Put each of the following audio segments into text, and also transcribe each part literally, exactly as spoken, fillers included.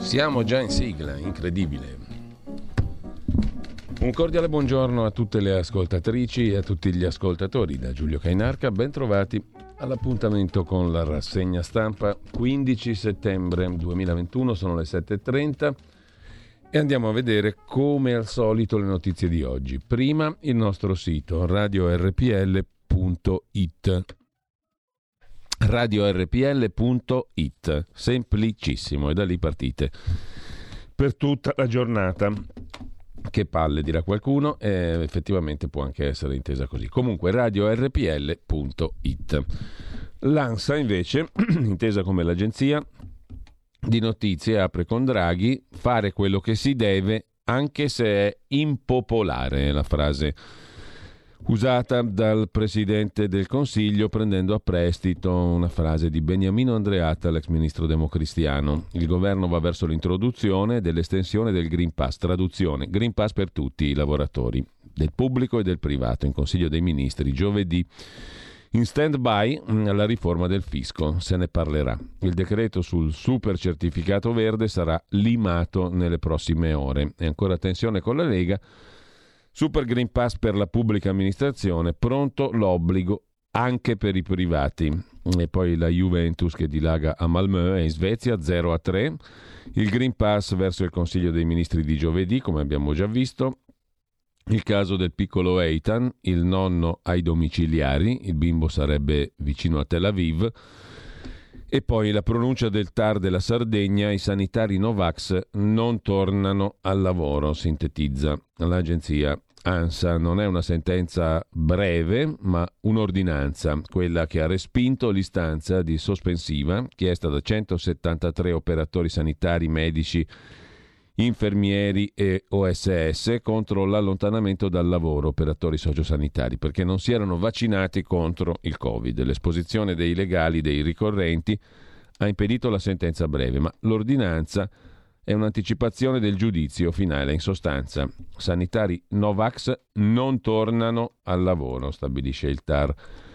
Siamo già in sigla, incredibile. Un cordiale buongiorno a tutte le ascoltatrici e a tutti gli ascoltatori da Giulio Cainarca, ben trovati all'appuntamento con la rassegna stampa quindici settembre duemilaventuno, sono le sette e trenta e andiamo a vedere come al solito le notizie di oggi. Prima il nostro sito radio erre pi elle punto it. radio erre pi elle punto it, semplicissimo, e da lì partite per tutta la giornata. Che palle, dirà qualcuno, e effettivamente può anche essere intesa così. Comunque radio erre pi elle punto it. L'ANSA invece, intesa come l'agenzia di notizie, apre con Draghi: fare quello che si deve anche se è impopolare, è la frase usata dal Presidente del Consiglio prendendo a prestito una frase di Beniamino Andreatta, l'ex ministro democristiano. Il governo va verso l'introduzione dell'estensione del Green Pass, traduzione: Green Pass per tutti i lavoratori, del pubblico e del privato, in Consiglio dei Ministri giovedì. In stand-by la riforma del fisco, se ne parlerà. Il decreto sul super certificato verde sarà limato nelle prossime ore. E ancora tensione con la Lega. Super Green Pass per la pubblica amministrazione, pronto l'obbligo anche per i privati. E poi la Juventus che dilaga a Malmö e in Svezia zero a tre. Il Green Pass verso il Consiglio dei Ministri di giovedì, come abbiamo già visto. Il caso del piccolo Eitan, il nonno ai domiciliari, il bimbo sarebbe vicino a Tel Aviv. E poi la pronuncia del T A R della Sardegna: i sanitari Novax non tornano al lavoro, sintetizza l'agenzia ANSA. Non è una sentenza breve, ma un'ordinanza, quella che ha respinto l'istanza di sospensiva chiesta da centosettantatré operatori sanitari, medici, infermieri e O S S contro l'allontanamento dal lavoro, operatori sociosanitari, perché non si erano vaccinati contro il Covid. L'esposizione dei legali dei ricorrenti ha impedito la sentenza breve, ma l'ordinanza è un'anticipazione del giudizio finale. In sostanza, sanitari Novax non tornano al lavoro, stabilisce il T A R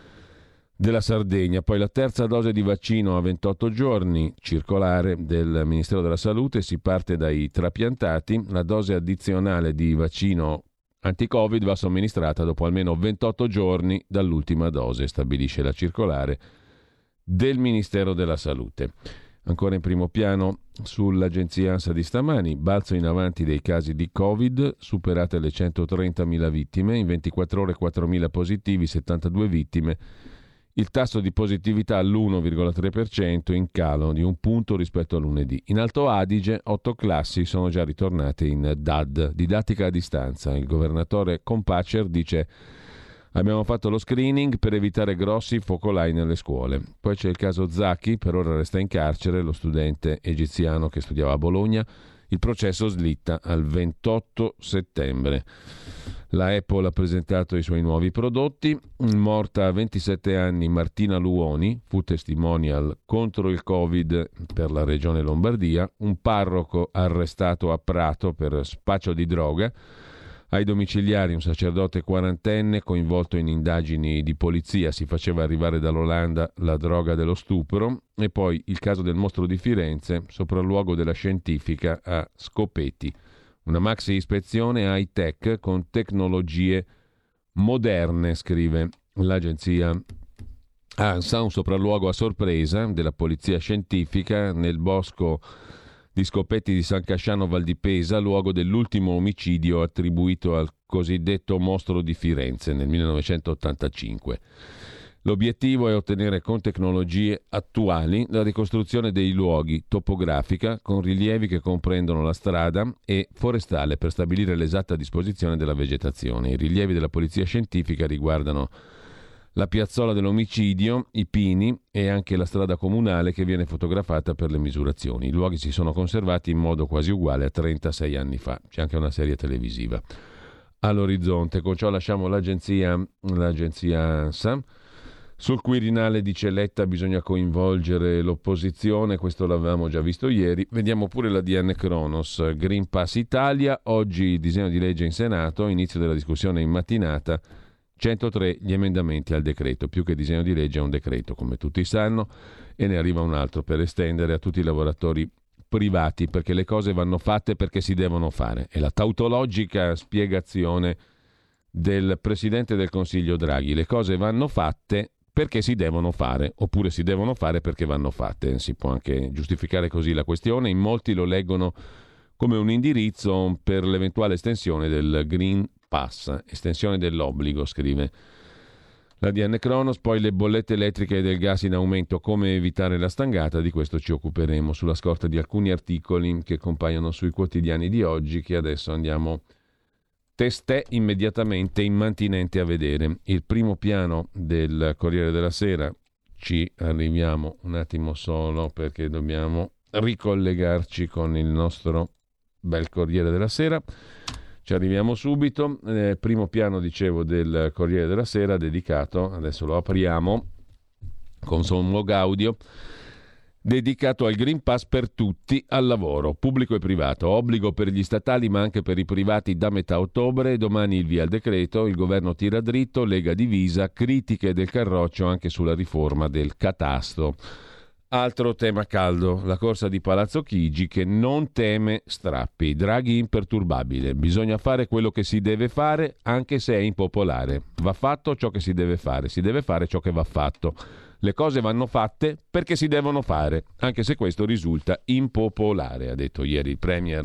della Sardegna. Poi la terza dose di vaccino a ventotto giorni, circolare del Ministero della Salute, si parte dai trapiantati. La dose addizionale di vaccino anti-Covid va somministrata dopo almeno ventotto giorni dall'ultima dose, stabilisce la circolare del Ministero della Salute. Ancora in primo piano sull'agenzia ANSA di stamani, balzo in avanti dei casi di Covid, superate le centotrentamila vittime, in ventiquattro ore quattromila positivi, settantadue vittime. Il tasso di positività all'uno virgola tre per cento, in calo di un punto rispetto a lunedì. In Alto Adige, otto classi sono già ritornate in D A D, didattica a distanza. Il governatore Kompatscher dice: abbiamo fatto lo screening per evitare grossi focolai nelle scuole. Poi c'è il caso Zaki, per ora resta in carcere, lo studente egiziano che studiava a Bologna. Il processo slitta al ventotto settembre. La Apple ha presentato i suoi nuovi prodotti. Morta a ventisette anni Martina Luoni, fu testimonial contro il Covid per la regione Lombardia. Un parroco arrestato a Prato per spaccio di droga. Ai domiciliari un sacerdote quarantenne coinvolto in indagini di polizia, si faceva arrivare dall'Olanda la droga dello stupro. E poi il caso del mostro di Firenze, sopralluogo della scientifica a Scopeti. Una maxi ispezione high tech con tecnologie moderne, scrive l'agenzia ANSA. Un sopralluogo a sorpresa della polizia scientifica nel bosco di Scopeti di San Casciano Val di Pesa, luogo dell'ultimo omicidio attribuito al cosiddetto mostro di Firenze nel millenovecentottantacinque. L'obiettivo è ottenere con tecnologie attuali la ricostruzione dei luoghi, topografica, con rilievi che comprendono la strada, e forestale per stabilire l'esatta disposizione della vegetazione. I rilievi della polizia scientifica riguardano la piazzola dell'omicidio, i pini e anche la strada comunale che viene fotografata per le misurazioni. I luoghi si sono conservati in modo quasi uguale a trentasei anni fa. C'è anche una serie televisiva all'orizzonte. Con ciò lasciamo l'agenzia, l'agenzia ANSA. Sul Quirinale di Letta bisogna coinvolgere l'opposizione, questo l'avevamo già visto ieri. Vediamo pure la D N Cronos. Green Pass Italia, oggi disegno di legge in Senato, inizio della discussione in mattinata, centotré gli emendamenti al decreto, più che disegno di legge è un decreto come tutti sanno, e ne arriva un altro per estendere a tutti i lavoratori privati, perché le cose vanno fatte perché si devono fare. È la tautologica spiegazione del Presidente del Consiglio Draghi. Le cose vanno fatte perché si devono fare, oppure si devono fare perché vanno fatte. Si può anche giustificare così la questione. In molti lo leggono come un indirizzo per l'eventuale estensione del Green Pass, estensione dell'obbligo, scrive l'A D N Cronos. Poi le bollette elettriche e del gas in aumento, come evitare la stangata, di questo ci occuperemo sulla scorta di alcuni articoli che compaiono sui quotidiani di oggi, che adesso andiamo testè immediatamente immantinente a vedere. Il primo piano del Corriere della Sera, ci arriviamo un attimo solo perché dobbiamo ricollegarci con il nostro bel Corriere della Sera. Ci arriviamo subito. Eh, primo piano, dicevo, del Corriere della Sera, dedicato, adesso lo apriamo con sommo gaudio, dedicato al Green Pass per tutti, al lavoro, pubblico e privato. Obbligo per gli statali ma anche per i privati da metà ottobre. Domani il via al decreto, il governo tira dritto, Lega divisa, critiche del Carroccio anche sulla riforma del catasto. Altro tema caldo, la corsa di Palazzo Chigi che non teme strappi. Draghi imperturbabile, bisogna fare quello che si deve fare anche se è impopolare. Va fatto ciò che si deve fare, si deve fare ciò che va fatto. Le cose vanno fatte perché si devono fare, anche se questo risulta impopolare, ha detto ieri il premier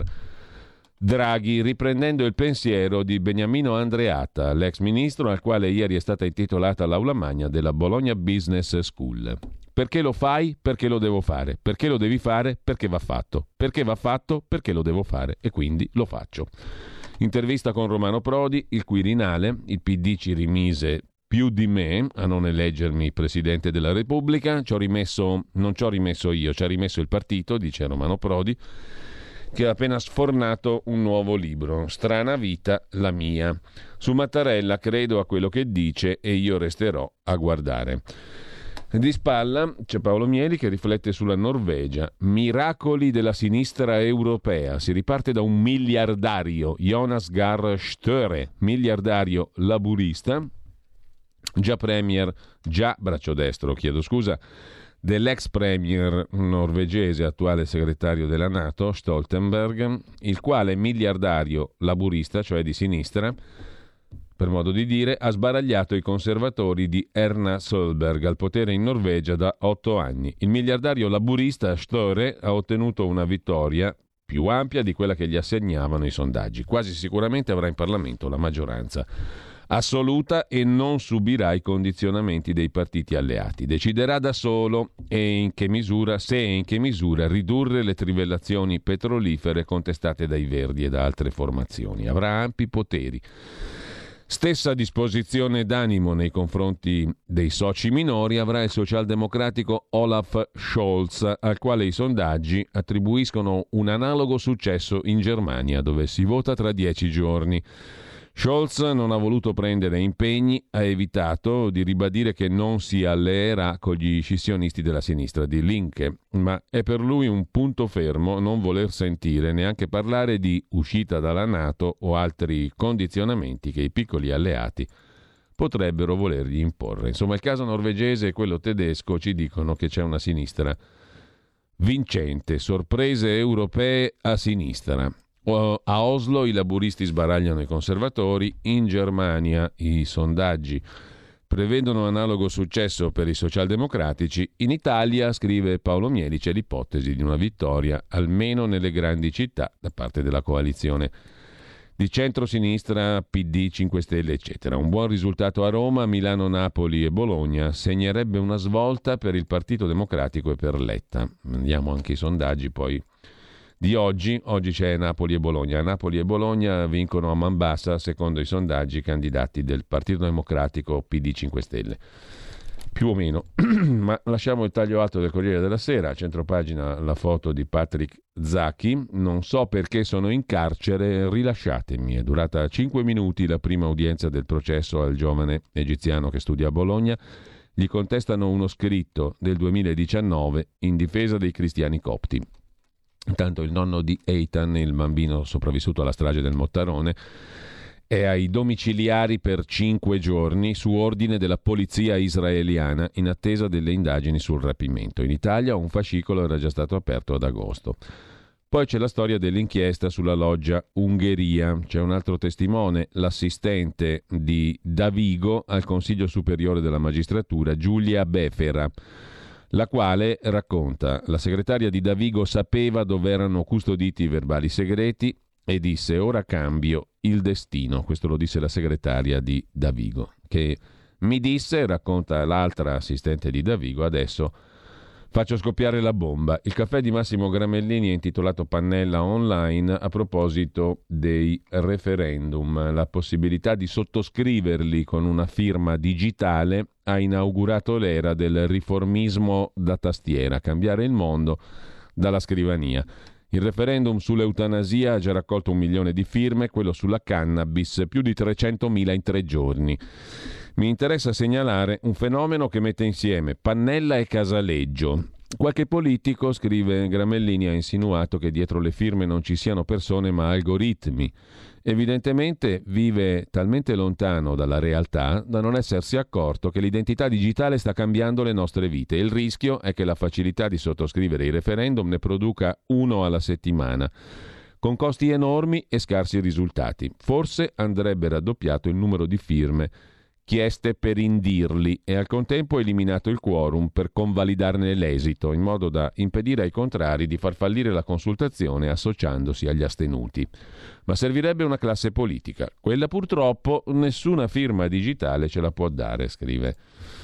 Draghi, riprendendo il pensiero di Beniamino Andreatta, l'ex ministro al quale ieri è stata intitolata l'Aula Magna della Bologna Business School. Perché lo fai? Perché lo devo fare. Perché lo devi fare? Perché va fatto. Perché va fatto? Perché lo devo fare e quindi lo faccio. Intervista con Romano Prodi, il Quirinale, il P D ci rimise più di me a non eleggermi Presidente della Repubblica, ci ho rimesso, non ci ho rimesso io, ci ha rimesso il partito, dice Romano Prodi, che ha appena sfornato un nuovo libro, Strana vita, la mia. Su Mattarella credo a quello che dice e io resterò a guardare. Di spalla c'è Paolo Mieli che riflette sulla Norvegia. Miracoli della sinistra europea. Si riparte da un miliardario, Jonas Gahr Støre, miliardario laburista, già premier, già braccio destro, chiedo scusa, dell'ex premier norvegese, attuale segretario della NATO, Stoltenberg, il quale miliardario laburista, cioè di sinistra, per modo di dire, ha sbaragliato i conservatori di Erna Solberg al potere in Norvegia da otto anni. Il miliardario laburista Støre ha ottenuto una vittoria più ampia di quella che gli assegnavano i sondaggi. Quasi sicuramente avrà in Parlamento la maggioranza assoluta e non subirà i condizionamenti dei partiti alleati. Deciderà da solo e in che misura, se e in che misura ridurre le trivellazioni petrolifere contestate dai Verdi e da altre formazioni. Avrà ampi poteri. Stessa disposizione d'animo nei confronti dei soci minori avrà il socialdemocratico Olaf Scholz, al quale i sondaggi attribuiscono un analogo successo in Germania, dove si vota tra dieci giorni. Scholz non ha voluto prendere impegni, ha evitato di ribadire che non si alleerà con gli scissionisti della sinistra di Linke, ma è per lui un punto fermo non voler sentire neanche parlare di uscita dalla NATO o altri condizionamenti che i piccoli alleati potrebbero volergli imporre. Insomma, il caso norvegese e quello tedesco ci dicono che c'è una sinistra vincente, sorprese europee a sinistra. A Oslo i laburisti sbaragliano i conservatori, in Germania i sondaggi prevedono analogo successo per i socialdemocratici, in Italia, scrive Paolo Mieli, c'è l'ipotesi di una vittoria almeno nelle grandi città da parte della coalizione di centro-sinistra, P D, cinque Stelle, eccetera. Un buon risultato a Roma, Milano, Napoli e Bologna segnerebbe una svolta per il Partito Democratico e per Letta. Andiamo anche ai sondaggi poi di oggi. Oggi c'è Napoli e Bologna. Napoli e Bologna vincono a man bassa, secondo i sondaggi, i candidati del Partito Democratico, P D, cinque Stelle. Più o meno. Ma lasciamo il taglio alto del Corriere della Sera. A centropagina la foto di Patrick Zaki. Non so perché sono in carcere, rilasciatemi. È durata cinque minuti la prima udienza del processo al giovane egiziano che studia a Bologna. Gli contestano uno scritto del duemiladiciannove in difesa dei cristiani copti. Intanto il nonno di Eitan, il bambino sopravvissuto alla strage del Mottarone, è ai domiciliari per cinque giorni su ordine della polizia israeliana in attesa delle indagini sul rapimento. In Italia un fascicolo era già stato aperto ad agosto. Poi c'è la storia dell'inchiesta sulla loggia Ungheria. C'è un altro testimone, l'assistente di Davigo al Consiglio Superiore della Magistratura, Giulia Befera, la quale racconta: la segretaria di Davigo sapeva dove erano custoditi i verbali segreti e disse: ora cambio il destino. Questo lo disse la segretaria di Davigo, che mi disse, racconta l'altra assistente di Davigo, adesso faccio scoppiare la bomba. Il caffè di Massimo Gramellini è intitolato Pannella Online a proposito dei referendum. La possibilità di sottoscriverli con una firma digitale ha inaugurato l'era del riformismo da tastiera, cambiare il mondo dalla scrivania. Il referendum sull'eutanasia ha già raccolto un milione di firme, quello sulla cannabis più di trecentomila in tre giorni. Mi interessa segnalare un fenomeno che mette insieme Pannella e Casaleggio. Qualche politico, scrive Gramellini, ha insinuato che dietro le firme non ci siano persone ma algoritmi. Evidentemente vive talmente lontano dalla realtà da non essersi accorto che l'identità digitale sta cambiando le nostre vite. Il rischio è che la facilità di sottoscrivere i referendum ne produca uno alla settimana, con costi enormi e scarsi risultati. Forse andrebbe raddoppiato il numero di firme chieste per indirli e al contempo eliminato il quorum per convalidarne l'esito, in modo da impedire ai contrari di far fallire la consultazione associandosi agli astenuti. Ma servirebbe una classe politica. Quella purtroppo nessuna firma digitale ce la può dare, scrive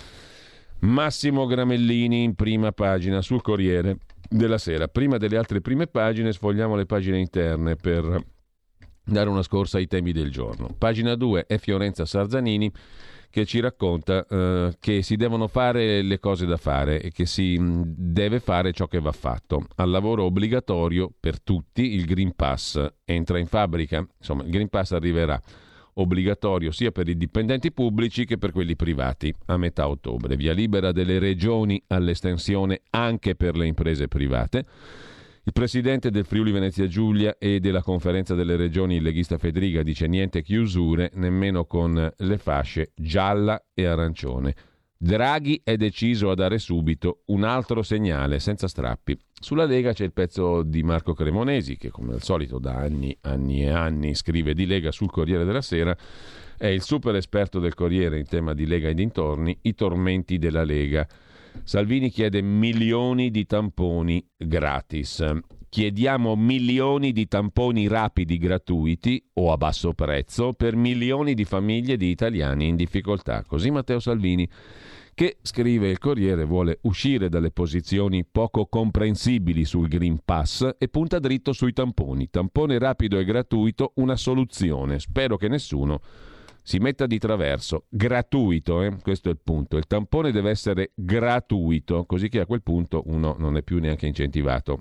Massimo Gramellini in prima pagina sul Corriere della Sera. Prima delle altre prime pagine sfogliamo le pagine interne per dare una scorsa ai temi del giorno. Pagina due è Fiorenza Sarzanini che ci racconta eh, che si devono fare le cose da fare e che si mh, deve fare ciò che va fatto. Al lavoro obbligatorio per tutti il Green Pass entra in fabbrica. Insomma, il Green Pass arriverà obbligatorio sia per i dipendenti pubblici che per quelli privati a metà ottobre. Via libera delle regioni all'estensione anche per le imprese private. Il presidente del Friuli Venezia Giulia e della Conferenza delle Regioni, il leghista Fedriga, dice niente chiusure, nemmeno con le fasce gialla e arancione. Draghi è deciso a dare subito un altro segnale, senza strappi. Sulla Lega c'è il pezzo di Marco Cremonesi, che come al solito da anni, anni e anni scrive di Lega sul Corriere della Sera. È il super esperto del Corriere in tema di Lega e dintorni, i tormenti della Lega. Salvini chiede milioni di tamponi gratis. Chiediamo milioni di tamponi rapidi gratuiti o a basso prezzo per milioni di famiglie di italiani in difficoltà. Così Matteo Salvini, che, scrive il Corriere, vuole uscire dalle posizioni poco comprensibili sul Green Pass e punta dritto sui tamponi. Tampone rapido e gratuito, una soluzione. Spero che nessuno si metta di traverso. Gratuito, eh? Questo è il punto. Il tampone deve essere gratuito, così che a quel punto uno non è più neanche incentivato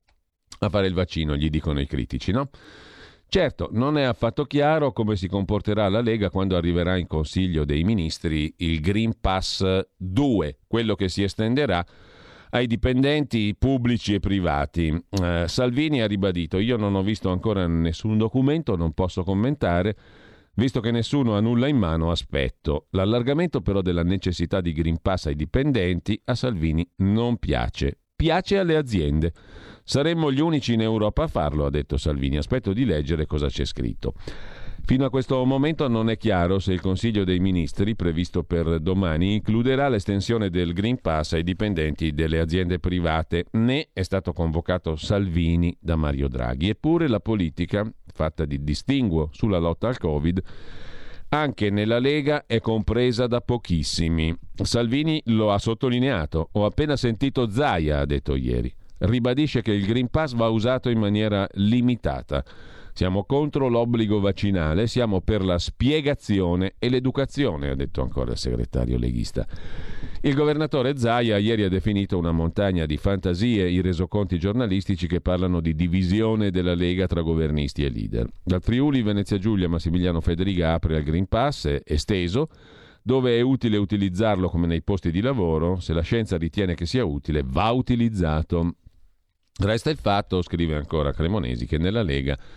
a fare il vaccino, gli dicono i critici, no? Certo, non è affatto chiaro come si comporterà la Lega quando arriverà in Consiglio dei Ministri il Green Pass due, quello che si estenderà ai dipendenti pubblici e privati. Eh, Salvini ha ribadito: io non ho visto ancora nessun documento, non posso commentare. Visto che nessuno ha nulla in mano, aspetto. L'allargamento però della necessità di Green Pass ai dipendenti a Salvini non piace. Piace alle aziende. Saremmo gli unici in Europa a farlo, ha detto Salvini. Aspetto di leggere cosa c'è scritto. Fino a questo momento non è chiaro se il Consiglio dei Ministri, previsto per domani, includerà l'estensione del Green Pass ai dipendenti delle aziende private, né è stato convocato Salvini da Mario Draghi. Eppure la politica, fatta di distinguo sulla lotta al Covid, anche nella Lega è compresa da pochissimi. Salvini lo ha sottolineato. Ho appena sentito Zaia, ha detto ieri. Ribadisce che il Green Pass va usato in maniera limitata. Siamo contro l'obbligo vaccinale, siamo per la spiegazione e l'educazione, ha detto ancora il segretario leghista. Il governatore Zaia ieri ha definito una montagna di fantasie i resoconti giornalistici che parlano di divisione della Lega tra governisti e leader. Dal Friuli Venezia Giulia Massimiliano Fedriga apre al Green Pass esteso, dove è utile utilizzarlo come nei posti di lavoro. Se la scienza ritiene che sia utile, va utilizzato. Resta il fatto, scrive ancora Cremonesi, che nella Lega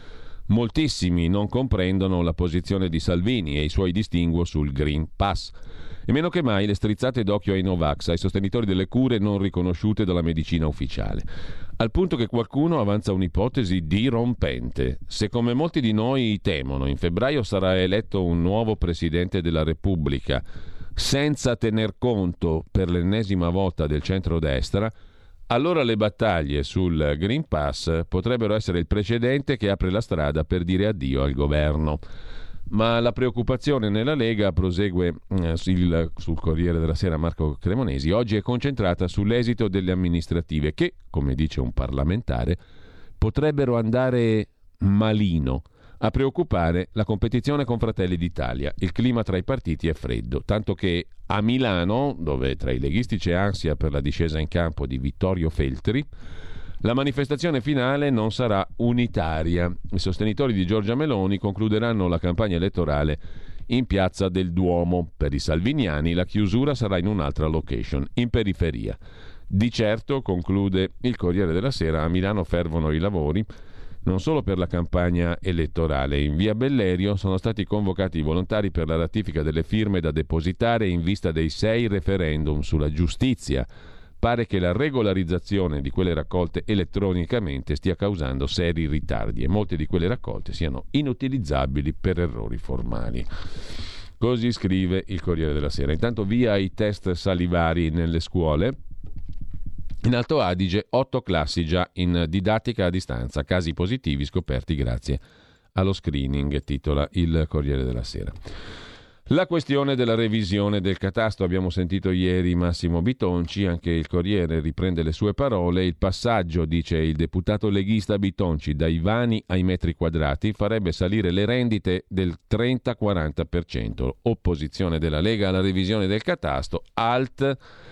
Moltissimi non comprendono la posizione di Salvini e i suoi distinguo sul Green Pass. E meno che mai le strizzate d'occhio ai Novax, ai sostenitori delle cure non riconosciute dalla medicina ufficiale. Al punto che qualcuno avanza un'ipotesi dirompente. Se come molti di noi temono, in febbraio sarà eletto un nuovo Presidente della Repubblica, senza tener conto per l'ennesima volta del centrodestra, allora le battaglie sul Green Pass potrebbero essere il precedente che apre la strada per dire addio al governo. Ma la preoccupazione nella Lega, prosegue eh, sul, sul Corriere della Sera Marco Cremonesi, oggi è concentrata sull'esito delle amministrative che, come dice un parlamentare, potrebbero andare malino. A preoccupare la competizione con Fratelli d'Italia. Il clima tra i partiti è freddo, tanto che a Milano, dove tra i leghisti c'è ansia per la discesa in campo di Vittorio Feltri, la manifestazione finale non sarà unitaria. I sostenitori di Giorgia Meloni concluderanno la campagna elettorale in Piazza del Duomo. Per i salviniani la chiusura sarà in un'altra location, in periferia. Di certo, conclude il Corriere della Sera, a Milano fervono i lavori non solo per la campagna elettorale. In via Bellerio sono stati convocati i volontari per la ratifica delle firme da depositare in vista dei sei referendum sulla giustizia. Pare che la regolarizzazione di quelle raccolte elettronicamente stia causando seri ritardi e molte di quelle raccolte siano inutilizzabili per errori formali. Così scrive il Corriere della Sera. Intanto via i test salivari nelle scuole. In Alto Adige otto classi già in didattica a distanza, casi positivi scoperti grazie allo screening, titola il Corriere della Sera. La questione della revisione del catasto, abbiamo sentito ieri Massimo Bitonci, anche il Corriere riprende le sue parole. Il passaggio, dice il deputato leghista Bitonci, dai vani ai metri quadrati farebbe salire le rendite del trenta quaranta per cento. Opposizione della Lega alla revisione del catasto, alt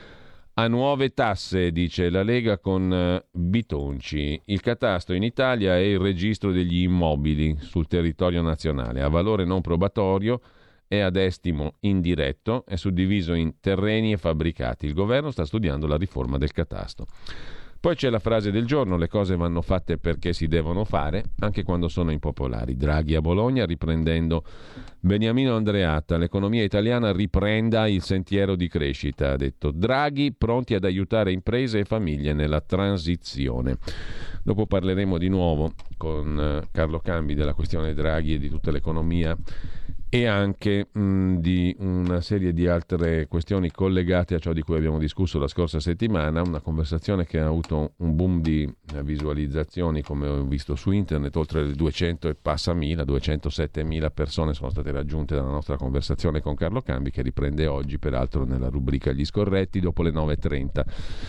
a nuove tasse, dice la Lega con Bitonci. Il catasto in Italia è il registro degli immobili sul territorio nazionale, a valore non probatorio, è ad estimo indiretto, è suddiviso in terreni e fabbricati. Il governo sta studiando la riforma del catasto. Poi c'è la frase del giorno: le cose vanno fatte perché si devono fare, anche quando sono impopolari. Draghi a Bologna, riprendendo Beniamino Andreatta, l'economia italiana riprenda il sentiero di crescita, ha detto Draghi, pronti ad aiutare imprese e famiglie nella transizione. Dopo parleremo di nuovo con Carlo Cambi della questione Draghi e di tutta l'economia e anche mh, di una serie di altre questioni collegate a ciò di cui abbiamo discusso la scorsa settimana, una conversazione che ha avuto un boom di visualizzazioni, come ho visto su internet, oltre le duecento e passa mila, duecentosettemila persone sono state raggiunte dalla nostra conversazione con Carlo Cambi, che riprende oggi peraltro nella rubrica Gli Scorretti dopo le nove e trenta.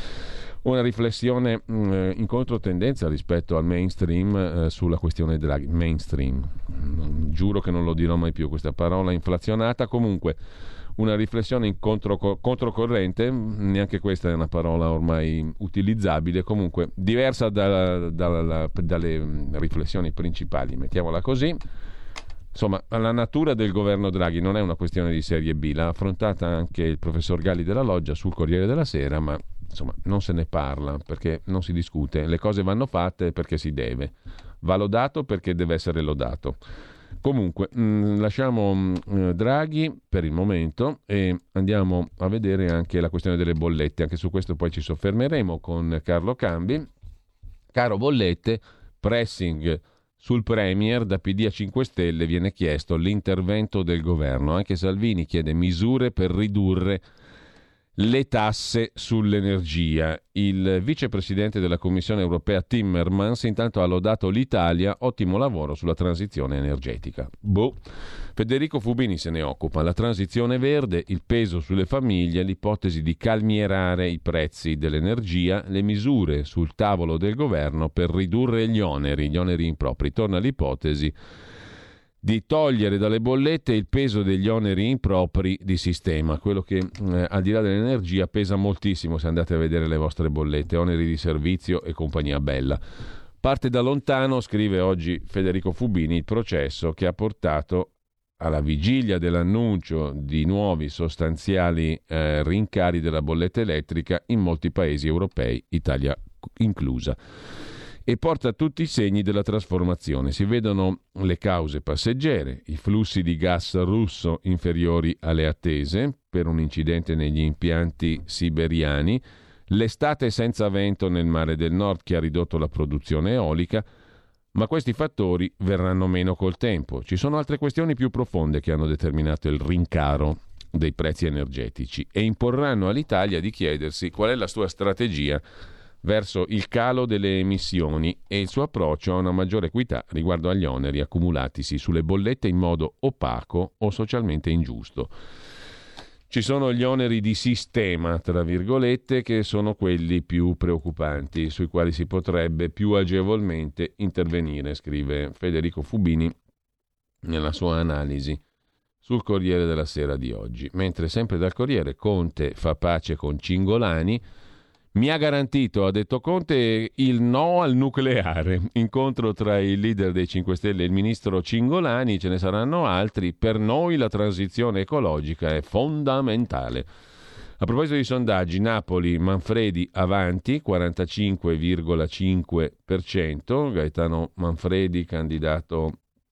Una riflessione mh, in controtendenza rispetto al mainstream eh, sulla questione Draghi. Mainstream, non, giuro che non lo dirò mai più questa parola inflazionata. Comunque una riflessione in contro, controcorrente, neanche questa è una parola ormai utilizzabile, comunque diversa da, da, da, dalle riflessioni principali, mettiamola così. Insomma, la natura del governo Draghi non è una questione di serie B, l'ha affrontata anche il professor Galli della Loggia sul Corriere della Sera, ma insomma non se ne parla perché non si discute, le cose vanno fatte perché si deve, va lodato perché deve essere lodato. Comunque mh, lasciamo mh, Draghi per il momento e andiamo a vedere anche la questione delle bollette, anche su questo poi ci soffermeremo con Carlo Cambi. Caro bollette, pressing sul Premier, da P D a cinque Stelle viene chiesto l'intervento del governo, anche Salvini chiede misure per ridurre le tasse sull'energia. Il vicepresidente della Commissione europea Timmermans intanto ha lodato l'Italia, ottimo lavoro sulla transizione energetica. Boh. Federico Fubini se ne occupa, la transizione verde, il peso sulle famiglie, l'ipotesi di calmierare i prezzi dell'energia, le misure sul tavolo del governo per ridurre gli oneri, gli oneri impropri. Torna l'ipotesi di togliere dalle bollette il peso degli oneri impropri di sistema, quello che eh, al di là dell'energia pesa moltissimo se andate a vedere le vostre bollette, oneri di servizio e compagnia bella. Parte da lontano, scrive oggi Federico Fubini, il processo che ha portato alla vigilia dell'annuncio di nuovi sostanziali eh, rincari della bolletta elettrica in molti paesi europei, Italia inclusa. e porta tutti i segni della trasformazione. Si vedono le cause passeggere, i flussi di gas russo inferiori alle attese per un incidente negli impianti siberiani, l'estate senza vento nel mare del nord che ha ridotto la produzione eolica, ma questi fattori verranno meno col tempo. Ci sono altre questioni più profonde che hanno determinato il rincaro dei prezzi energetici e imporranno all'Italia di chiedersi qual è la sua strategia verso il calo delle emissioni e il suo approccio a una maggiore equità riguardo agli oneri accumulatisi sulle bollette in modo opaco o socialmente ingiusto. Ci sono gli oneri di sistema, tra virgolette, che sono quelli più preoccupanti, sui quali si potrebbe più agevolmente intervenire, scrive Federico Fubini nella sua analisi sul Corriere della Sera di oggi. Mentre sempre dal Corriere, Conte fa pace con Cingolani. Mi ha garantito, ha detto Conte, il no al nucleare. Incontro tra il leader dei cinque Stelle e il ministro Cingolani, ce ne saranno altri. Per noi la transizione ecologica è fondamentale. A proposito di sondaggi, Napoli, Manfredi avanti, quarantacinque virgola cinque per cento. Gaetano Manfredi, candidato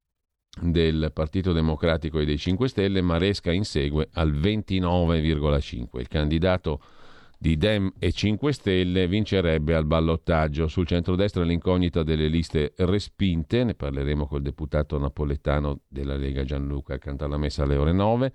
del Partito Democratico e dei cinque Stelle, Maresca insegue al ventinove virgola cinque per cento. Il candidato di Dem e cinque Stelle vincerebbe al ballottaggio. Sul centrodestra l'incognita delle liste respinte, ne parleremo col deputato napoletano della Lega Gianluca Cantalamessa alle ore nove.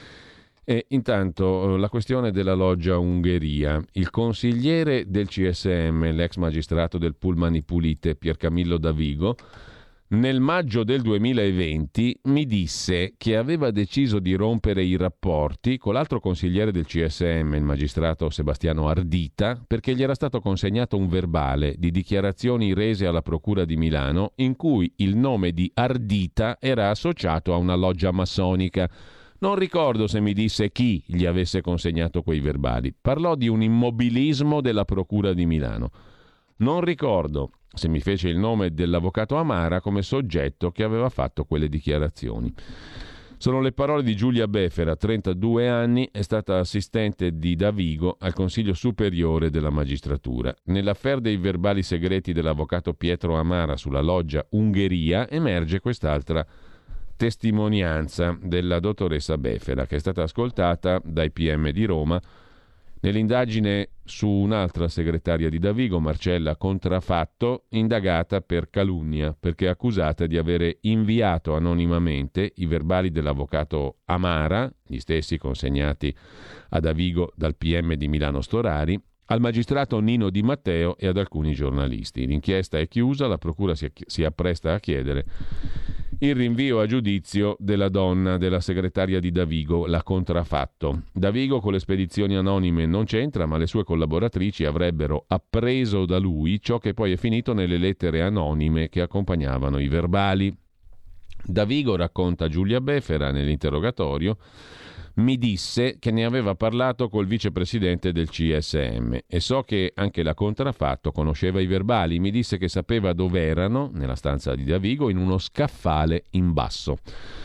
E intanto la questione della loggia Ungheria. Il consigliere del C S M, l'ex magistrato del Pullman Pulite Piercamillo Davigo, nel maggio del duemilaventi mi disse che aveva deciso di rompere i rapporti con l'altro consigliere del C S M, il magistrato Sebastiano Ardita, perché gli era stato consegnato un verbale di dichiarazioni rese alla Procura di Milano in cui il nome di Ardita era associato a una loggia massonica. Non ricordo se mi disse chi gli avesse consegnato quei verbali. Parlò di un immobilismo della Procura di Milano. Non ricordo se mi fece il nome dell'avvocato Amara come soggetto che aveva fatto quelle dichiarazioni. Sono le parole di Giulia Befera, trentadue anni, è stata assistente di Davigo al Consiglio Superiore della Magistratura. Nell'affaire dei verbali segreti dell'avvocato Pietro Amara sulla loggia Ungheria emerge quest'altra testimonianza della dottoressa Befera, che è stata ascoltata dai P M di Roma nell'indagine su un'altra segretaria di Davigo, Marcella Contrafatto, indagata per calunnia, perché è accusata di avere inviato anonimamente i verbali dell'avvocato Amara, gli stessi consegnati a Davigo dal P M di Milano Storari, al magistrato Nino Di Matteo e ad alcuni giornalisti. L'inchiesta è chiusa, la procura si, si appresta a chiedere il rinvio a giudizio della donna della segretaria di Davigo, la Contrafatto. Davigo con le spedizioni anonime non c'entra, ma le sue collaboratrici avrebbero appreso da lui ciò che poi è finito nelle lettere anonime che accompagnavano i verbali. Davigo, racconta Giulia Befera nell'interrogatorio, mi disse che ne aveva parlato col vicepresidente del C S M e so che anche la Contrafatto conosceva i verbali. Mi disse che sapeva dove erano, nella stanza di Davigo, in uno scaffale in basso.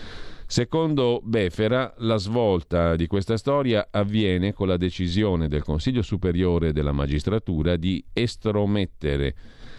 Secondo Befera, la svolta di questa storia avviene con la decisione del Consiglio Superiore della Magistratura di estromettere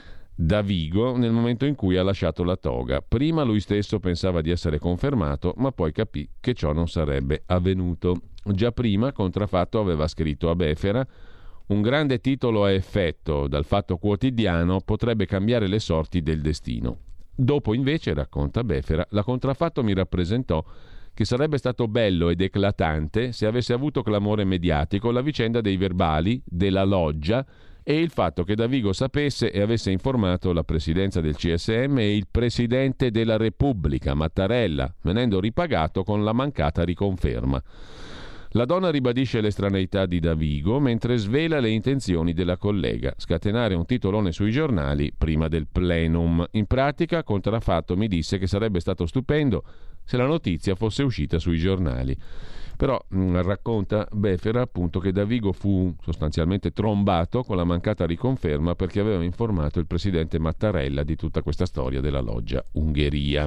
Davigo nel momento in cui ha lasciato la toga. Prima lui stesso pensava di essere confermato, ma poi capì che ciò non sarebbe avvenuto. Già prima Contrafatto aveva scritto a Befera: un grande titolo a effetto dal Fatto Quotidiano potrebbe cambiare le sorti del destino. Dopo invece, racconta Befera, la Contrafatto mi rappresentò che sarebbe stato bello ed eclatante se avesse avuto clamore mediatico la vicenda dei verbali, della loggia e il fatto che Davigo sapesse e avesse informato la presidenza del C S M e il presidente della Repubblica, Mattarella, venendo ripagato con la mancata riconferma. La donna ribadisce l'estraneità di Davigo mentre svela le intenzioni della collega: scatenare un titolone sui giornali prima del plenum. In pratica, Contrafatto mi disse che sarebbe stato stupendo se la notizia fosse uscita sui giornali. Però mh, racconta Befera appunto che Davigo fu sostanzialmente trombato con la mancata riconferma perché aveva informato il presidente Mattarella di tutta questa storia della loggia Ungheria.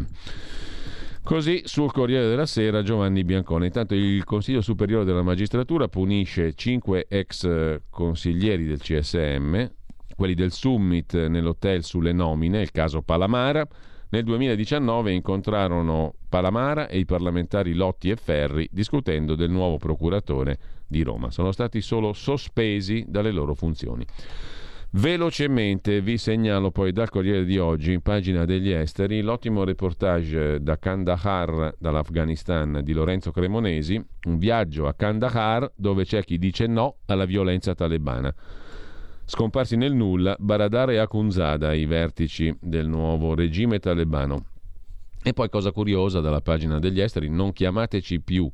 Così sul Corriere della Sera Giovanni Biancone. Intanto il Consiglio Superiore della Magistratura punisce cinque ex consiglieri del C S M quelli del Summit nell'hotel sulle nomine, il caso Palamara. Nel duemiladiciannove incontrarono Palamara e i parlamentari Lotti e Ferri discutendo del nuovo procuratore di Roma. Sono stati solo sospesi dalle loro funzioni. Velocemente vi segnalo poi dal Corriere di oggi, in pagina degli esteri, l'ottimo reportage da Kandahar, dall'Afghanistan, di Lorenzo Cremonesi, un viaggio a Kandahar dove c'è chi dice no alla violenza talebana. Scomparsi nel nulla Baradar e Akhundzada, i vertici del nuovo regime talebano. E poi, cosa curiosa, dalla pagina degli esteri, non chiamateci più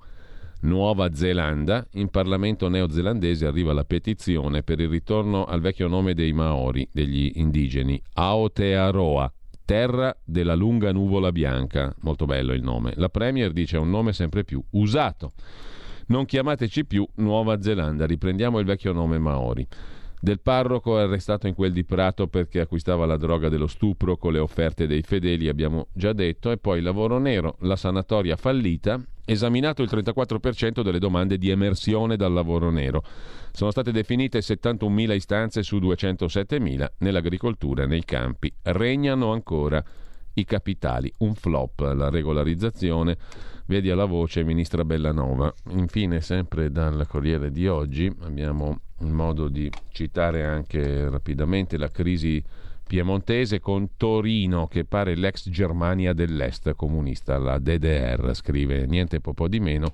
Nuova Zelanda. In Parlamento neozelandese arriva la petizione per il ritorno al vecchio nome dei Maori, degli indigeni, Aotearoa, terra della lunga nuvola bianca. Molto bello il nome. La Premier dice è un nome sempre più usato. Non chiamateci più Nuova Zelanda, riprendiamo il vecchio nome Maori. Del parroco è arrestato in quel di Prato perché acquistava la droga dello stupro con le offerte dei fedeli, abbiamo già detto. E poi il lavoro nero, la sanatoria fallita, esaminato il trentaquattro per cento delle domande di emersione dal lavoro nero. Sono state definite settantunomila istanze su duecentosettemila nell'agricoltura e nei campi. Regnano ancora i capitali. Un flop la regolarizzazione. Vedi alla voce ministra Bellanova. Infine, sempre dal Corriere di oggi, abbiamo il modo di citare anche rapidamente la crisi piemontese con Torino che pare l'ex Germania dell'Est comunista, la D D R, scrive niente po' di meno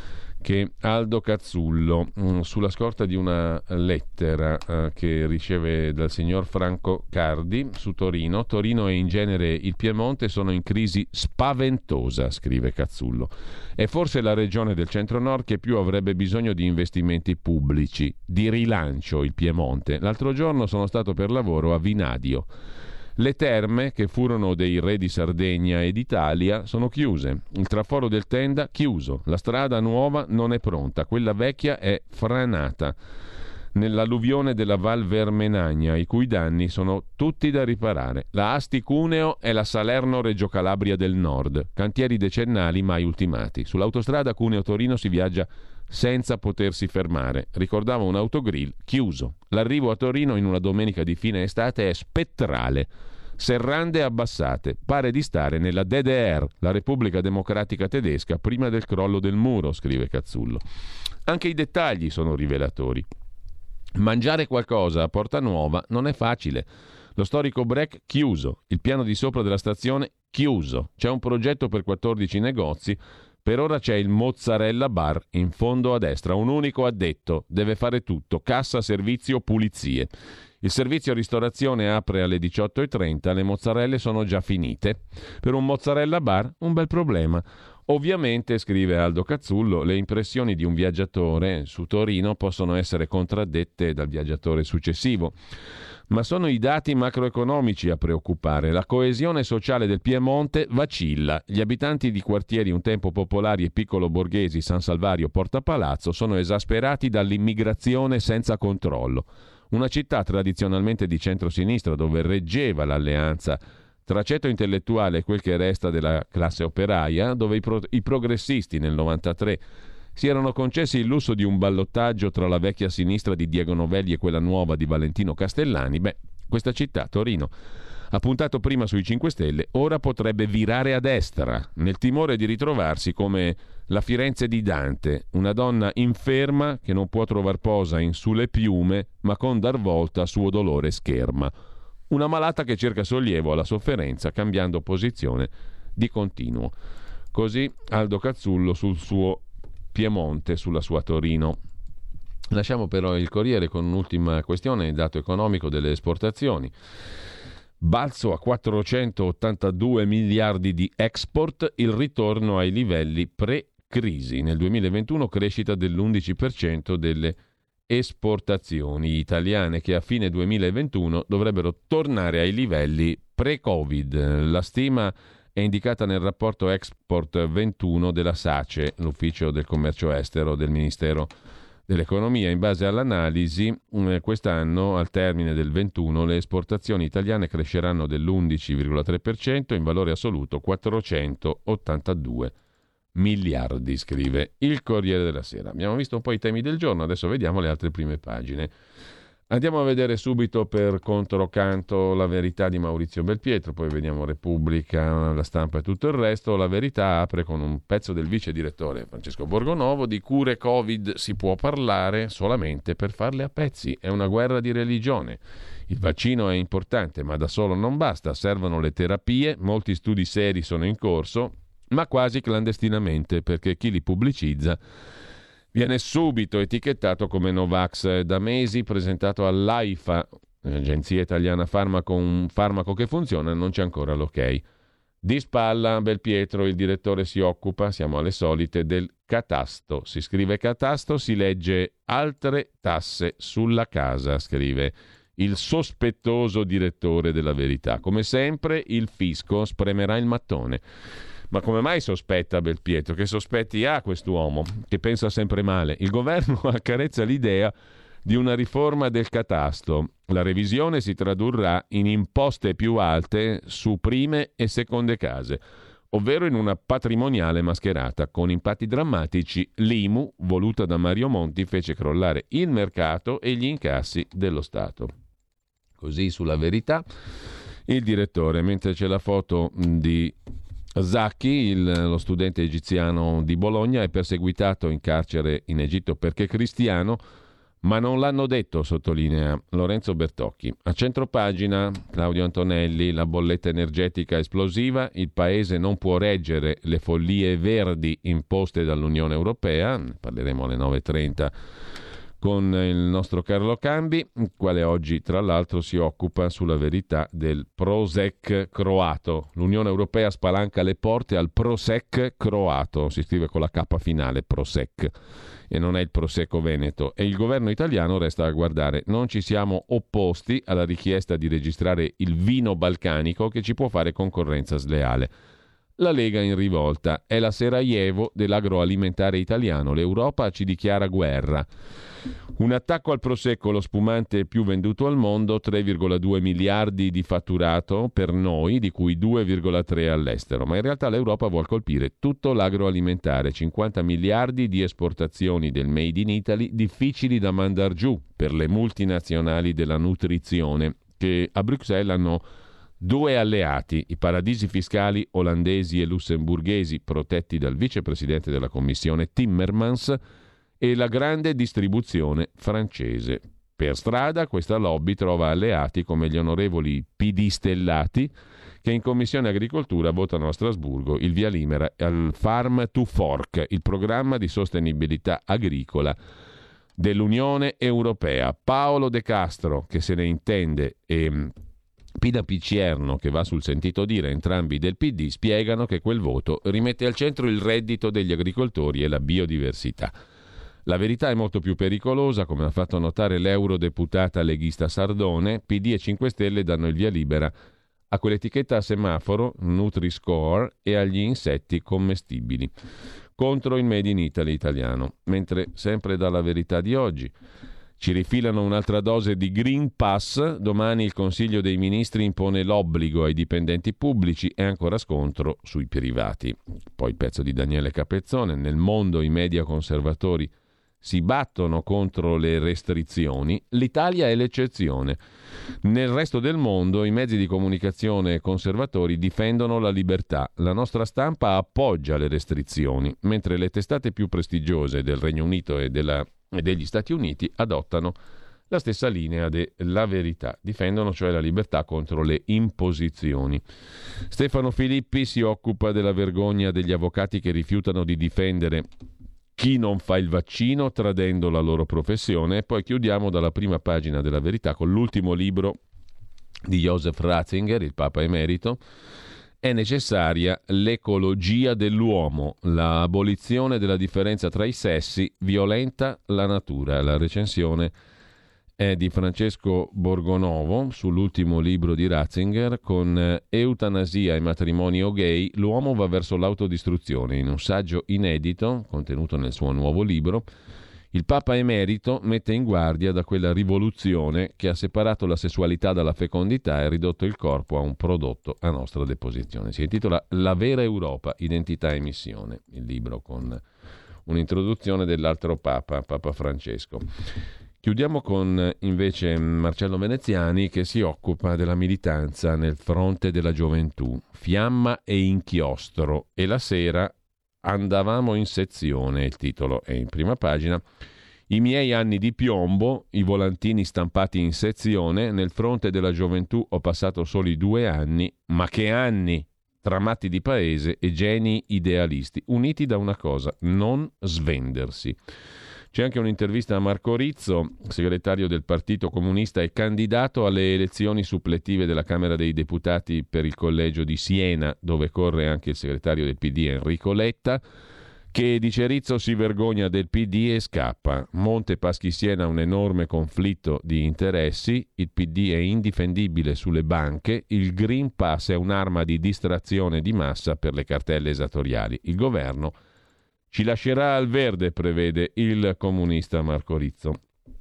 che Aldo Cazzullo, mh, sulla scorta di una lettera eh, che riceve dal signor Franco Cardi su Torino. Torino e in genere il Piemonte sono in crisi spaventosa, scrive Cazzullo. È forse la regione del centro-nord che più avrebbe bisogno di investimenti pubblici, di rilancio il Piemonte. L'altro giorno sono stato per lavoro a Vinadio. Le terme, che furono dei re di Sardegna e d'Italia, sono chiuse. Il traforo del Tenda chiuso. La strada nuova non è pronta. Quella vecchia è franata nell'alluvione della Val Vermenagna, i cui danni sono tutti da riparare. La Asti-Cuneo è la Salerno-Reggio Calabria del Nord. Cantieri decennali mai ultimati. Sull'autostrada Cuneo-Torino si viaggia senza potersi fermare. Ricordava un autogrill chiuso. L'arrivo a Torino in una domenica di fine estate è spettrale. Serrande abbassate. Pare di stare nella D D R, la Repubblica Democratica Tedesca, prima del crollo del muro, scrive Cazzullo. Anche i dettagli sono rivelatori. Mangiare qualcosa a Porta Nuova non è facile. Lo storico break chiuso. Il piano di sopra della stazione chiuso. C'è un progetto per quattordici negozi. Per ora c'è il Mozzarella Bar in fondo a destra, un unico addetto, deve fare tutto, cassa, servizio, pulizie. Il servizio ristorazione apre alle diciotto e trenta, le mozzarelle sono già finite. Per un Mozzarella Bar un bel problema. Ovviamente, scrive Aldo Cazzullo, le impressioni di un viaggiatore su Torino possono essere contraddette dal viaggiatore successivo. Ma sono i dati macroeconomici a preoccupare. La coesione sociale del Piemonte vacilla. Gli abitanti di quartieri un tempo popolari e piccolo borghesi, San Salvario, Porta Palazzo, sono esasperati dall'immigrazione senza controllo. Una città tradizionalmente di centrosinistra dove reggeva l'alleanza tra ceto intellettuale e quel che resta della classe operaia, dove i, pro- i progressisti nel novantatré si erano concessi il lusso di un ballottaggio tra la vecchia sinistra di Diego Novelli e quella nuova di Valentino Castellani. Beh, questa città, Torino, ha puntato prima sui cinque Stelle, ora potrebbe virare a destra, nel timore di ritrovarsi come la Firenze di Dante, una donna inferma che non può trovar posa in sulle piume, ma con dar volta suo dolore scherma. Una malata che cerca sollievo alla sofferenza cambiando posizione di continuo. Così Aldo Cazzullo sul suo Piemonte, sulla sua Torino. Lasciamo però il Corriere con un'ultima questione, il dato economico delle esportazioni. Balzo a quattrocentottantadue miliardi di export, il ritorno ai livelli pre-crisi. Nel duemilaventuno crescita dell'undici per cento delle esportazioni italiane che a fine duemilaventuno dovrebbero tornare ai livelli pre-Covid. La stima è indicata nel rapporto Export ventuno della SACE, l'ufficio del commercio estero del Ministero dell'Economia. In base all'analisi, quest'anno, al termine del ventuno, le esportazioni italiane cresceranno dell'undici virgola tre per cento, in valore assoluto quattrocentottantadue miliardi, scrive il Corriere della Sera. Abbiamo visto un po' i temi del giorno, adesso vediamo le altre prime pagine. Andiamo a vedere subito per controcanto La Verità di Maurizio Belpietro, poi vediamo Repubblica, La Stampa e tutto il resto. La Verità apre con un pezzo del vice direttore Francesco Borgonovo: di cure Covid si può parlare solamente per farle a pezzi, è una guerra di religione. Il vaccino è importante, ma da solo non basta, servono le terapie, molti studi seri sono in corso, ma quasi clandestinamente, perché chi li pubblicizza viene subito etichettato come Novax. Da mesi presentato all'AIFA, Agenzia Italiana Farmaco, un farmaco che funziona, non c'è ancora l'ok. Di spalla Belpietro, il direttore, si occupa, siamo alle solite, del catasto. Si scrive catasto, si legge altre tasse sulla casa, scrive il sospettoso direttore della Verità. Come sempre il fisco spremerà il mattone. Ma come mai sospetta Belpietro? Che sospetti ha quest'uomo che pensa sempre male? Il governo accarezza l'idea di una riforma del catasto. La revisione si tradurrà in imposte più alte su prime e seconde case, ovvero in una patrimoniale mascherata. Con impatti drammatici, l'I M U, voluta da Mario Monti, fece crollare il mercato e gli incassi dello Stato. Così sulla Verità il direttore, mentre c'è la foto di Zaki, il, lo studente egiziano di Bologna, è perseguitato in carcere in Egitto perché cristiano, ma non l'hanno detto, sottolinea Lorenzo Bertocchi. A centropagina Claudio Antonelli: la bolletta energetica esplosiva, il paese non può reggere le follie verdi imposte dall'Unione Europea. Ne parleremo alle nove e trenta con il nostro Carlo Cambi, il quale oggi tra l'altro si occupa sulla Verità del Prosek croato. L'Unione Europea spalanca le porte al Prosek croato, si scrive con la K finale, Prosek, e non è il Prosecco veneto, e il governo italiano resta a guardare. Non ci siamo opposti alla richiesta di registrare il vino balcanico che ci può fare concorrenza sleale. La Lega in rivolta: è la Sarajevo dell'agroalimentare italiano, l'Europa ci dichiara guerra. Un attacco al Prosecco, lo spumante più venduto al mondo, tre virgola due miliardi di fatturato per noi, di cui due virgola tre all'estero, ma in realtà l'Europa vuol colpire tutto l'agroalimentare, cinquanta miliardi di esportazioni del Made in Italy difficili da mandar giù per le multinazionali della nutrizione, che a Bruxelles hanno due alleati: i paradisi fiscali olandesi e lussemburghesi, protetti dal vicepresidente della Commissione Timmermans, e la grande distribuzione francese. Per strada questa lobby trova alleati come gli onorevoli P D stellati, che in Commissione Agricoltura votano a Strasburgo il via libera al Farm to Fork, il programma di sostenibilità agricola dell'Unione Europea. Paolo De Castro, che se ne intende, e Pina Picierno, che va sul sentito dire, entrambi del P D, spiegano che quel voto rimette al centro il reddito degli agricoltori e la biodiversità. La Verità è molto più pericolosa, come ha fatto notare l'eurodeputata leghista Sardone. P D e cinque Stelle danno il via libera a quell'etichetta a semaforo Nutri-Score e agli insetti commestibili, contro il Made in Italy italiano. Mentre sempre dalla Verità di oggi ci rifilano un'altra dose di Green Pass. Domani il Consiglio dei Ministri impone l'obbligo ai dipendenti pubblici e ancora scontro sui privati. Poi il pezzo di Daniele Capezzone: nel mondo i media conservatori si battono contro le restrizioni, l'Italia è l'eccezione. Nel resto del mondo i mezzi di comunicazione conservatori difendono la libertà. La nostra stampa appoggia le restrizioni, mentre le testate più prestigiose del Regno Unito e, della, e degli Stati Uniti adottano la stessa linea della Verità, difendono cioè la libertà contro le imposizioni. Stefano Filippi si occupa della vergogna degli avvocati che rifiutano di difendere chi non fa il vaccino, tradendo la loro professione. E poi chiudiamo dalla prima pagina della Verità con l'ultimo libro di Joseph Ratzinger, il Papa Emerito: è necessaria l'ecologia dell'uomo, l'abolizione della differenza tra i sessi violenta la natura. La recensione è di Francesco Borgonovo sull'ultimo libro di Ratzinger, con Eutanasia e matrimonio gay, l'uomo va verso l'autodistruzione. In un saggio inedito contenuto nel suo nuovo libro, il Papa Emerito mette in guardia da quella rivoluzione che ha separato la sessualità dalla fecondità e ridotto il corpo a un prodotto a nostra deposizione. Si intitola La vera Europa, identità e missione, il libro con un'introduzione dell'altro Papa, Papa Francesco, Chiudiamo con invece Marcello Veneziani, che si occupa della militanza nel fronte della gioventù. Fiamma e inchiostro, e la sera andavamo in sezione, il titolo è in prima pagina. I miei anni di piombo, i volantini stampati in sezione, nel fronte della gioventù ho passato soli due anni, ma che anni! Tra matti di paese e geni idealisti, uniti da una cosa: non svendersi. C'è anche un'intervista a Marco Rizzo, segretario del Partito Comunista e candidato alle elezioni suppletive della Camera dei Deputati per il collegio di Siena, dove corre anche il segretario del P D Enrico Letta, che, dice Rizzo, si vergogna del P D e scappa. Monte Paschi Siena ha un enorme conflitto di interessi, il P D è indifendibile sulle banche, il Green Pass è un'arma di distrazione di massa per le cartelle esattoriali. Il governo ci lascerà al verde, prevede il comunista Marco Rizzo,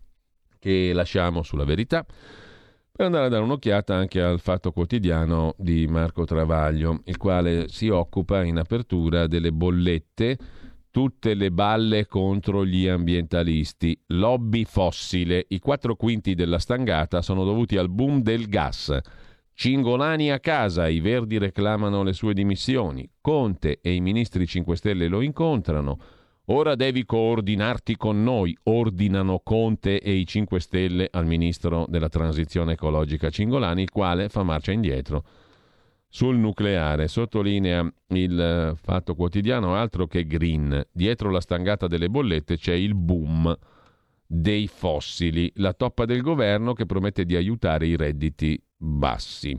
che lasciamo sulla Verità, per andare a dare un'occhiata anche al Fatto Quotidiano di Marco Travaglio, il quale si occupa in apertura delle bollette, tutte le balle contro gli ambientalisti, lobby fossile, i quattro quinti della stangata sono dovuti al boom del gas. Cingolani a casa, i Verdi reclamano le sue dimissioni, Conte e i ministri cinque Stelle lo incontrano, ora devi coordinarti con noi, ordinano Conte e i cinque Stelle al ministro della transizione ecologica Cingolani, il quale fa marcia indietro sul nucleare. Sottolinea il Fatto Quotidiano, altro che green, dietro la stangata delle bollette c'è il boom dei fossili, la toppa del governo che promette di aiutare i redditi bassi.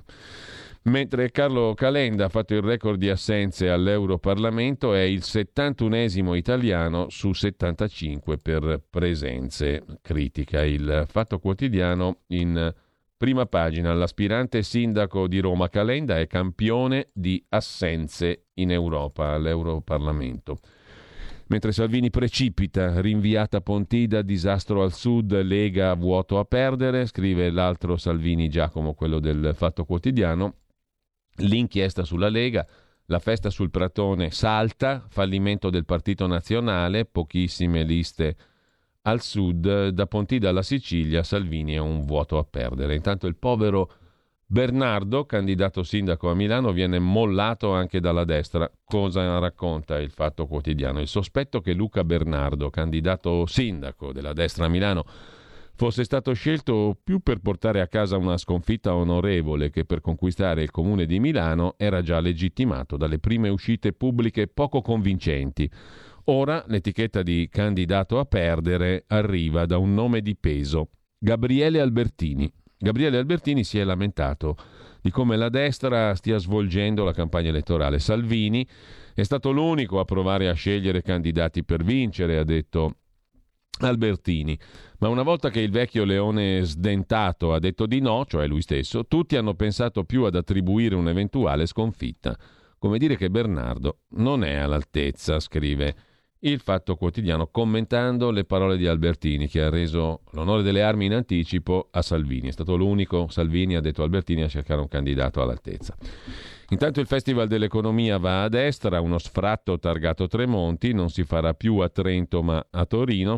Mentre Carlo Calenda ha fatto il record di assenze all'Europarlamento, è il settantunesimo italiano su settantacinque per presenze. Critica il Fatto Quotidiano in prima pagina. L'aspirante sindaco di Roma Calenda è campione di assenze in Europa all'Europarlamento. Mentre Salvini precipita, rinviata Pontida, disastro al sud, Lega vuoto a perdere, scrive l'altro Salvini Giacomo, quello del Fatto Quotidiano. L'inchiesta sulla Lega, la festa sul Pratone salta, fallimento del Partito Nazionale, pochissime liste al sud, da Pontida alla Sicilia Salvini è un vuoto a perdere. Intanto il povero Bernardo, candidato sindaco a Milano, viene mollato anche dalla destra. Cosa racconta il Fatto Quotidiano? Il sospetto che Luca Bernardo, candidato sindaco della destra a Milano, fosse stato scelto più per portare a casa una sconfitta onorevole che per conquistare il comune di Milano era già legittimato dalle prime uscite pubbliche poco convincenti. Ora l'etichetta di candidato a perdere arriva da un nome di peso: Gabriele Albertini. Gabriele Albertini si è lamentato di come la destra stia svolgendo la campagna elettorale. Salvini è stato l'unico a provare a scegliere candidati per vincere, ha detto Albertini, ma una volta che il vecchio leone sdentato ha detto di no, cioè lui stesso, tutti hanno pensato più ad attribuire un'eventuale sconfitta. Come dire che Bernardo non è all'altezza, scrive il Fatto Quotidiano, commentando le parole di Albertini, che ha reso l'onore delle armi in anticipo a Salvini. È stato l'unico, Salvini, ha detto Albertini, a cercare un candidato all'altezza. Intanto il Festival dell'Economia va a destra, uno sfratto targato Tremonti, non si farà più a Trento ma a Torino.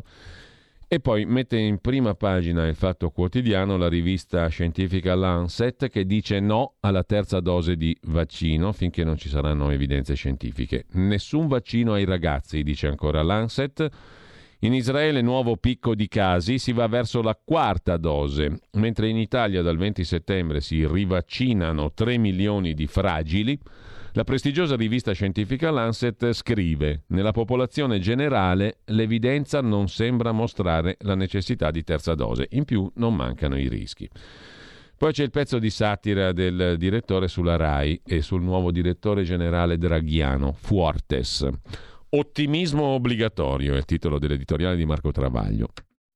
E poi mette in prima pagina il Fatto Quotidiano la rivista scientifica Lancet, che dice no alla terza dose di vaccino finché non ci saranno evidenze scientifiche. Nessun vaccino ai ragazzi, dice ancora Lancet. In Israele nuovo picco di casi, si va verso la quarta dose, mentre in Italia dal venti settembre si rivaccinano tre milioni di fragili. La prestigiosa rivista scientifica Lancet scrive: nella popolazione generale l'evidenza non sembra mostrare la necessità di terza dose, in più non mancano i rischi. Poi c'è il pezzo di satira del direttore sulla Rai e sul nuovo direttore generale draghiano, Fuortes. Ottimismo obbligatorio è il titolo dell'editoriale di Marco Travaglio.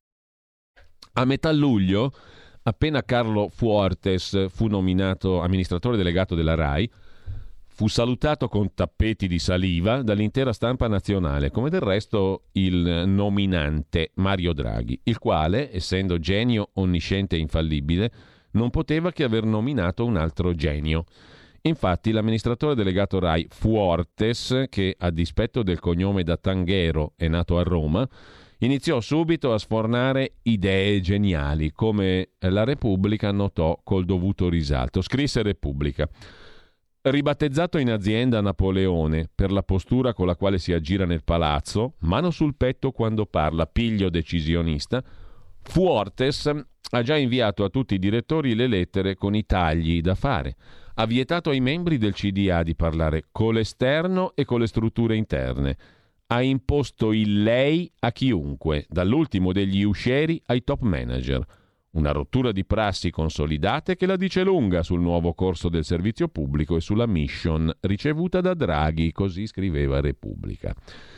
A metà luglio, appena Carlo Fuortes fu nominato amministratore delegato della Rai, fu salutato con tappeti di saliva dall'intera stampa nazionale, come del resto il nominante Mario Draghi, il quale, essendo genio onnisciente e infallibile, non poteva che aver nominato un altro genio. Infatti l'amministratore delegato Rai Fuortes, che a dispetto del cognome da Tanghero è nato a Roma, iniziò subito a sfornare idee geniali, come la Repubblica notò col dovuto risalto. Scrisse Repubblica: ribattezzato in azienda Napoleone per la postura con la quale si aggira nel palazzo, mano sul petto quando parla, piglio decisionista, Fuortes ha già inviato a tutti i direttori le lettere con i tagli da fare. Ha vietato ai membri del C D A di parlare con l'esterno e con le strutture interne. Ha imposto il lei a chiunque, dall'ultimo degli uscieri ai top manager. Una rottura di prassi consolidate che la dice lunga sul nuovo corso del servizio pubblico e sulla mission ricevuta da Draghi, così scriveva Repubblica.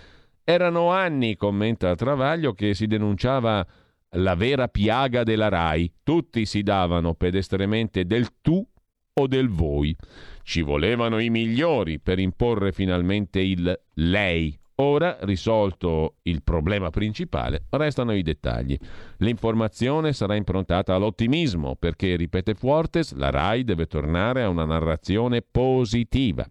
Erano anni, commenta Travaglio, che si denunciava la vera piaga della RAI. Tutti si davano pedestremente del tu o del voi. Ci volevano i migliori per imporre finalmente il lei. Ora, risolto il problema principale, restano i dettagli. L'informazione sarà improntata all'ottimismo perché, ripete Fuortes, la RAI deve tornare a una narrazione positiva.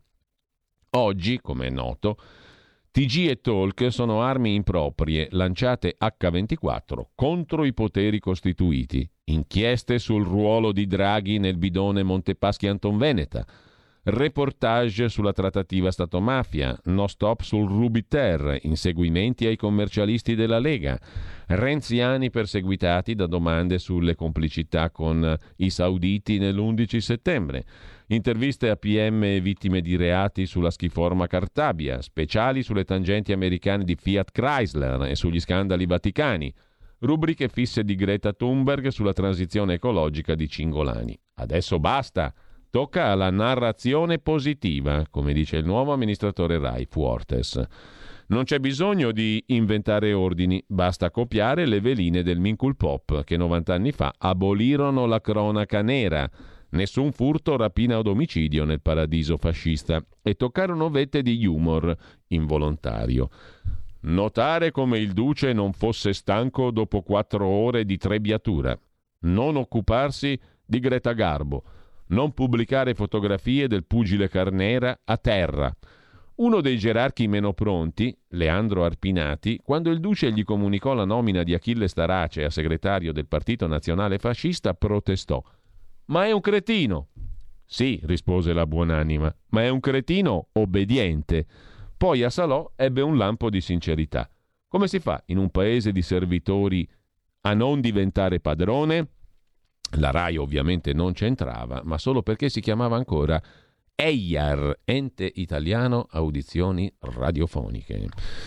Oggi, come è noto, T G e Talk sono armi improprie lanciate acca ventiquattro contro i poteri costituiti. Inchieste sul ruolo di Draghi nel bidone Montepaschi-Antonveneta. Reportage sulla trattativa Stato-mafia, no stop sul Rubiter, inseguimenti ai commercialisti della Lega, renziani perseguitati da domande sulle complicità con i sauditi nell'undici settembre, interviste a P M e vittime di reati sulla schiforma Cartabia, speciali sulle tangenti americane di Fiat Chrysler e sugli scandali vaticani, rubriche fisse di Greta Thunberg sulla transizione ecologica di Cingolani. Adesso basta! Tocca alla narrazione positiva, come dice il nuovo amministratore RAI, Fuortes. Non c'è bisogno di inventare ordini, basta copiare le veline del Minculpop, che novanta anni fa abolirono la cronaca nera, nessun furto, rapina o omicidio nel paradiso fascista, e toccarono vette di humor involontario. Notare come il duce non fosse stanco dopo quattro ore di trebbiatura. Non occuparsi di Greta Garbo. Non pubblicare fotografie del pugile Carnera a terra. Uno dei gerarchi meno pronti, Leandro Arpinati, quando il duce gli comunicò la nomina di Achille Starace a segretario del Partito Nazionale Fascista, protestò. «Ma è un cretino!» «Sì», rispose la buonanima, «ma è un cretino obbediente». Poi a Salò ebbe un lampo di sincerità. Come si fa in un paese di servitori a non diventare padrone? La RAI ovviamente non c'entrava, ma solo perché si chiamava ancora E I A R, Ente Italiano Audizioni Radiofoniche.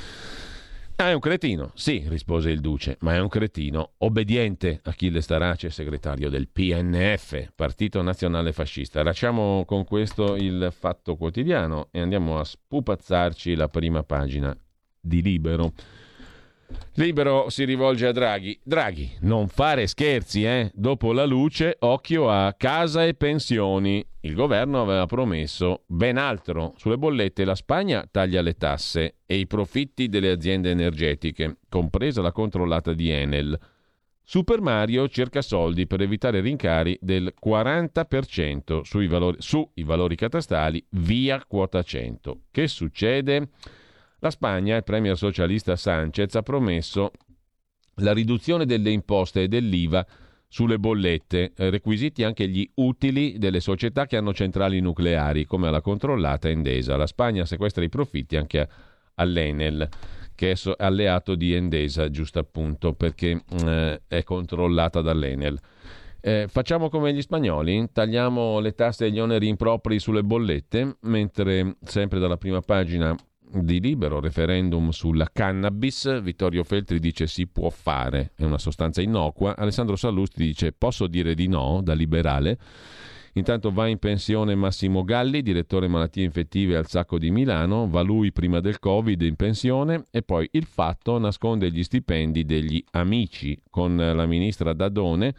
Ah, è un cretino? Sì, rispose il duce, ma è un cretino obbediente. Achille Starace, segretario del P N F, Partito Nazionale Fascista. Lasciamo con questo il Fatto Quotidiano e andiamo a spupazzarci la prima pagina di Libero. Libero si rivolge a Draghi. Draghi, non fare scherzi, eh? Dopo la luce, occhio a casa e pensioni. Il governo aveva promesso ben altro. Sulle bollette la Spagna taglia le tasse e i profitti delle aziende energetiche, compresa la controllata di Enel. Super Mario cerca soldi per evitare rincari del quaranta per cento sui valori, sui valori catastali via quota cento. Che succede? La Spagna, il premier socialista Sánchez, ha promesso la riduzione delle imposte e dell'I V A sulle bollette, requisiti anche gli utili delle società che hanno centrali nucleari, come la controllata Endesa. La Spagna sequestra i profitti anche all'Enel, che è alleato di Endesa, giusto appunto, perché eh, è controllata dall'Enel. Eh, facciamo come gli spagnoli, tagliamo le tasse e gli oneri impropri sulle bollette, mentre sempre dalla prima pagina di Libero, referendum sulla cannabis, Vittorio Feltri dice si può fare, è una sostanza innocua. Alessandro Sallusti dice posso dire di no, da liberale. Intanto va in pensione Massimo Galli, direttore malattie infettive al Sacco di Milano, va lui prima del Covid in pensione. E poi Il Fatto nasconde gli stipendi degli amici, con la ministra Dadone.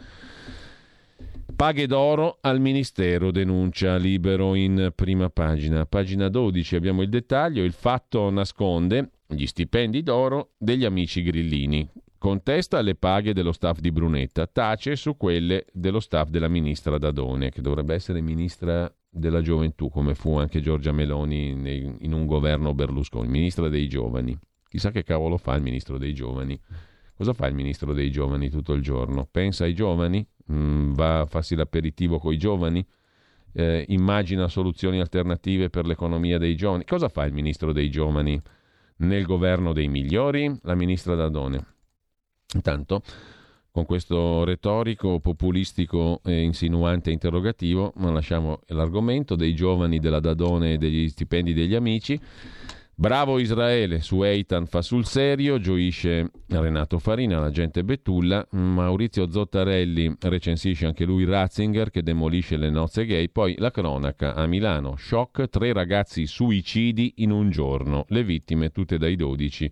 Paghe d'oro al Ministero, denuncia Libero in prima pagina. Pagina dodici abbiamo il dettaglio. Il Fatto nasconde gli stipendi d'oro degli amici grillini. Contesta le paghe dello staff di Brunetta, tace su quelle dello staff della ministra Dadone, che dovrebbe essere ministra della gioventù, come fu anche Giorgia Meloni in un governo Berlusconi, ministra dei giovani. Chissà che cavolo fa il ministro dei giovani. Cosa fa il ministro dei giovani tutto il giorno? Pensa ai giovani? Mm, va a farsi l'aperitivo coi giovani? Eh, immagina soluzioni alternative per l'economia dei giovani? Cosa fa il ministro dei giovani nel governo dei migliori? La ministra Dadone. Intanto, con questo retorico, populistico e insinuante interrogativo, ma lasciamo l'argomento dei giovani, della Dadone e degli stipendi degli amici. Bravo Israele, su Eitan fa sul serio, gioisce Renato Farina, l'agente Betulla. Maurizio Zottarelli recensisce anche lui Ratzinger che demolisce le nozze gay. Poi la cronaca a Milano, shock, tre ragazzi suicidi in un giorno, le vittime tutte dai dodici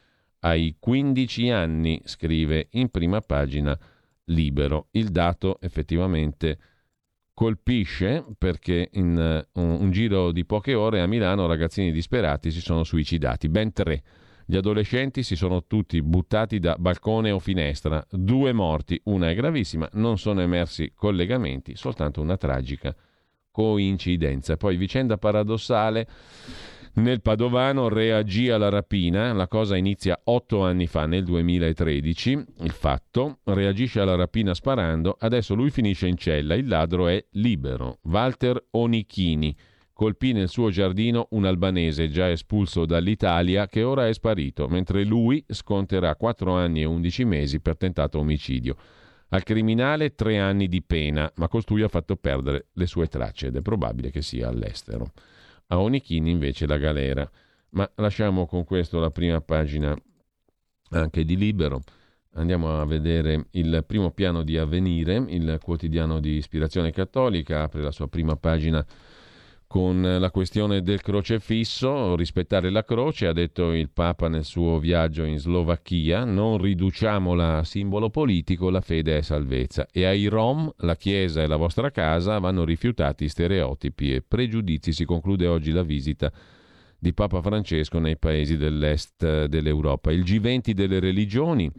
ai quindici anni, scrive in prima pagina Libero. Il dato effettivamente colpisce perché in uh, un, un giro di poche ore a Milano ragazzini disperati si sono suicidati, ben tre. Gli adolescenti si sono tutti buttati da balcone o finestra, due morti, una è gravissima, non sono emersi collegamenti, soltanto una tragica coincidenza. Poi vicenda paradossale. Nel Padovano reagì alla rapina, la cosa inizia otto anni fa, nel duemilatredici, il fatto, reagisce alla rapina sparando, adesso lui finisce in cella, il ladro è libero. Walter Onichini colpì nel suo giardino un albanese già espulso dall'Italia che ora è sparito, mentre lui sconterà quattro anni e undici mesi per tentato omicidio. Al criminale tre anni di pena, ma costui ha fatto perdere le sue tracce ed è probabile che sia all'estero. A Onichini invece la galera. Ma lasciamo con questo la prima pagina anche di Libero. Andiamo a vedere il primo piano di Avvenire, il quotidiano di ispirazione cattolica, apre la sua prima pagina con la questione del crocefisso, rispettare la croce, ha detto il Papa nel suo viaggio in Slovacchia, non riduciamola a simbolo politico, la fede è salvezza. E ai Rom, la Chiesa e la vostra casa vanno rifiutati stereotipi e pregiudizi. Si conclude oggi la visita di Papa Francesco nei paesi dell'est dell'Europa. Il G venti delle religioni.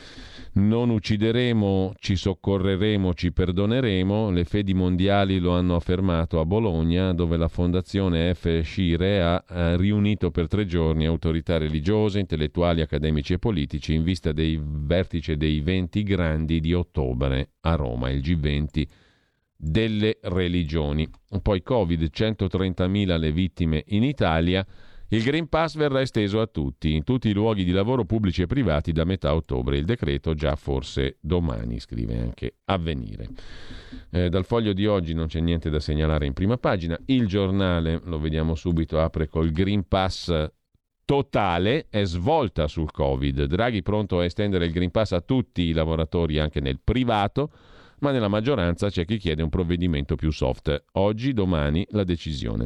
Non uccideremo, ci soccorreremo, ci perdoneremo. Le fedi mondiali lo hanno affermato a Bologna, dove la fondazione F. Scire ha, ha riunito per tre giorni autorità religiose, intellettuali, accademici e politici in vista dei vertice dei venti grandi di ottobre a Roma, il G venti delle religioni. Poi Covid, centotrentamila le vittime in Italia. Il Green Pass verrà esteso a tutti, in tutti i luoghi di lavoro pubblici e privati da metà ottobre. Il decreto già forse domani, scrive anche Avvenire. Eh, dal Foglio di oggi non c'è niente da segnalare in prima pagina. Il Giornale, lo vediamo subito, apre col Green Pass totale, è svolta sul Covid. Draghi pronto a estendere il Green Pass a tutti i lavoratori anche nel privato, ma nella maggioranza c'è chi chiede un provvedimento più soft. Oggi, domani, la decisione.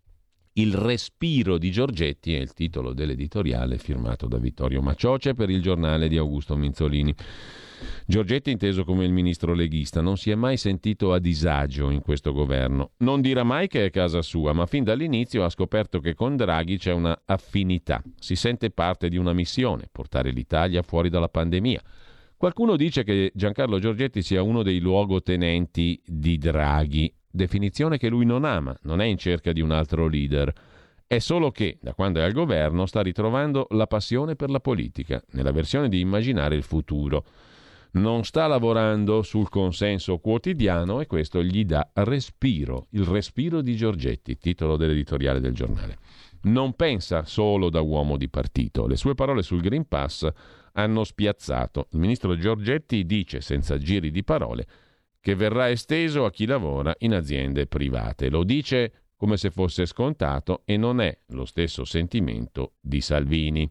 Il respiro di Giorgetti è il titolo dell'editoriale firmato da Vittorio Macioce per il Giornale di Augusto Minzolini. Giorgetti, inteso come il ministro leghista, non si è mai sentito a disagio in questo governo. Non dirà mai che è casa sua, ma fin dall'inizio ha scoperto che con Draghi c'è una affinità. Si sente parte di una missione, portare l'Italia fuori dalla pandemia. Qualcuno dice che Giancarlo Giorgetti sia uno dei luogotenenti di Draghi. Definizione che lui non ama, non è in cerca di un altro leader. È solo che, da quando è al governo, sta ritrovando la passione per la politica, nella versione di immaginare il futuro. Non sta lavorando sul consenso quotidiano e questo gli dà respiro, il respiro di Giorgetti, titolo dell'editoriale del Giornale. Non pensa solo da uomo di partito. Le sue parole sul Green Pass hanno spiazzato. Il ministro Giorgetti dice, senza giri di parole, che verrà esteso a chi lavora in aziende private. Lo dice come se fosse scontato e non è lo stesso sentimento di Salvini.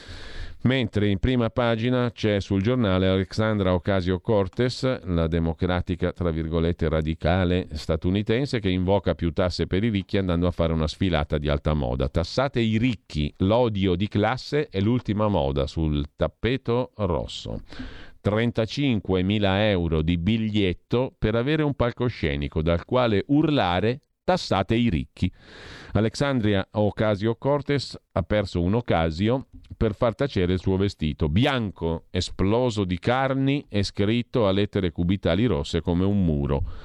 Mentre in prima pagina c'è sul Giornale Alexandra Ocasio-Cortez, la democratica, tra virgolette, radicale statunitense, che invoca più tasse per i ricchi andando a fare una sfilata di alta moda. Tassate i ricchi, l'odio di classe è l'ultima moda sul tappeto rosso. trentacinquemila euro di biglietto per avere un palcoscenico dal quale urlare tassate i ricchi. Alexandria Ocasio-Cortez ha perso un'occasio per far tacere il suo vestito bianco, esploso di carni e scritto a lettere cubitali rosse come un muro.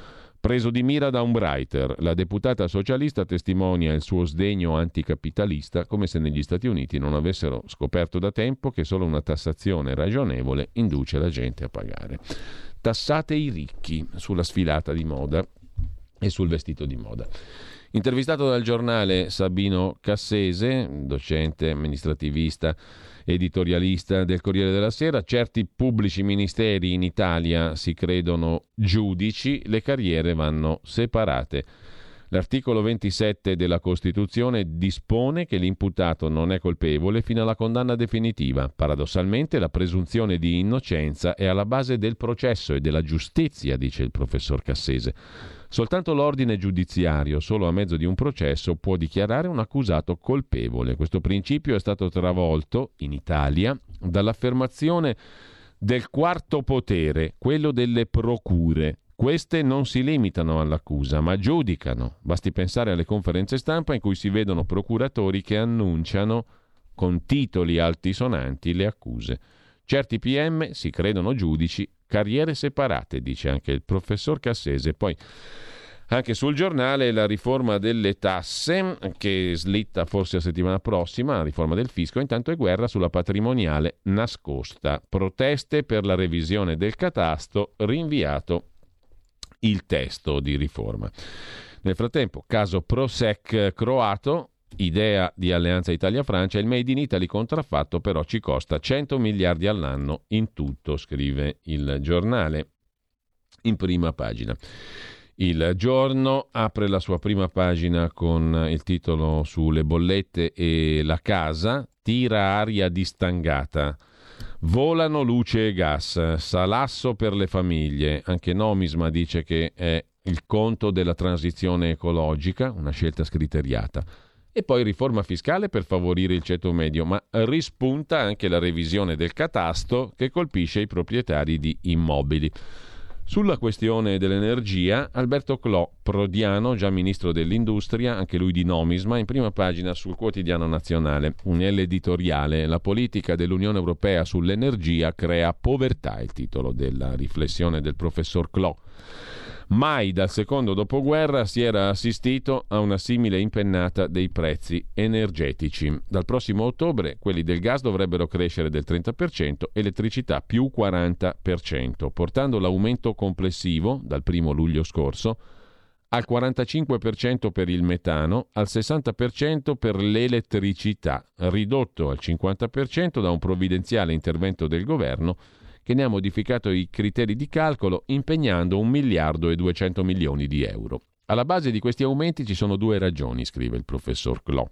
Preso di mira da un writer, la deputata socialista testimonia il suo sdegno anticapitalista come se negli Stati Uniti non avessero scoperto da tempo che solo una tassazione ragionevole induce la gente a pagare. Tassate i ricchi sulla sfilata di moda e sul vestito di moda. Intervistato dal giornale Sabino Cassese, docente amministrativista editorialista del Corriere della Sera, certi pubblici ministeri in Italia si credono giudici, le carriere vanno separate. L'articolo ventisette della Costituzione dispone che l'imputato non è colpevole fino alla condanna definitiva. Paradossalmente la presunzione di innocenza è alla base del processo e della giustizia, dice il professor Cassese. Soltanto l'ordine giudiziario, solo a mezzo di un processo, può dichiarare un accusato colpevole. Questo principio è stato travolto, in Italia, dall'affermazione del quarto potere, quello delle procure. Queste non si limitano all'accusa, ma giudicano. Basti pensare alle conferenze stampa in cui si vedono procuratori che annunciano con titoli altisonanti le accuse. Certi P M si credono giudici, carriere separate, dice anche il professor Cassese. Poi anche sul giornale la riforma delle tasse, che slitta forse a settimana prossima, la riforma del fisco. Intanto è guerra sulla patrimoniale nascosta. Proteste per la revisione del catasto, rinviato il testo di riforma. Nel frattempo, caso Prosek croato, idea di Alleanza Italia-Francia, il Made in Italy contraffatto però ci costa cento miliardi all'anno in tutto, scrive il giornale in prima pagina. Il Giorno apre la sua prima pagina con il titolo sulle bollette e la casa, tira aria di stangata. Volano luce e gas, salasso per le famiglie. Anche Nomisma dice che è il conto della transizione ecologica, una scelta scriteriata. E poi riforma fiscale per favorire il ceto medio, ma rispunta anche la revisione del catasto che colpisce i proprietari di immobili. Sulla questione dell'energia, Alberto Clò, prodiano, già ministro dell'industria, anche lui di Nomisma, in prima pagina sul Quotidiano Nazionale. Un editoriale, la politica dell'Unione Europea sull'energia crea povertà, il titolo della riflessione del professor Clò. Mai dal secondo dopoguerra si era assistito a una simile impennata dei prezzi energetici. Dal prossimo ottobre quelli del gas dovrebbero crescere del trenta per cento, elettricità più quaranta per cento, portando l'aumento complessivo dal primo luglio scorso al quarantacinque per cento per il metano, al sessanta per cento per l'elettricità, ridotto al cinquanta per cento da un provvidenziale intervento del governo che ne ha modificato i criteri di calcolo impegnando un miliardo e duecento milioni di euro. Alla base di questi aumenti ci sono due ragioni, scrive il professor Clò.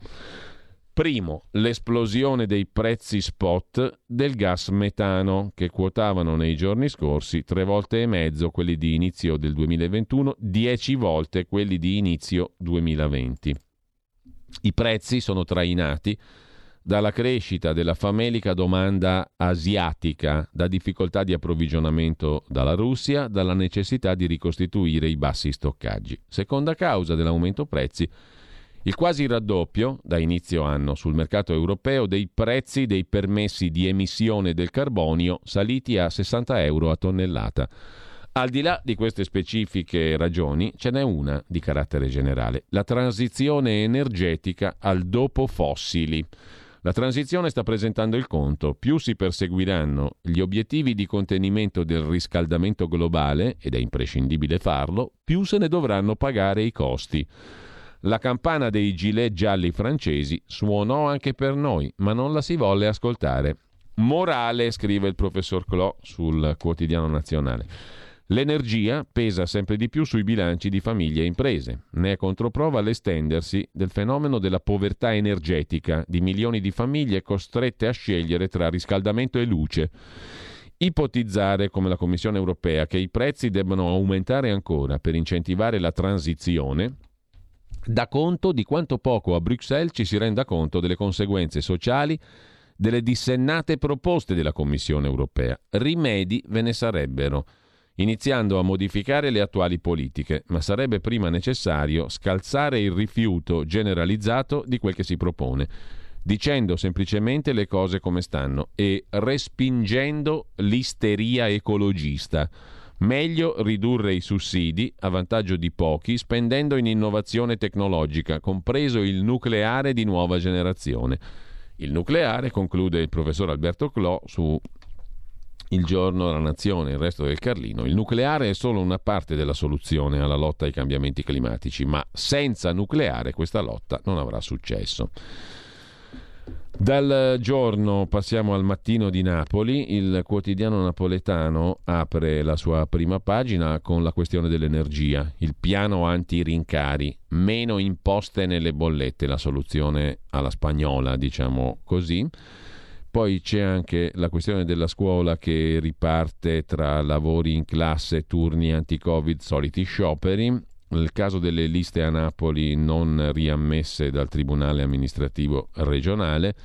Primo, l'esplosione dei prezzi spot del gas metano, che quotavano nei giorni scorsi tre volte e mezzo quelli di inizio del duemilaventuno, dieci volte quelli di inizio duemilaventi. I prezzi sono trainati dalla crescita della famelica domanda asiatica, da difficoltà di approvvigionamento dalla Russia, dalla necessità di ricostituire i bassi stoccaggi. Seconda causa dell'aumento prezzi, il quasi raddoppio da inizio anno sul mercato europeo dei prezzi dei permessi di emissione del carbonio, saliti a sessanta euro a tonnellata. Al di là di queste specifiche ragioni, ce n'è una di carattere generale: la transizione energetica al dopo fossili. La transizione sta presentando il conto. Più si perseguiranno gli obiettivi di contenimento del riscaldamento globale, ed è imprescindibile farlo, più se ne dovranno pagare i costi. La campana dei gilet gialli francesi suonò anche per noi, ma non la si volle ascoltare. Morale, scrive il professor Clò sul Quotidiano Nazionale. L'energia pesa sempre di più sui bilanci di famiglie e imprese. Ne è controprova l'estendersi del fenomeno della povertà energetica di milioni di famiglie costrette a scegliere tra riscaldamento e luce. Ipotizzare, come la Commissione europea, che i prezzi debbano aumentare ancora per incentivare la transizione dà conto di quanto poco a Bruxelles ci si renda conto delle conseguenze sociali delle dissennate proposte della Commissione europea. Rimedi ve ne sarebbero, iniziando a modificare le attuali politiche, ma sarebbe prima necessario scalzare il rifiuto generalizzato di quel che si propone, dicendo semplicemente le cose come stanno e respingendo l'isteria ecologista, Meglio ridurre i sussidi a vantaggio di pochi, spendendo in innovazione tecnologica, compreso il nucleare di nuova generazione. Il nucleare, conclude il professor Alberto Clò su Il Giorno, La Nazione, Il Resto del Carlino, il nucleare è solo una parte della soluzione alla lotta ai cambiamenti climatici, ma senza nucleare questa lotta non avrà successo. Dal Giorno passiamo al Mattino di Napoli. Il quotidiano napoletano apre la sua prima pagina con la questione dell'energia, il piano anti-rincari, meno imposte nelle bollette, la soluzione alla spagnola, diciamo così. Poi c'è anche la questione della scuola che riparte tra lavori in classe, turni anti-Covid, soliti scioperi. Il caso delle liste a Napoli non riammesse dal Tribunale amministrativo regionale.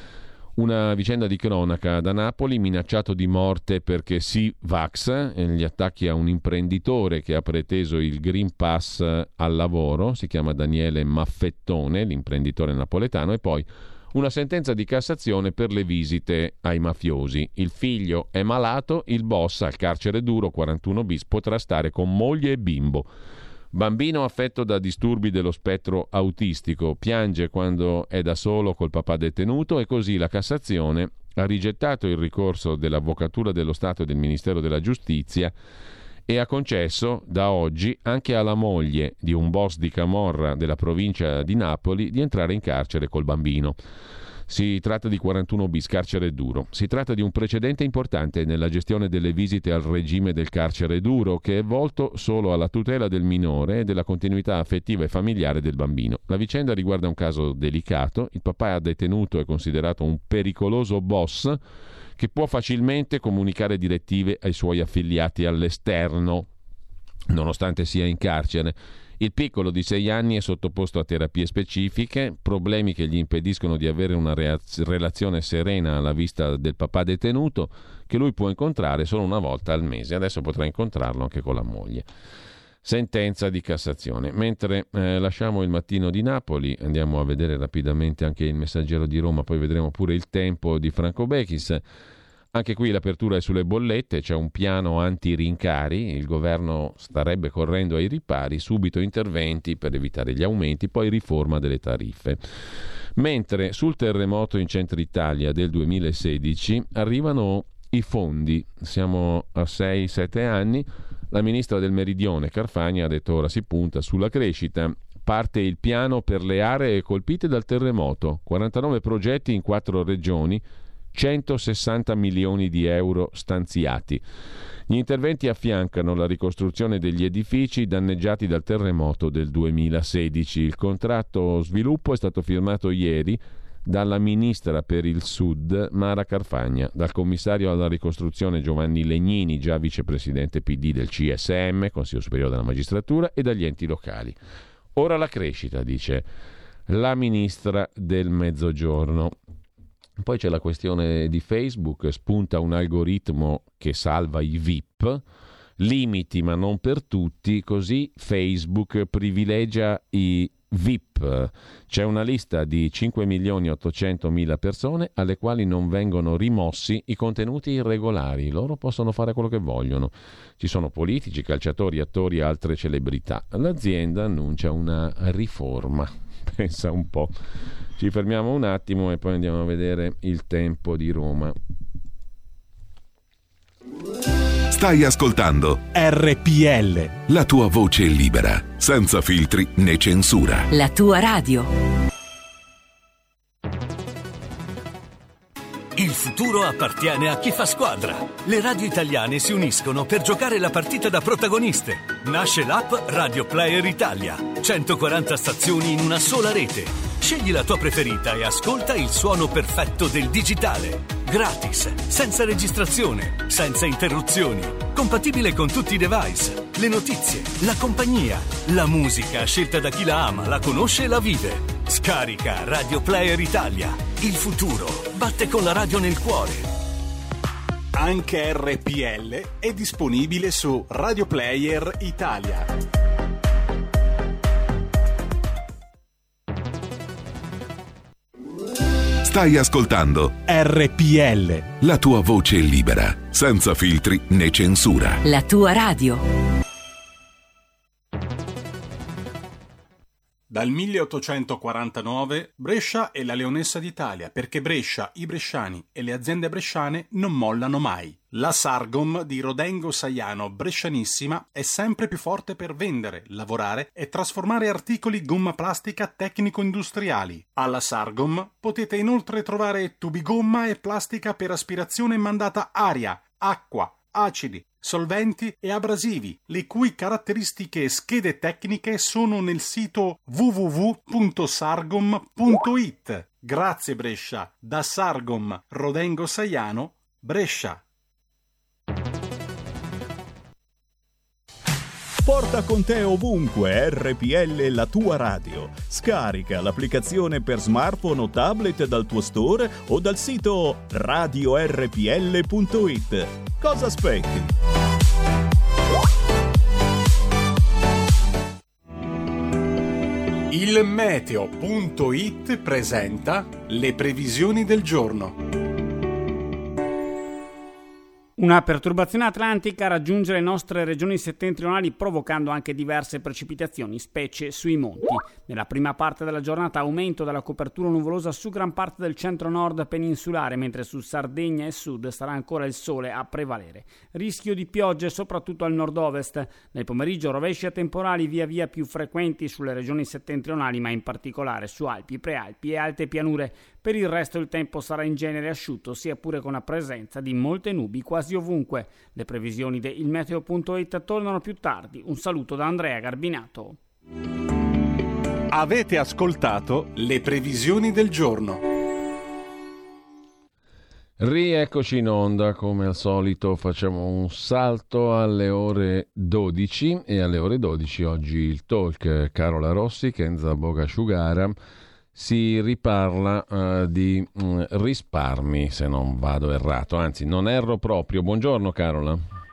Una vicenda di cronaca da Napoli, minacciato di morte perché sì Vax, gli attacchi a un imprenditore che ha preteso il Green Pass al lavoro, si chiama Daniele Maffettone, l'imprenditore napoletano, e poi una sentenza di Cassazione per le visite ai mafiosi. Il figlio è malato, il boss al carcere duro quarantuno bis potrà stare con moglie e bimbo. Bambino affetto da disturbi dello spettro autistico, piange quando è da solo col papà detenuto, e così la Cassazione ha rigettato il ricorso dell'Avvocatura dello Stato e del Ministero della Giustizia e ha concesso da oggi anche alla moglie di un boss di camorra della provincia di Napoli di entrare in carcere col bambino. Si tratta di quarantuno bis, carcere duro. Si tratta di un precedente importante nella gestione delle visite al regime del carcere duro, che è volto solo alla tutela del minore e della continuità affettiva e familiare del bambino. La vicenda riguarda un caso delicato. Il papà detenuto è considerato un pericoloso boss che può facilmente comunicare direttive ai suoi affiliati all'esterno, nonostante sia in carcere. Il piccolo di sei anni è sottoposto a terapie specifiche, problemi che gli impediscono di avere una reaz- relazione serena alla vista del papà detenuto, che lui può incontrare solo una volta al mese. Adesso potrà incontrarlo anche con la moglie. Sentenza di Cassazione. Mentre eh, lasciamo il Mattino di Napoli, andiamo a vedere rapidamente anche il Messaggero di Roma, poi vedremo pure il Tempo di Franco Bechis. Anche qui l'apertura è sulle bollette, c'è un piano anti-rincari, il governo starebbe correndo ai ripari, subito interventi per evitare gli aumenti, poi riforma delle tariffe. Mentre sul terremoto in centro Italia del duemilasedici arrivano i fondi, siamo a sei sette anni, la ministra del Meridione Carfagna ha detto ora si punta sulla crescita. Parte il piano per le aree colpite dal terremoto, quarantanove progetti in quattro regioni, centosessanta milioni di euro stanziati. Gli interventi affiancano la ricostruzione degli edifici danneggiati dal terremoto del duemilasedici. Il contratto sviluppo è stato firmato ieri dalla ministra per il Sud Mara Carfagna, dal commissario alla ricostruzione Giovanni Legnini, già vicepresidente P D del C S M, Consiglio Superiore della Magistratura, e dagli enti locali. Ora la crescita, dice la ministra del Mezzogiorno. Poi c'è la questione di Facebook, spunta un algoritmo che salva i V I P, limiti ma non per tutti, così Facebook privilegia i V I P. C'è una lista di cinque milioni ottocentomila persone alle quali non vengono rimossi i contenuti irregolari, loro possono fare quello che vogliono. Ci sono politici, calciatori, attori e altre celebrità. L'azienda annuncia una riforma, pensa un po'. Ci fermiamo un attimo e poi andiamo a vedere il Tempo di Roma. Stai ascoltando R P L, la tua voce libera, senza filtri né censura. La tua radio. Il futuro appartiene a chi fa squadra. Le radio italiane si uniscono per giocare la partita da protagoniste. Nasce l'app Radio Player Italia. centoquaranta stazioni in una sola rete. Scegli la tua preferita e ascolta il suono perfetto del digitale. Gratis, senza registrazione, senza interruzioni. Compatibile con tutti i device. Le notizie, la compagnia, la musica scelta da chi la ama, la conosce e la vive. Scarica Radio Player Italia. Il futuro batte con la radio nel cuore. Anche R P L è disponibile su Radio Player Italia. Stai ascoltando R P L, la tua voce libera, senza filtri né censura. La tua radio. Dal milleottocentoquarantanove Brescia è la leonessa d'Italia, perché Brescia, i bresciani e le aziende bresciane non mollano mai. La Sargom di Rodengo Saiano, brescianissima, è sempre più forte per vendere, lavorare e trasformare articoli gomma plastica tecnico-industriali. Alla Sargom potete inoltre trovare tubi gomma e plastica per aspirazione mandata aria, acqua, acidi, solventi e abrasivi, le cui caratteristiche e schede tecniche sono nel sito w w w punto sargom punto i t. Grazie Brescia, da Sargom Rodengo Saiano, Brescia. Porta con te ovunque R P L, la tua radio. Scarica l'applicazione per smartphone o tablet dal tuo store o dal sito radio r p l punto i t. Cosa aspetti? Il meteo punto i t presenta le previsioni del giorno. Una perturbazione atlantica raggiunge le nostre regioni settentrionali provocando anche diverse precipitazioni, specie sui monti. Nella prima parte della giornata aumento della copertura nuvolosa su gran parte del centro-nord peninsulare, mentre su Sardegna e sud sarà ancora il sole a prevalere. Rischio di piogge soprattutto al nord-ovest. Nel pomeriggio rovesci a temporali via via più frequenti sulle regioni settentrionali, ma in particolare su Alpi, Prealpi e alte pianure. Per il resto il tempo sarà in genere asciutto, sia pure con la presenza di molte nubi quasi ovunque. Le previsioni di il meteo punto i t tornano più tardi. Un saluto da Andrea Garbinato. Avete ascoltato le previsioni del giorno. Rieccoci in onda, come al solito facciamo un salto alle ore dodici e alle ore dodici oggi il talk Carola Rossi, Kenza Bogasciugara. Si riparla uh, di uh, risparmi, se non vado errato, anzi non erro proprio. Buongiorno Carola.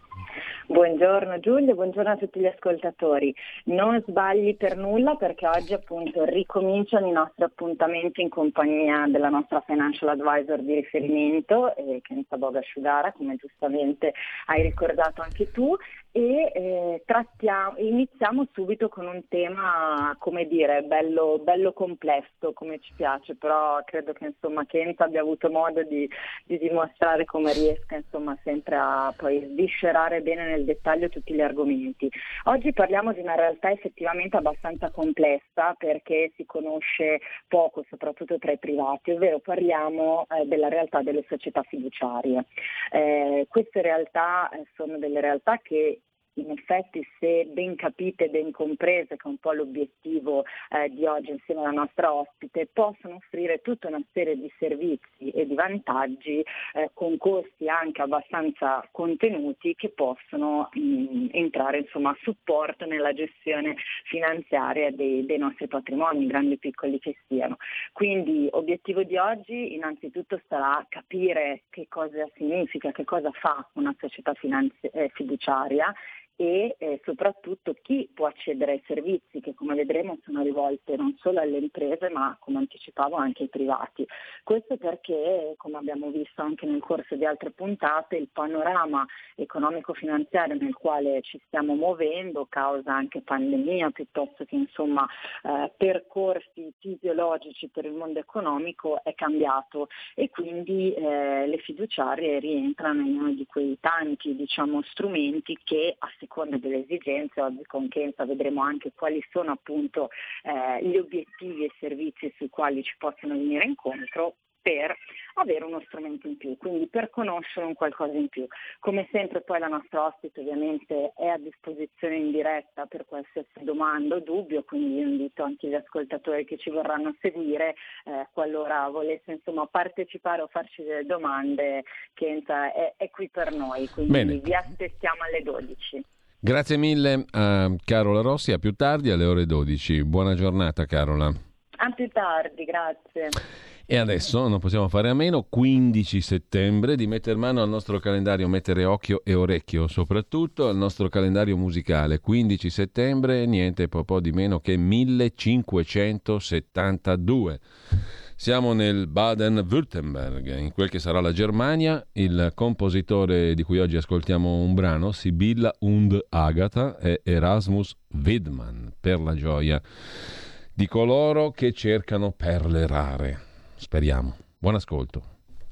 Buongiorno Giulio, buongiorno a tutti gli ascoltatori. Non sbagli per nulla, perché oggi appunto ricominciano i nostri appuntamenti in compagnia della nostra financial advisor di riferimento, eh, Kenza Bogasciugara, come giustamente hai ricordato anche tu, e eh, trattiamo, iniziamo subito con un tema, come dire, bello, bello complesso, come ci piace, però credo che insomma Kenza abbia avuto modo di, di dimostrare come riesca insomma sempre a poi sviscerare bene nel dettaglio tutti gli argomenti. Oggi parliamo di una realtà effettivamente abbastanza complessa, perché si conosce poco, soprattutto tra i privati, ovvero parliamo eh, della realtà delle società fiduciarie. Eh, queste realtà eh, sono delle realtà che in effetti, se ben capite e ben comprese, che è un po' l'obiettivo eh, di oggi insieme alla nostra ospite, possono offrire tutta una serie di servizi e di vantaggi eh, con costi anche abbastanza contenuti, che possono mh, entrare insomma a supporto nella gestione finanziaria dei, dei nostri patrimoni, grandi e piccoli che siano. Quindi obiettivo di oggi innanzitutto sarà capire che cosa significa, che cosa fa una società finanzi- eh, fiduciaria, e eh, soprattutto chi può accedere ai servizi che, come vedremo, sono rivolti non solo alle imprese ma, come anticipavo, anche ai privati. Questo perché, come abbiamo visto anche nel corso di altre puntate, il panorama economico-finanziario nel quale ci stiamo muovendo, causa anche pandemia piuttosto che insomma eh, percorsi fisiologici per il mondo economico, è cambiato, e quindi eh, le fiduciarie rientrano in uno di quei tanti diciamo strumenti che, a seconda delle esigenze, oggi con Kenza vedremo anche quali sono appunto eh, gli obiettivi e servizi sui quali ci possono venire incontro, per avere uno strumento in più, quindi per conoscere un qualcosa in più. Come sempre poi la nostra ospite ovviamente è a disposizione in diretta per qualsiasi domanda o dubbio, quindi io invito anche gli ascoltatori che ci vorranno seguire, eh, qualora volesse insomma partecipare o farci delle domande, Kenza è, è qui per noi, quindi Bene. Vi aspettiamo alle dodici. Grazie mille a Carola Rossi, a più tardi alle ore dodici. Buona giornata Carola. A più tardi, grazie. E adesso non possiamo fare a meno, quindici settembre, di mettere mano al nostro calendario, mettere occhio e orecchio soprattutto al nostro calendario musicale. Quindici settembre, niente po' po' di meno che millecinquecentosettantadue. Siamo nel Baden-Württemberg, in quel che sarà la Germania. Il compositore di cui oggi ascoltiamo un brano, Sibylla und Agatha, è Erasmus Widmann, per la gioia di coloro che cercano perle rare. Speriamo. Buon ascolto.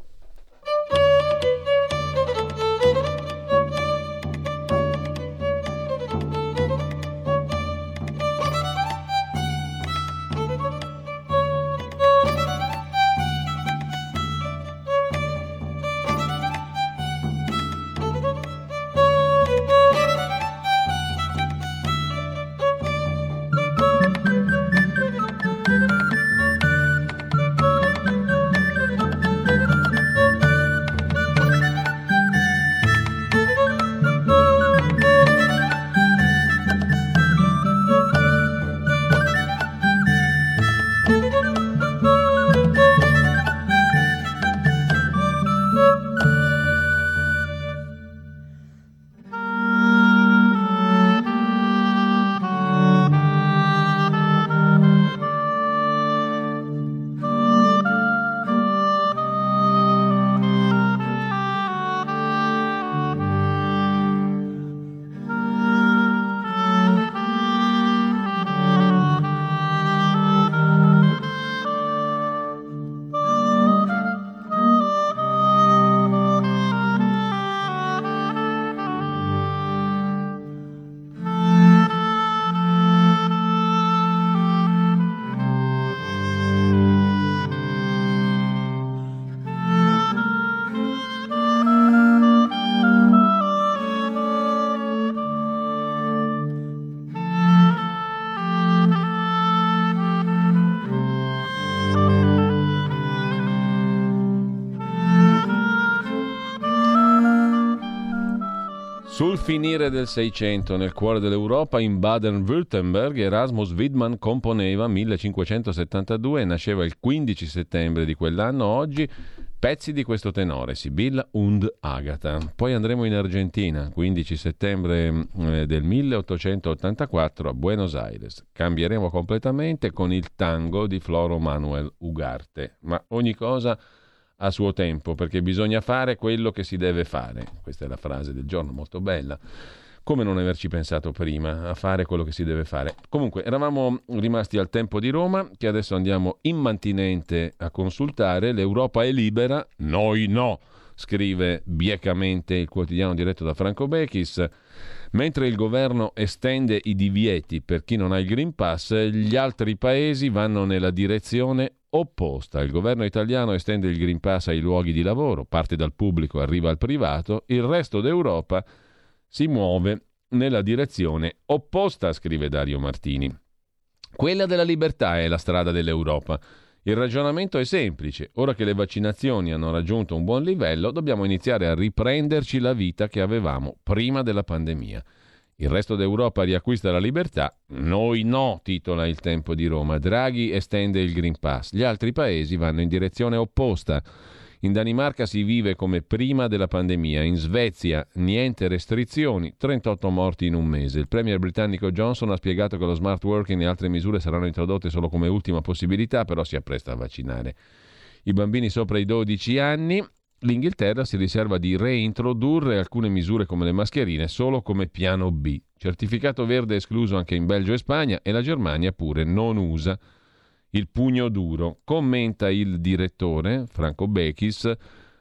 Sul finire del Seicento, nel cuore dell'Europa, in Baden-Württemberg, Erasmus Widmann componeva millecinquecentosettantadue e nasceva il quindici settembre di quell'anno. Oggi pezzi di questo tenore, Sibylla und Agatha. Poi andremo in Argentina, quindici settembre eh, del milleottocentottantaquattro a Buenos Aires. Cambieremo completamente con il tango di Floro Manuel Ugarte. Ma ogni cosa a suo tempo, perché bisogna fare quello che si deve fare. Questa è la frase del giorno, molto bella. Come non averci pensato prima a fare quello che si deve fare? Comunque, eravamo rimasti al tempo di Roma, che adesso andiamo immantinente a consultare. L'Europa è libera, noi no, scrive biecamente il quotidiano diretto da Franco Bechis. Mentre il governo estende i divieti per chi non ha il Green Pass, gli altri paesi vanno nella direzione opposta. Il governo italiano estende il Green Pass ai luoghi di lavoro, parte dal pubblico, arriva al privato, il resto d'Europa si muove nella direzione opposta, scrive Dario Martini. Quella della libertà è la strada dell'Europa. Il ragionamento è semplice. Ora che le vaccinazioni hanno raggiunto un buon livello, dobbiamo iniziare a riprenderci la vita che avevamo prima della pandemia. Il resto d'Europa riacquista la libertà, noi no, titola il Tempo di Roma. Draghi estende il Green Pass, gli altri paesi vanno in direzione opposta. In Danimarca si vive come prima della pandemia, in Svezia niente restrizioni, trentotto morti in un mese. Il premier britannico Johnson ha spiegato che lo smart working e altre misure saranno introdotte solo come ultima possibilità, però si appresta a vaccinare i bambini sopra i dodici anni. L'Inghilterra si riserva di reintrodurre alcune misure come le mascherine solo come piano B. Certificato verde escluso anche in Belgio e Spagna, e la Germania pure non usa il pugno duro. Commenta il direttore Franco Bechis: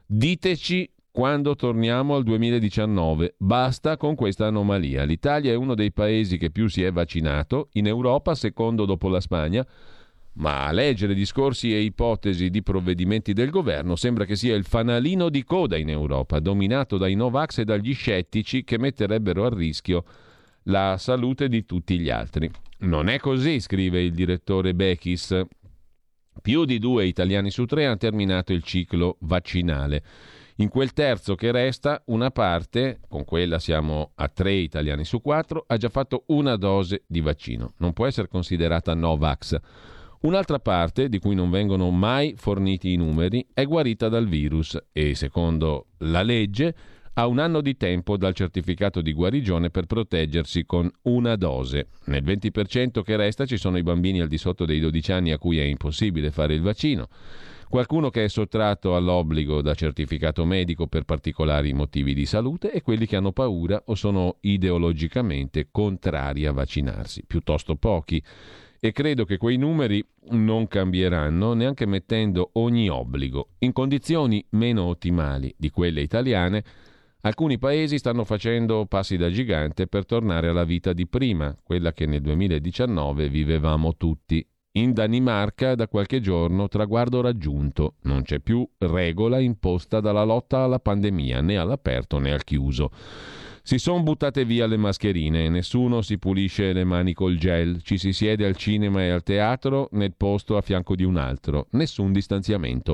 diteci quando torniamo al duemiladiciannove, basta con questa anomalia. L'Italia è uno dei paesi che più si è vaccinato in Europa, secondo dopo la Spagna, ma a leggere discorsi e ipotesi di provvedimenti del governo sembra che sia il fanalino di coda in Europa, dominato dai Novax e dagli scettici che metterebbero a rischio la salute di tutti gli altri. Non è così, scrive il direttore Bechis. Più di due italiani su tre hanno terminato il ciclo vaccinale. In quel terzo che resta, una parte, con quella siamo a tre italiani su quattro, ha già fatto una dose di vaccino. Non può essere considerata Novax. Un'altra parte, di cui non vengono mai forniti i numeri, è guarita dal virus e, secondo la legge, ha un anno di tempo dal certificato di guarigione per proteggersi con una dose. Nel venti per cento che resta ci sono i bambini al di sotto dei dodici anni a cui è impossibile fare il vaccino, qualcuno che è sottratto all'obbligo da certificato medico per particolari motivi di salute e quelli che hanno paura o sono ideologicamente contrari a vaccinarsi, piuttosto pochi. E credo che quei numeri non cambieranno neanche mettendo ogni obbligo. In condizioni meno ottimali di quelle italiane, alcuni paesi stanno facendo passi da gigante per tornare alla vita di prima, quella che nel duemiladiciannove vivevamo tutti. In Danimarca da qualche giorno traguardo raggiunto, non c'è più regola imposta dalla lotta alla pandemia, né all'aperto né al chiuso. Si sono buttate via le mascherine, nessuno si pulisce le mani col gel, ci si siede al cinema e al teatro nel posto a fianco di un altro, nessun distanziamento.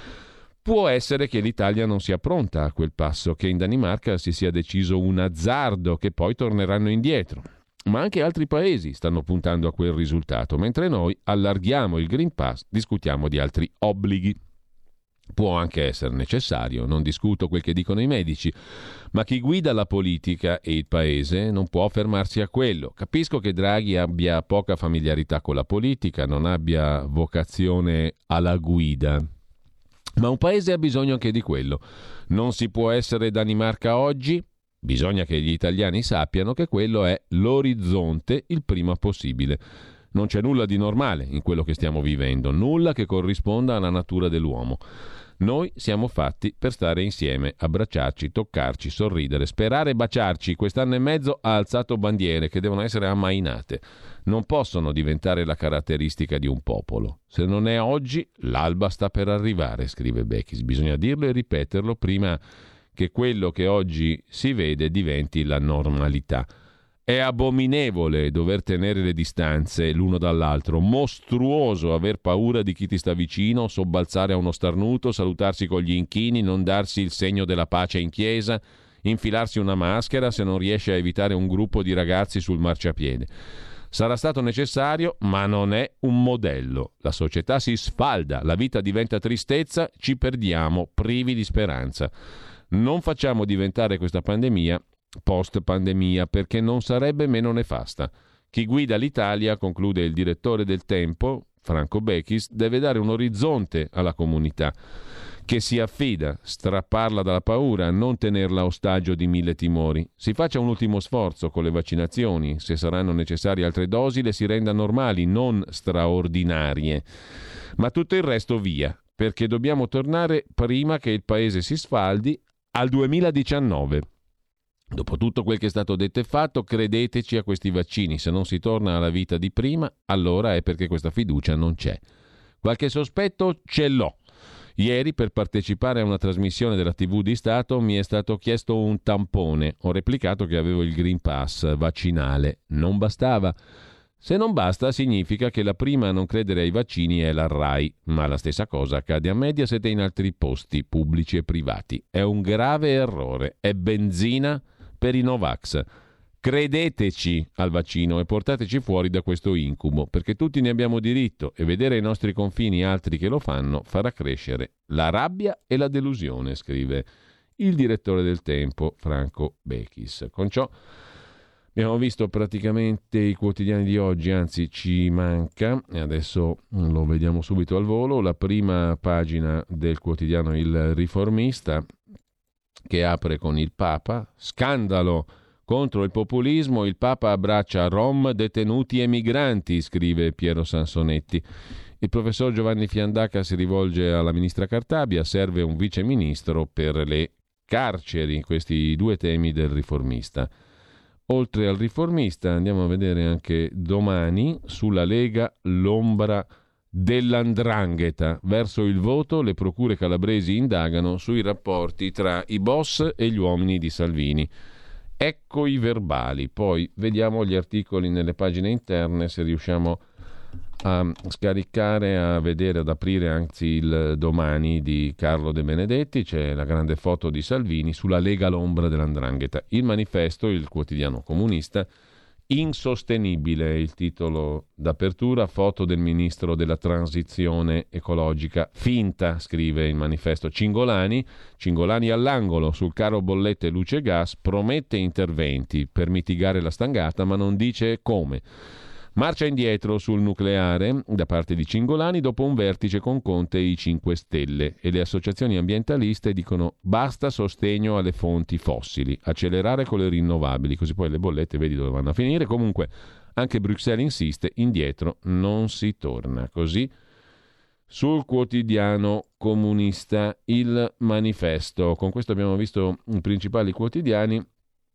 Può essere che l'Italia non sia pronta a quel passo, che in Danimarca si sia deciso un azzardo, che poi torneranno indietro. Ma anche altri paesi stanno puntando a quel risultato, mentre noi allarghiamo il Green Pass, discutiamo di altri obblighi. Può anche essere necessario, non discuto quel che dicono i medici, ma chi guida la politica e il paese non può fermarsi a quello. Capisco che Draghi abbia poca familiarità con la politica, non abbia vocazione alla guida, ma un paese ha bisogno anche di quello. Non si può essere Danimarca oggi? Bisogna che gli italiani sappiano che quello è l'orizzonte il prima possibile. Non c'è nulla di normale in quello che stiamo vivendo, nulla che corrisponda alla natura dell'uomo. Noi siamo fatti per stare insieme, abbracciarci, toccarci, sorridere, sperare e baciarci. Quest'anno e mezzo ha alzato bandiere che devono essere ammainate. Non possono diventare la caratteristica di un popolo. Se non è oggi, l'alba sta per arrivare, scrive Bechis. Bisogna dirlo e ripeterlo prima che quello che oggi si vede diventi la normalità. È abominevole dover tenere le distanze l'uno dall'altro, mostruoso aver paura di chi ti sta vicino, sobbalzare a uno starnuto, salutarsi con gli inchini, non darsi il segno della pace in chiesa, infilarsi una maschera se non riesce a evitare un gruppo di ragazzi sul marciapiede. Sarà stato necessario, ma non è un modello. La società si sfalda, la vita diventa tristezza, ci perdiamo, privi di speranza. Non facciamo diventare questa pandemia post pandemia, perché non sarebbe meno nefasta. Chi guida l'Italia, conclude il direttore del Tempo, Franco Bechis, deve dare un orizzonte alla comunità che si affida, strapparla dalla paura, non tenerla ostaggio di mille timori. Si faccia un ultimo sforzo con le vaccinazioni, se saranno necessarie altre dosi le si renda normali, non straordinarie. Ma tutto il resto via, perché dobbiamo tornare prima che il paese si sfaldi al duemiladiciannove. Dopo tutto quel che è stato detto e fatto, credeteci a questi vaccini. Se non si torna alla vita di prima, allora è perché questa fiducia non c'è. Qualche sospetto ce l'ho. Ieri, per partecipare a una trasmissione della tivù di Stato, mi è stato chiesto un tampone. Ho replicato che avevo il Green Pass vaccinale. Non bastava. Se non basta, significa che la prima a non credere ai vaccini è la RAI, ma la stessa cosa accade a Mediaset e in altri posti, pubblici e privati. È un grave errore. È benzina per i Novax. Credeteci al vaccino e portateci fuori da questo incubo, perché tutti ne abbiamo diritto e vedere ai nostri confini altri che lo fanno farà crescere la rabbia e la delusione, scrive il direttore del Tempo, Franco Bechis. Con ciò abbiamo visto praticamente i quotidiani di oggi, anzi ci manca, e adesso lo vediamo subito al volo, la prima pagina del quotidiano Il Riformista, che apre con il Papa. Scandalo contro il populismo, il Papa abbraccia Rom, detenuti e migranti, scrive Piero Sansonetti. Il professor Giovanni Fiandaca si rivolge alla ministra Cartabia, serve un viceministro per le carceri, questi due temi del Riformista. Oltre al Riformista andiamo a vedere anche Domani, sulla Lega l'ombra dell'andrangheta. Verso il voto le procure calabresi indagano sui rapporti tra i boss e gli uomini di Salvini. Ecco i verbali, poi vediamo gli articoli nelle pagine interne, se riusciamo a scaricare, a vedere, ad aprire anzi il Domani di Carlo De Benedetti. C'è la grande foto di Salvini, sulla Lega l'ombra dell'andrangheta. Il Manifesto, il quotidiano comunista, Insostenibile il titolo d'apertura, foto del ministro della transizione ecologica. Finta, scrive il manifesto. Cingolani, Cingolani all'angolo sul caro bollette luce e gas, promette interventi per mitigare la stangata ma non dice come. Marcia indietro sul nucleare da parte di Cingolani dopo un vertice con Conte e i cinque Stelle, e le associazioni ambientaliste dicono basta sostegno alle fonti fossili, accelerare con le rinnovabili, così poi le bollette vedi dove vanno a finire. Comunque anche Bruxelles insiste, indietro non si torna. Così sul quotidiano comunista Il Manifesto. Con questo abbiamo visto i principali quotidiani.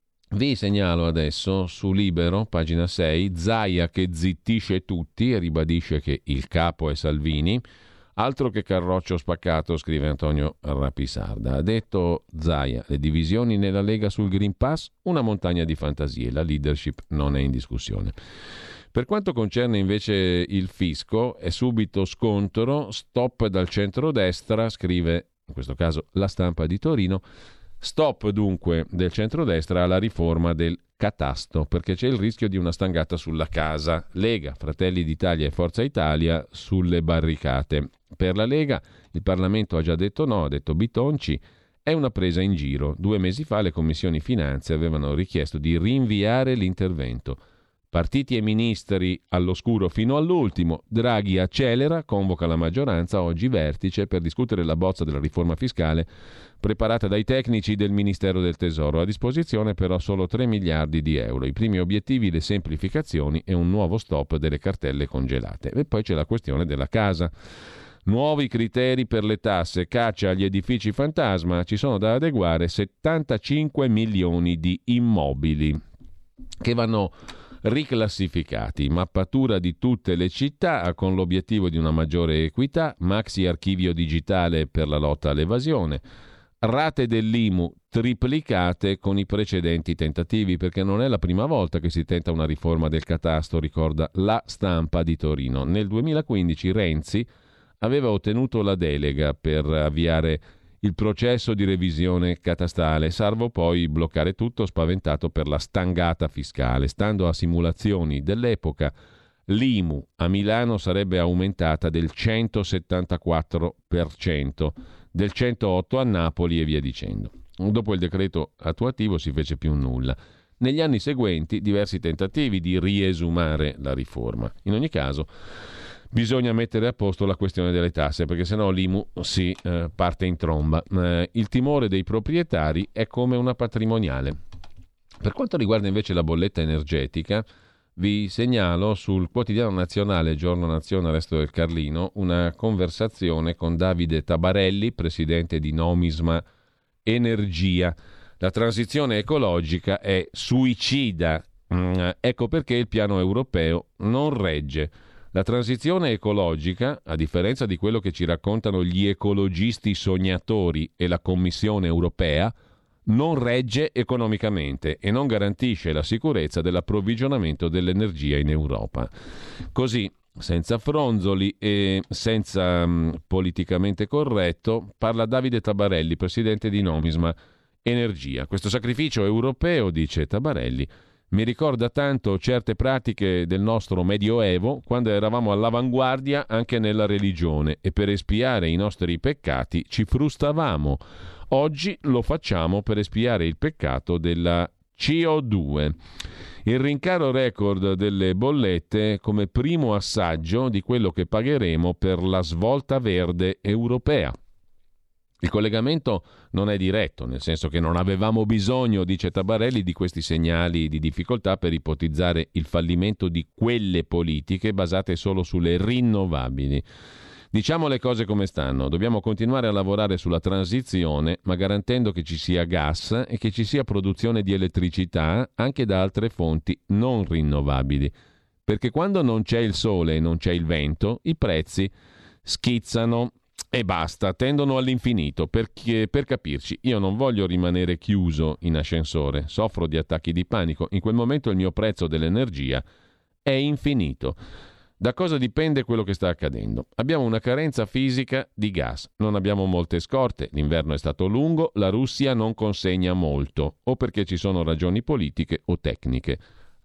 Vi segnalo adesso su Libero, pagina sei, Zaia che zittisce tutti e ribadisce che il capo è Salvini. Altro che carroccio spaccato, scrive Antonio Rapisarda. Ha detto Zaia, le divisioni nella Lega sul Green Pass, una montagna di fantasie, la leadership non è in discussione. Per quanto concerne invece il fisco, è subito scontro, stop dal centrodestra, scrive in questo caso La Stampa di Torino. Stop dunque del centrodestra alla riforma del catasto, perché c'è il rischio di una stangata sulla casa. Lega, Fratelli d'Italia e Forza Italia sulle barricate. Per la Lega il Parlamento ha già detto no, ha detto Bitonci, è una presa in giro. Due mesi fa le commissioni finanze avevano richiesto di rinviare l'intervento. Partiti e ministri all'oscuro fino all'ultimo. Draghi accelera, convoca la maggioranza, oggi vertice per discutere la bozza della riforma fiscale preparata dai tecnici del Ministero del Tesoro. A disposizione però solo tre miliardi di euro. I primi obiettivi, le semplificazioni e un nuovo stop delle cartelle congelate. E poi c'è la questione della casa. Nuovi criteri per le tasse, caccia agli edifici fantasma, ci sono da adeguare settantacinque milioni di immobili che vanno riclassificati, mappatura di tutte le città con l'obiettivo di una maggiore equità, maxi archivio digitale per la lotta all'evasione, rate dell'I M U triplicate con i precedenti tentativi, perché non è la prima volta che si tenta una riforma del catasto, ricorda La Stampa di Torino. Nel duemilaquindici Renzi aveva ottenuto la delega per avviare il processo di revisione catastale, salvo poi bloccare tutto spaventato per la stangata fiscale. Stando a simulazioni dell'epoca, l'I M U a Milano sarebbe aumentata del centosettantaquattro per cento, del centootto a Napoli e via dicendo. Dopo il decreto attuativo si fece più nulla. Negli anni seguenti diversi tentativi di riesumare la riforma. In ogni caso bisogna mettere a posto la questione delle tasse, perché sennò l'I M U si eh, parte in tromba. Eh, il timore dei proprietari è come una patrimoniale. Per quanto riguarda invece la bolletta energetica, vi segnalo sul quotidiano nazionale Giorno Nazione Resto del Carlino una conversazione con Davide Tabarelli, presidente di Nomisma Energia. La transizione ecologica è suicida. Mm, ecco perché il piano europeo non regge. La transizione ecologica, a differenza di quello che ci raccontano gli ecologisti sognatori e la Commissione europea, non regge economicamente e non garantisce la sicurezza dell'approvvigionamento dell'energia in Europa. Così, senza fronzoli e senza um, politicamente corretto, parla Davide Tabarelli, presidente di Nomisma Energia. Questo sacrificio europeo, dice Tabarelli, mi ricorda tanto certe pratiche del nostro Medioevo, quando eravamo all'avanguardia anche nella religione e per espiare i nostri peccati ci frustavamo. Oggi lo facciamo per espiare il peccato della C O due. Il rincaro record delle bollette come primo assaggio di quello che pagheremo per la svolta verde europea. Il collegamento non è diretto, nel senso che non avevamo bisogno, dice Tabarelli, di questi segnali di difficoltà per ipotizzare il fallimento di quelle politiche basate solo sulle rinnovabili. Diciamo le cose come stanno, dobbiamo continuare a lavorare sulla transizione, ma garantendo che ci sia gas e che ci sia produzione di elettricità anche da altre fonti non rinnovabili. Perché quando non c'è il sole e non c'è il vento, i prezzi schizzano. E basta, tendono all'infinito, perché per capirci io non voglio rimanere chiuso in ascensore, soffro di attacchi di panico, in quel momento il mio prezzo dell'energia è infinito. Da cosa dipende quello che sta accadendo? Abbiamo una carenza fisica di gas, non abbiamo molte scorte, l'inverno è stato lungo, la Russia non consegna molto, o perché ci sono ragioni politiche o tecniche.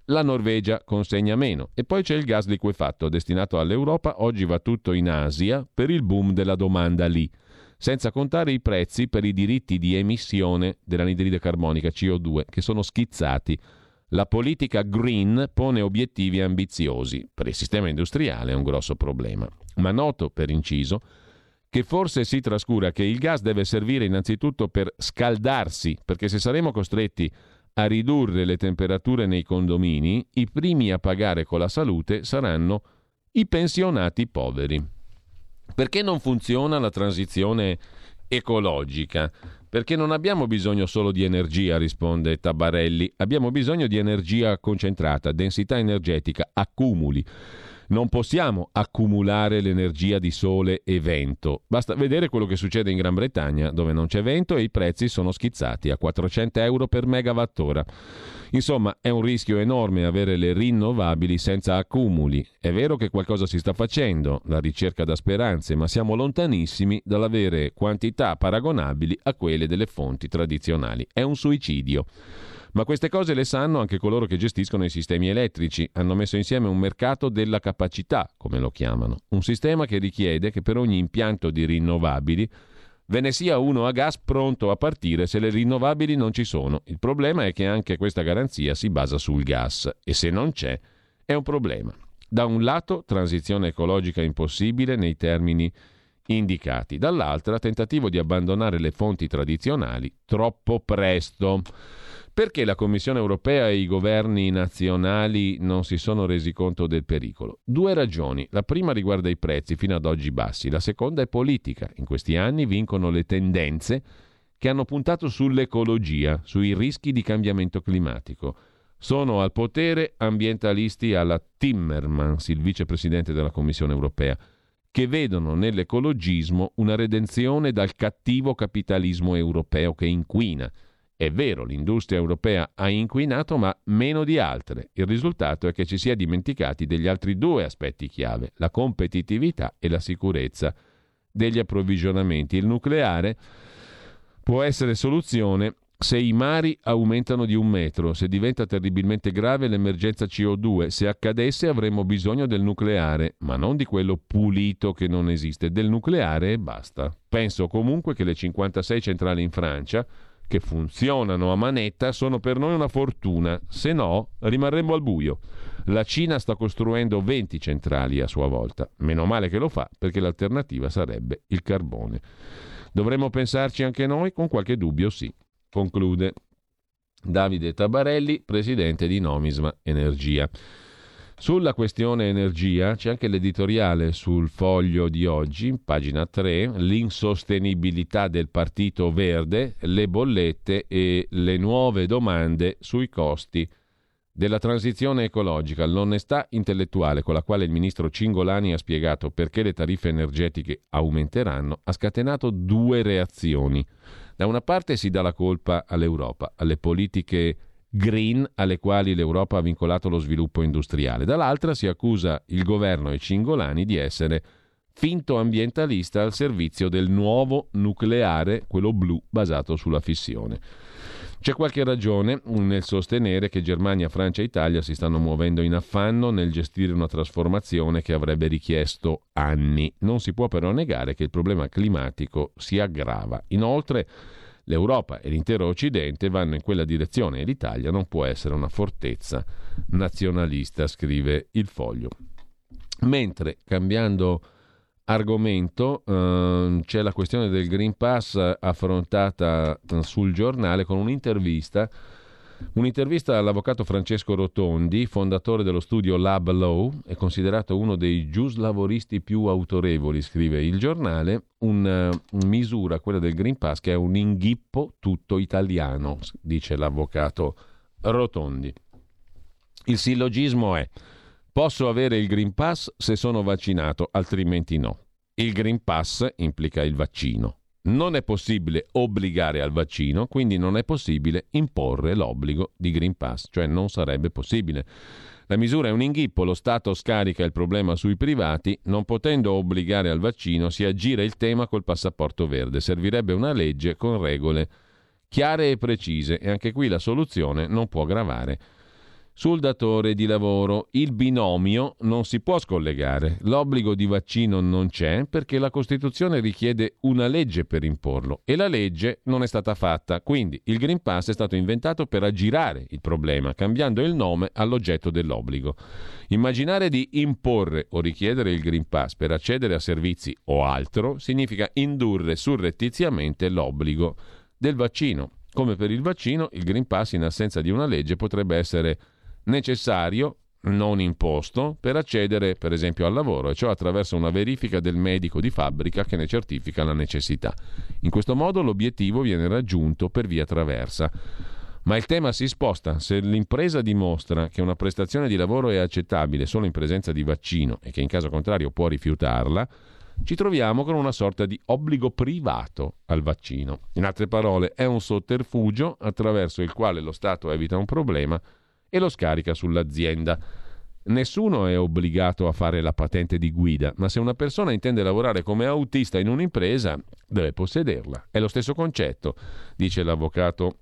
La Norvegia consegna meno. E poi c'è il gas liquefatto destinato all'Europa, oggi va tutto in Asia per il boom della domanda lì, senza contare i prezzi per i diritti di emissione dell'anidride carbonica C O due che sono schizzati. La politica green pone obiettivi ambiziosi. Per il sistema industriale è un grosso problema. Ma noto, per inciso, che forse si trascura che il gas deve servire innanzitutto per scaldarsi, perché se saremo costretti a ridurre le temperature nei condomini, i primi a pagare con la salute saranno i pensionati poveri. Perché non funziona la transizione ecologica? Perché non abbiamo bisogno solo di energia, risponde Tabarelli, abbiamo bisogno di energia concentrata, densità energetica, accumuli. Non possiamo accumulare l'energia di sole e vento. Basta vedere quello che succede in Gran Bretagna, dove non c'è vento e i prezzi sono schizzati a quattrocento euro per megawattora. Insomma, è un rischio enorme avere le rinnovabili senza accumuli. È vero che qualcosa si sta facendo, la ricerca da speranze, ma siamo lontanissimi dall'avere quantità paragonabili a quelle delle fonti tradizionali. È un suicidio. Ma queste cose le sanno anche coloro che gestiscono i sistemi elettrici. Hanno messo insieme un mercato della capacità, come lo chiamano. Un sistema che richiede che per ogni impianto di rinnovabili ve ne sia uno a gas pronto a partire se le rinnovabili non ci sono. Il problema è che anche questa garanzia si basa sul gas e se non c'è è un problema. Da un lato, transizione ecologica impossibile nei termini indicati. Dall'altra, tentativo di abbandonare le fonti tradizionali troppo presto. Perché la Commissione europea e i governi nazionali non si sono resi conto del pericolo? Due ragioni. La prima riguarda i prezzi, fino ad oggi bassi. La seconda è politica. In questi anni vincono le tendenze che hanno puntato sull'ecologia, sui rischi di cambiamento climatico. Sono al potere ambientalisti alla Timmermans, il vicepresidente della Commissione europea, che vedono nell'ecologismo una redenzione dal cattivo capitalismo europeo che inquina. È vero, l'industria europea ha inquinato, ma meno di altre. Il risultato è che ci si è dimenticati degli altri due aspetti chiave, la competitività e la sicurezza degli approvvigionamenti. Il nucleare può essere soluzione se i mari aumentano di un metro, se diventa terribilmente grave l'emergenza C O due. Se accadesse avremmo bisogno del nucleare, ma non di quello pulito che non esiste, del nucleare e basta. Penso comunque che le cinquantasei centrali in Francia, che funzionano a manetta, sono per noi una fortuna, se no rimarremmo al buio. La Cina sta costruendo venti centrali a sua volta, meno male che lo fa, perché l'alternativa sarebbe il carbone. Dovremmo pensarci anche noi? Con qualche dubbio sì, conclude Davide Tabarelli, presidente di Nomisma Energia. Sulla questione energia c'è anche l'editoriale sul Foglio di oggi, pagina tre, l'insostenibilità del Partito Verde, le bollette e le nuove domande sui costi della transizione ecologica. L'onestà intellettuale con la quale il ministro Cingolani ha spiegato perché le tariffe energetiche aumenteranno ha scatenato due reazioni. Da una parte si dà la colpa all'Europa, alle politiche green alle quali l'Europa ha vincolato lo sviluppo industriale. Dall'altra si accusa il governo e Cingolani di essere finto ambientalista al servizio del nuovo nucleare, quello blu basato sulla fissione. C'è qualche ragione nel sostenere che Germania, Francia e Italia si stanno muovendo in affanno nel gestire una trasformazione che avrebbe richiesto anni. Non si può però negare che il problema climatico si aggrava. Inoltre, l'Europa e l'intero Occidente vanno in quella direzione e l'Italia non può essere una fortezza nazionalista, scrive il Foglio. Mentre, cambiando argomento, ehm, c'è la questione del Green Pass affrontata sul giornale con un'intervista Un'intervista all'avvocato Francesco Rotondi, fondatore dello studio Lab Law, è considerato uno dei giuslavoristi più autorevoli, scrive il giornale, una misura, quella del Green Pass, che è un inghippo tutto italiano, dice l'avvocato Rotondi. Il sillogismo è: posso avere il Green Pass se sono vaccinato, altrimenti no. Il Green Pass implica il vaccino. Non è possibile obbligare al vaccino, quindi non è possibile imporre l'obbligo di Green Pass, cioè non sarebbe possibile. La misura è un inghippo, lo Stato scarica il problema sui privati, non potendo obbligare al vaccino si aggira il tema col passaporto verde. Servirebbe una legge con regole chiare e precise e anche qui la soluzione non può gravare sul datore di lavoro. Il binomio non si può scollegare. L'obbligo di vaccino non c'è perché la Costituzione richiede una legge per imporlo e la legge non è stata fatta. Quindi il Green Pass è stato inventato per aggirare il problema, cambiando il nome all'oggetto dell'obbligo. Immaginare di imporre o richiedere il Green Pass per accedere a servizi o altro significa indurre surrettiziamente l'obbligo del vaccino. Come per il vaccino, il Green Pass in assenza di una legge potrebbe essere necessario, non imposto, per accedere per esempio al lavoro, e ciò attraverso una verifica del medico di fabbrica che ne certifica la necessità. In questo modo l'obiettivo viene raggiunto per via traversa. Ma il tema si sposta. Se l'impresa dimostra che una prestazione di lavoro è accettabile solo in presenza di vaccino e che in caso contrario può rifiutarla, ci troviamo con una sorta di obbligo privato al vaccino. In altre parole, è un sotterfugio attraverso il quale lo Stato evita un problema e lo scarica sull'azienda. Nessuno è obbligato a fare la patente di guida, ma se una persona intende lavorare come autista in un'impresa, deve possederla. È lo stesso concetto, dice l'avvocato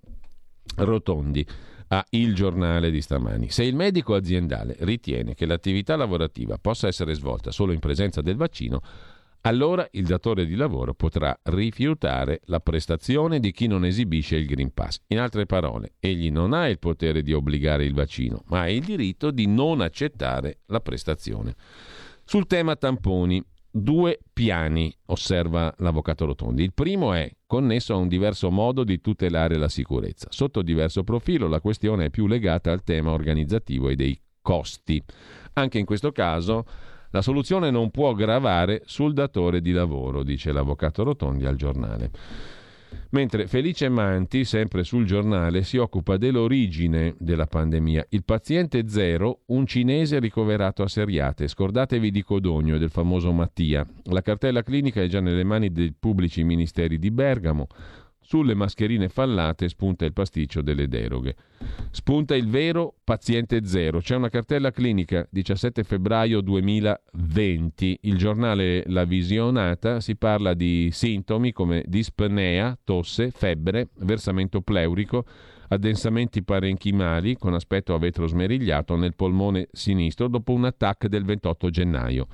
Rotondi a Il Giornale di stamani. Se il medico aziendale ritiene che l'attività lavorativa possa essere svolta solo in presenza del vaccino, allora il datore di lavoro potrà rifiutare la prestazione di chi non esibisce il Green Pass. In altre parole, egli non ha il potere di obbligare il vaccino, ma ha il diritto di non accettare la prestazione. Sul tema tamponi, due piani, osserva l'avvocato Rotondi. Il primo è connesso a un diverso modo di tutelare la sicurezza. Sotto diverso profilo la questione è più legata al tema organizzativo e dei costi. Anche in questo caso la soluzione non può gravare sul datore di lavoro, dice l'avvocato Rotondi al Giornale. Mentre Felice Manti, sempre sul Giornale, si occupa dell'origine della pandemia. Il paziente zero, un cinese ricoverato a Seriate. Scordatevi di Codogno e del famoso Mattia. La cartella clinica è già nelle mani dei pubblici ministeri di Bergamo. Sulle mascherine fallate spunta il pasticcio delle deroghe. Spunta il vero paziente zero. C'è una cartella clinica, diciassette febbraio duemilaventi. Il giornale La Visionata, si parla di sintomi come dispnea, tosse, febbre, versamento pleurico, addensamenti parenchimali con aspetto a vetro smerigliato nel polmone sinistro dopo un attacco del ventotto gennaio.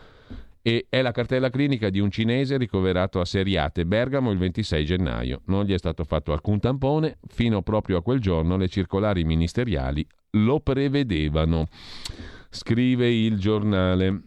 E è la cartella clinica di un cinese ricoverato a Seriate, Bergamo, il ventisei gennaio. Non gli è stato fatto alcun tampone, fino proprio a quel giorno le circolari ministeriali lo prevedevano. Scrive il Giornale.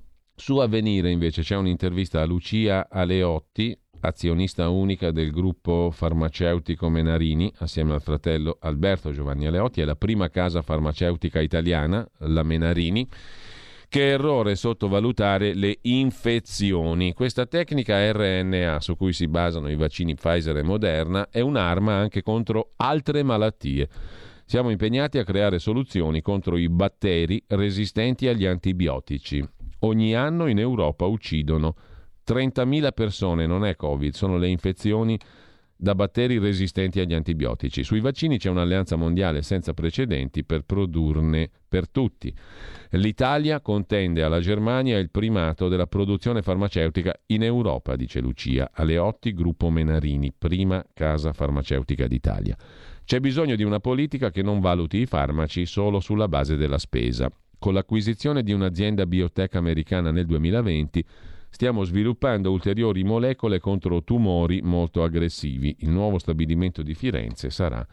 Su Avvenire invece c'è un'intervista a Lucia Aleotti, azionista unica del gruppo farmaceutico Menarini, assieme al fratello Alberto Giovanni Aleotti. È la prima casa farmaceutica italiana, la Menarini. Che errore sottovalutare le infezioni. Questa tecnica R N A su cui si basano i vaccini Pfizer e Moderna è un'arma anche contro altre malattie. Siamo impegnati a creare soluzioni contro i batteri resistenti agli antibiotici. Ogni anno in Europa uccidono trentamila persone, non è Covid, sono le infezioni da batteri resistenti agli antibiotici. Sui vaccini c'è un'alleanza mondiale senza precedenti per produrne per tutti. L'Italia contende alla Germania il primato della produzione farmaceutica in Europa, dice Lucia Aleotti, gruppo Menarini, prima casa farmaceutica d'Italia. C'è bisogno di una politica che non valuti i farmaci solo sulla base della spesa. Con l'acquisizione di un'azienda biotech americana nel duemilaventi stiamo sviluppando ulteriori molecole contro tumori molto aggressivi. Il nuovo stabilimento di Firenze sarà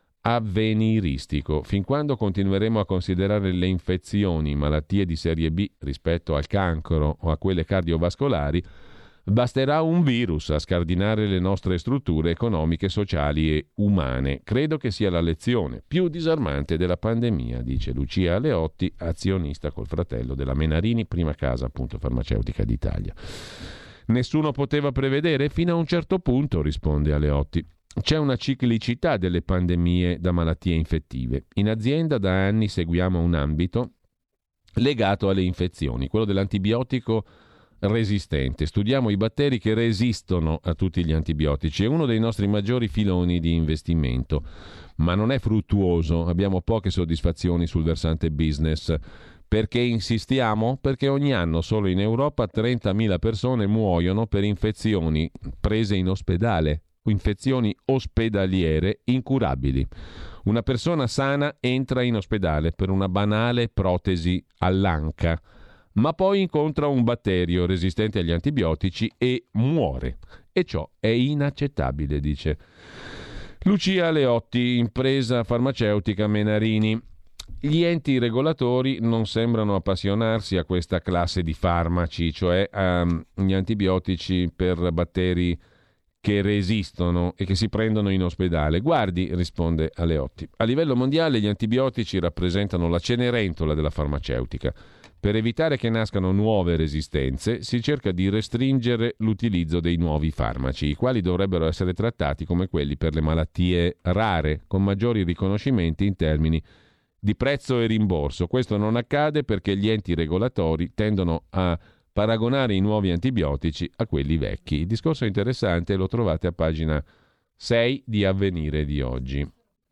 avveniristico. Fin quando continueremo a considerare le infezioni malattie di serie B rispetto al cancro o a quelle cardiovascolari, basterà un virus a scardinare le nostre strutture economiche, sociali e umane. Credo che sia la lezione più disarmante della pandemia, dice Lucia Aleotti, azionista col fratello della Menarini, prima casa appunto farmaceutica d'Italia. Nessuno poteva prevedere fino a un certo punto, risponde Aleotti. C'è una ciclicità delle pandemie da malattie infettive. In azienda da anni seguiamo un ambito legato alle infezioni, quello dell'antibiotico resistente. Studiamo i batteri che resistono a tutti gli antibiotici. È uno dei nostri maggiori filoni di investimento, ma non è fruttuoso. Abbiamo poche soddisfazioni sul versante business. Perché insistiamo? Perché ogni anno solo in Europa trentamila persone muoiono per infezioni prese in ospedale infezioni ospedaliere incurabili. Una persona sana entra in ospedale per una banale protesi all'anca, ma poi incontra un batterio resistente agli antibiotici e muore. E ciò è inaccettabile, dice Lucia Leotti, impresa farmaceutica Menarini. Gli enti regolatori non sembrano appassionarsi a questa classe di farmaci, cioè agli antibiotici per batteri che resistono e che si prendono in ospedale. Guardi, risponde Aleotti, a livello mondiale gli antibiotici rappresentano la cenerentola della farmaceutica. Per evitare che nascano nuove resistenze, si cerca di restringere l'utilizzo dei nuovi farmaci, i quali dovrebbero essere trattati come quelli per le malattie rare, con maggiori riconoscimenti in termini di prezzo e rimborso. Questo non accade perché gli enti regolatori tendono a paragonare i nuovi antibiotici a quelli vecchi. Il discorso è interessante, lo trovate a pagina sei di Avvenire di oggi.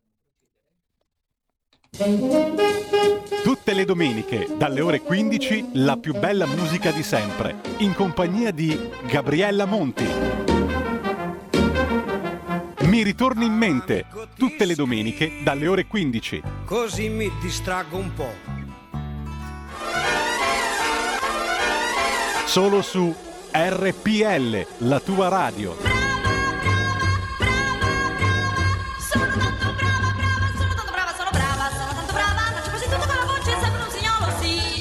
Tutte le domeniche, dalle ore quindici, la più bella musica di sempre, in compagnia di Gabriella Monti. Mi ritorni in mente, tutte le domeniche, dalle ore quindici. Così mi distraggo un po'. Solo su R P L, la tua radio. Sono tanto brava, brava, sono tanto brava, sono brava, sono tanto brava, faccio così tutto con la voce, sembra un signolo,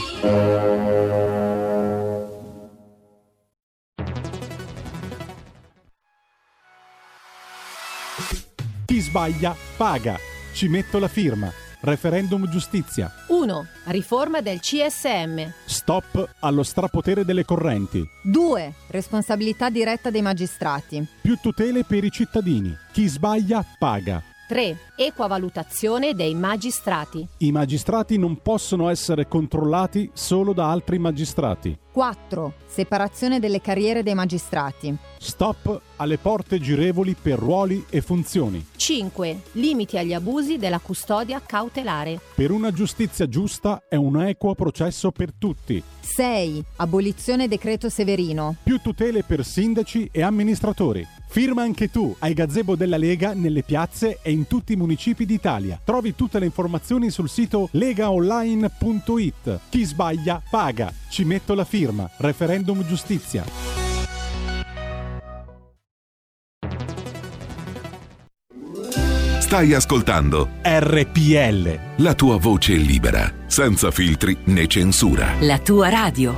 sì. Chi sbaglia paga. Ci metto la firma. Referendum giustizia. uno. Riforma del C S M. Stop allo strapotere delle correnti. due. Responsabilità diretta dei magistrati. Più tutele per i cittadini. Chi sbaglia paga. tre. Equa valutazione dei magistrati. I magistrati non possono essere controllati solo da altri magistrati. quattro. Separazione delle carriere dei magistrati. Stop alle porte girevoli per ruoli e funzioni. cinque. Limiti agli abusi della custodia cautelare. Per una giustizia giusta è un equo processo per tutti. sei. Abolizione decreto Severino. Più tutele per sindaci e amministratori. Firma anche tu ai gazebo della Lega nelle piazze e in tutti i municipi d'Italia. Trovi tutte le informazioni sul sito legaonline punto it. Chi sbaglia paga. Ci metto la firma. Referendum giustizia. Stai ascoltando R P L, la tua voce libera, senza filtri né censura. La tua radio.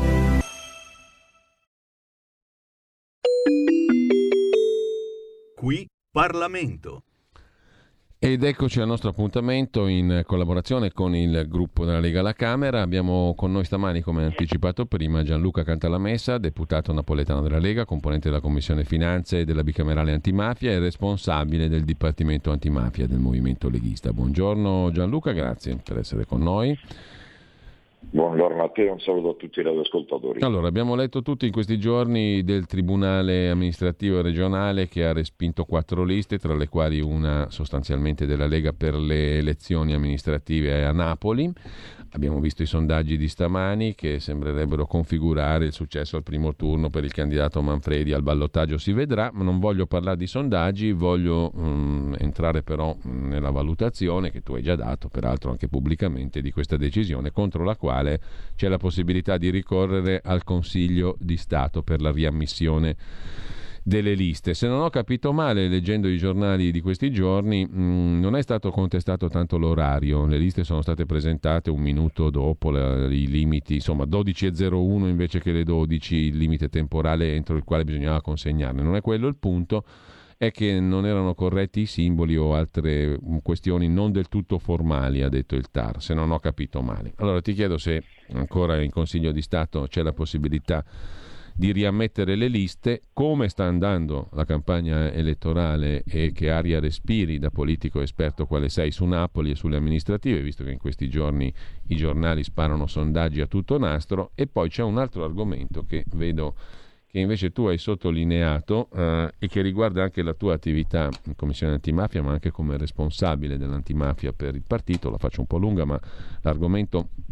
Qui Parlamento. Ed eccoci al nostro appuntamento in collaborazione con il gruppo della Lega alla Camera. Abbiamo con noi stamani, come anticipato prima, Gianluca Cantalamessa, deputato napoletano della Lega, componente della Commissione Finanze e della Bicamerale Antimafia e responsabile del Dipartimento Antimafia del Movimento Leghista. Buongiorno Gianluca, grazie per essere con noi. Buongiorno a te e un saluto a tutti i radioascoltatori. Allora, abbiamo letto tutti in questi giorni del Tribunale amministrativo regionale che ha respinto quattro liste, tra le quali una sostanzialmente della Lega per le elezioni amministrative a Napoli. Abbiamo visto i sondaggi di stamani che sembrerebbero configurare il successo al primo turno per il candidato Manfredi. Al ballottaggio si vedrà, ma non voglio parlare di sondaggi, voglio um, entrare però nella valutazione che tu hai già dato, peraltro anche pubblicamente, di questa decisione contro la quale c'è la possibilità di ricorrere al Consiglio di Stato per la riammissione delle liste. Se non ho capito male, leggendo i giornali di questi giorni, mh, non è stato contestato tanto l'orario. Le liste sono state presentate un minuto dopo la, i limiti, insomma dodici e zero uno invece che le dodici, il limite temporale entro il quale bisognava consegnarle. Non è quello il punto, è che non erano corretti i simboli o altre questioni non del tutto formali, ha detto il T A R, se non ho capito male. Allora ti chiedo se ancora in Consiglio di Stato c'è la possibilità di riammettere le liste, come sta andando la campagna elettorale e che aria respiri da politico esperto quale sei su Napoli e sulle amministrative, visto che in questi giorni i giornali sparano sondaggi a tutto nastro. E poi c'è un altro argomento che vedo che invece tu hai sottolineato eh, e che riguarda anche la tua attività in Commissione Antimafia, ma anche come responsabile dell'antimafia per il partito. La faccio un po' lunga, ma l'argomento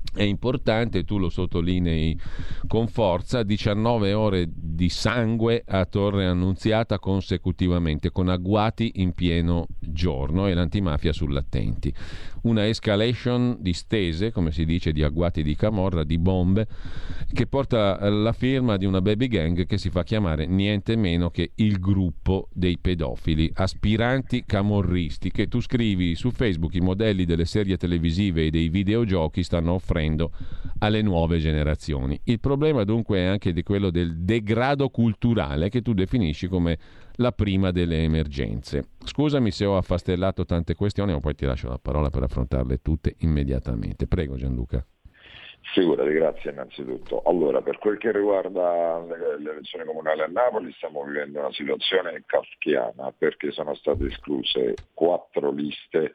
È importante, tu lo sottolinei con forza, diciannove ore di sangue a Torre Annunziata consecutivamente, con agguati in pieno giorno e l'antimafia sull'attenti. Una escalation di stese, come si dice, di agguati di camorra, di bombe, che porta la firma di una baby gang che si fa chiamare niente meno che il gruppo dei pedofili, aspiranti camorristi, che tu scrivi su Facebook i modelli delle serie televisive e dei videogiochi stanno offrendo alle nuove generazioni. Il problema dunque è anche di quello del degrado culturale che tu definisci come la prima delle emergenze. Scusami se ho affastellato tante questioni, ma poi ti lascio la parola per affrontarle tutte immediatamente. Prego Gianluca. Figurati, grazie innanzitutto. Allora, per quel che riguarda le, le elezioni comunali a Napoli, stiamo vivendo una situazione kafkiana perché sono state escluse quattro liste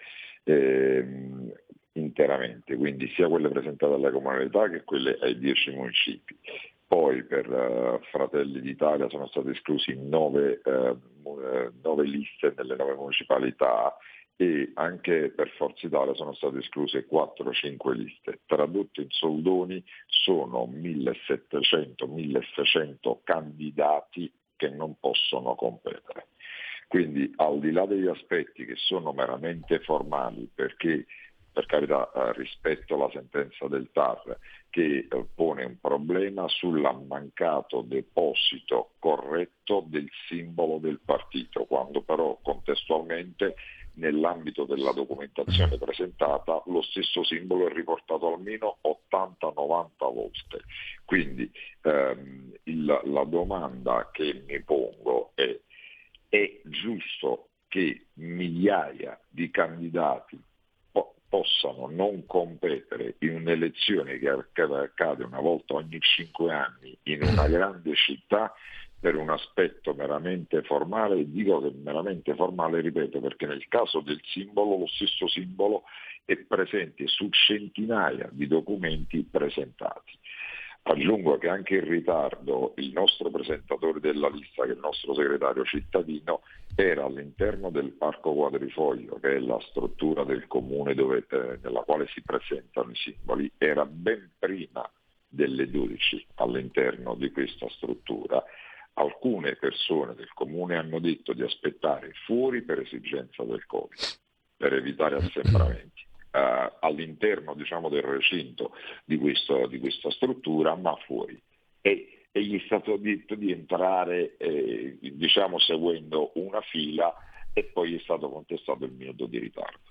eh, interamente, quindi sia quelle presentate alle comunalità che quelle ai dieci municipi. Poi per uh, Fratelli d'Italia sono state esclusi nove, uh, nove liste nelle nove municipalità e anche per Forza Italia sono state escluse quattro cinque liste. Tradotto in soldoni sono millesettecento milleseicento candidati che non possono competere. Quindi al di là degli aspetti che sono meramente formali, perché per carità eh, rispetto alla sentenza del T A R che eh, pone un problema sul mancato deposito corretto del simbolo del partito, quando però contestualmente nell'ambito della documentazione presentata lo stesso simbolo è riportato almeno ottanta novanta volte. Quindi ehm, il, la domanda che mi pongo è: è giusto che migliaia di candidati possano non competere in un'elezione che accade una volta ogni cinque anni in una grande città per un aspetto meramente formale? E dico che meramente formale, ripeto, perché nel caso del simbolo, lo stesso simbolo è presente su centinaia di documenti presentati. Aggiungo che anche in ritardo il nostro presentatore della lista, che è il nostro segretario cittadino, era all'interno del Parco Quadrifoglio, che è la struttura del comune dove, eh, nella quale si presentano i simboli, era ben prima delle dodici all'interno di questa struttura. Alcune persone del comune hanno detto di aspettare fuori per esigenza del Covid, per evitare assembramenti. Uh, all'interno, diciamo, del recinto di, questo, di questa struttura, ma fuori. E, e gli è stato detto di entrare eh, diciamo seguendo una fila, e poi è stato contestato il minuto di ritardo.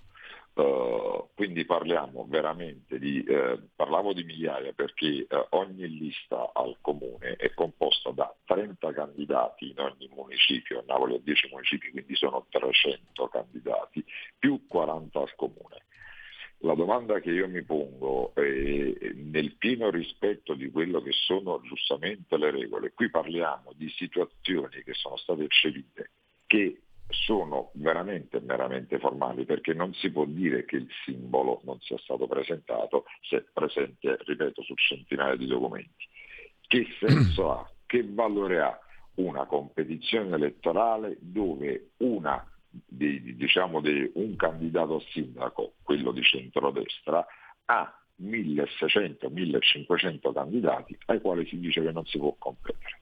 Uh, quindi parliamo veramente di eh, parlavo di migliaia perché eh, ogni lista al comune è composta da trenta candidati in ogni municipio. A Napoli ha dieci municipi, quindi sono trecento candidati più quaranta al comune. La domanda che io mi pongo è, nel pieno rispetto di quello che sono giustamente le regole, qui parliamo di situazioni che sono state eccepite, che sono veramente meramente formali, perché non si può dire che il simbolo non sia stato presentato se è presente, ripeto, su centinaia di documenti. Che senso ha? Che valore ha una competizione elettorale dove una Di, diciamo di un candidato a sindaco, quello di centrodestra, ha milleseicento millecinquecento candidati ai quali si dice che non si può competere?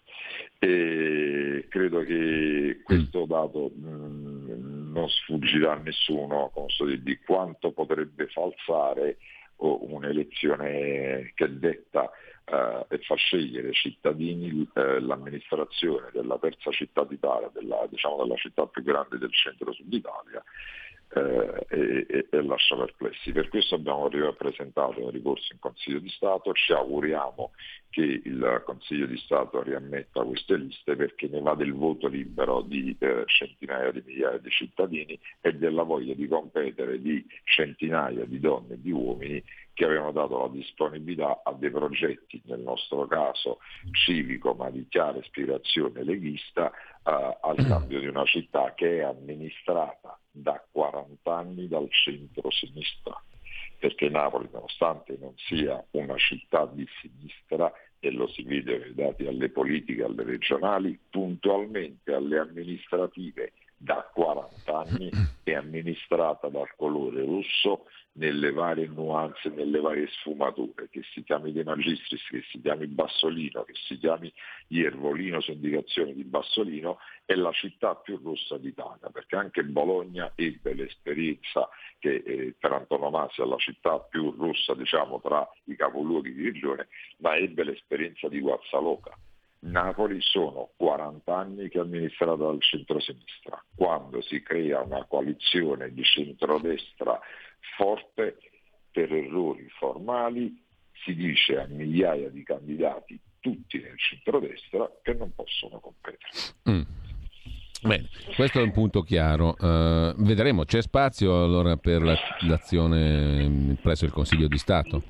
E credo che questo dato mh, non sfuggirà a nessuno, di, di quanto potrebbe falsare un'elezione che detta Uh, e fa scegliere ai cittadini uh, l'amministrazione della terza città d'Italia, della, diciamo della città più grande del centro-sud Italia, uh, e, e, e lascia perplessi. Per questo abbiamo presentato un ricorso in Consiglio di Stato. Ci auguriamo che il Consiglio di Stato riammetta queste liste, perché ne va del voto libero di uh, centinaia di migliaia di cittadini e della voglia di competere di centinaia di donne e di uomini che avevano dato la disponibilità a dei progetti, nel nostro caso civico ma di chiara ispirazione leghista, eh, al cambio di una città che è amministrata da quaranta anni dal centro-sinistra, perché Napoli, nonostante non sia una città di sinistra, e lo si vede dati alle politiche, alle regionali, puntualmente alle amministrative da quaranta anni è amministrata dal colore rosso nelle varie nuanze, nelle varie sfumature, che si chiami De Magistris, che si chiami Bassolino, che si chiami Iervolino su indicazione di Bassolino, è la città più rossa d'Italia, perché anche Bologna ebbe l'esperienza che eh, per antonomasia è la città più rossa, diciamo, tra i capoluoghi di regione, ma ebbe l'esperienza di Guazzaloca. Napoli sono quaranta anni che è amministrata dal centro-sinistra. Quando si crea una coalizione di centrodestra forte, per errori formali si dice a migliaia di candidati, tutti nel centrodestra, che non possono competere. Mm. Bene, questo è un punto chiaro. Uh, vedremo, c'è spazio allora per la, l'azione presso il Consiglio di Stato?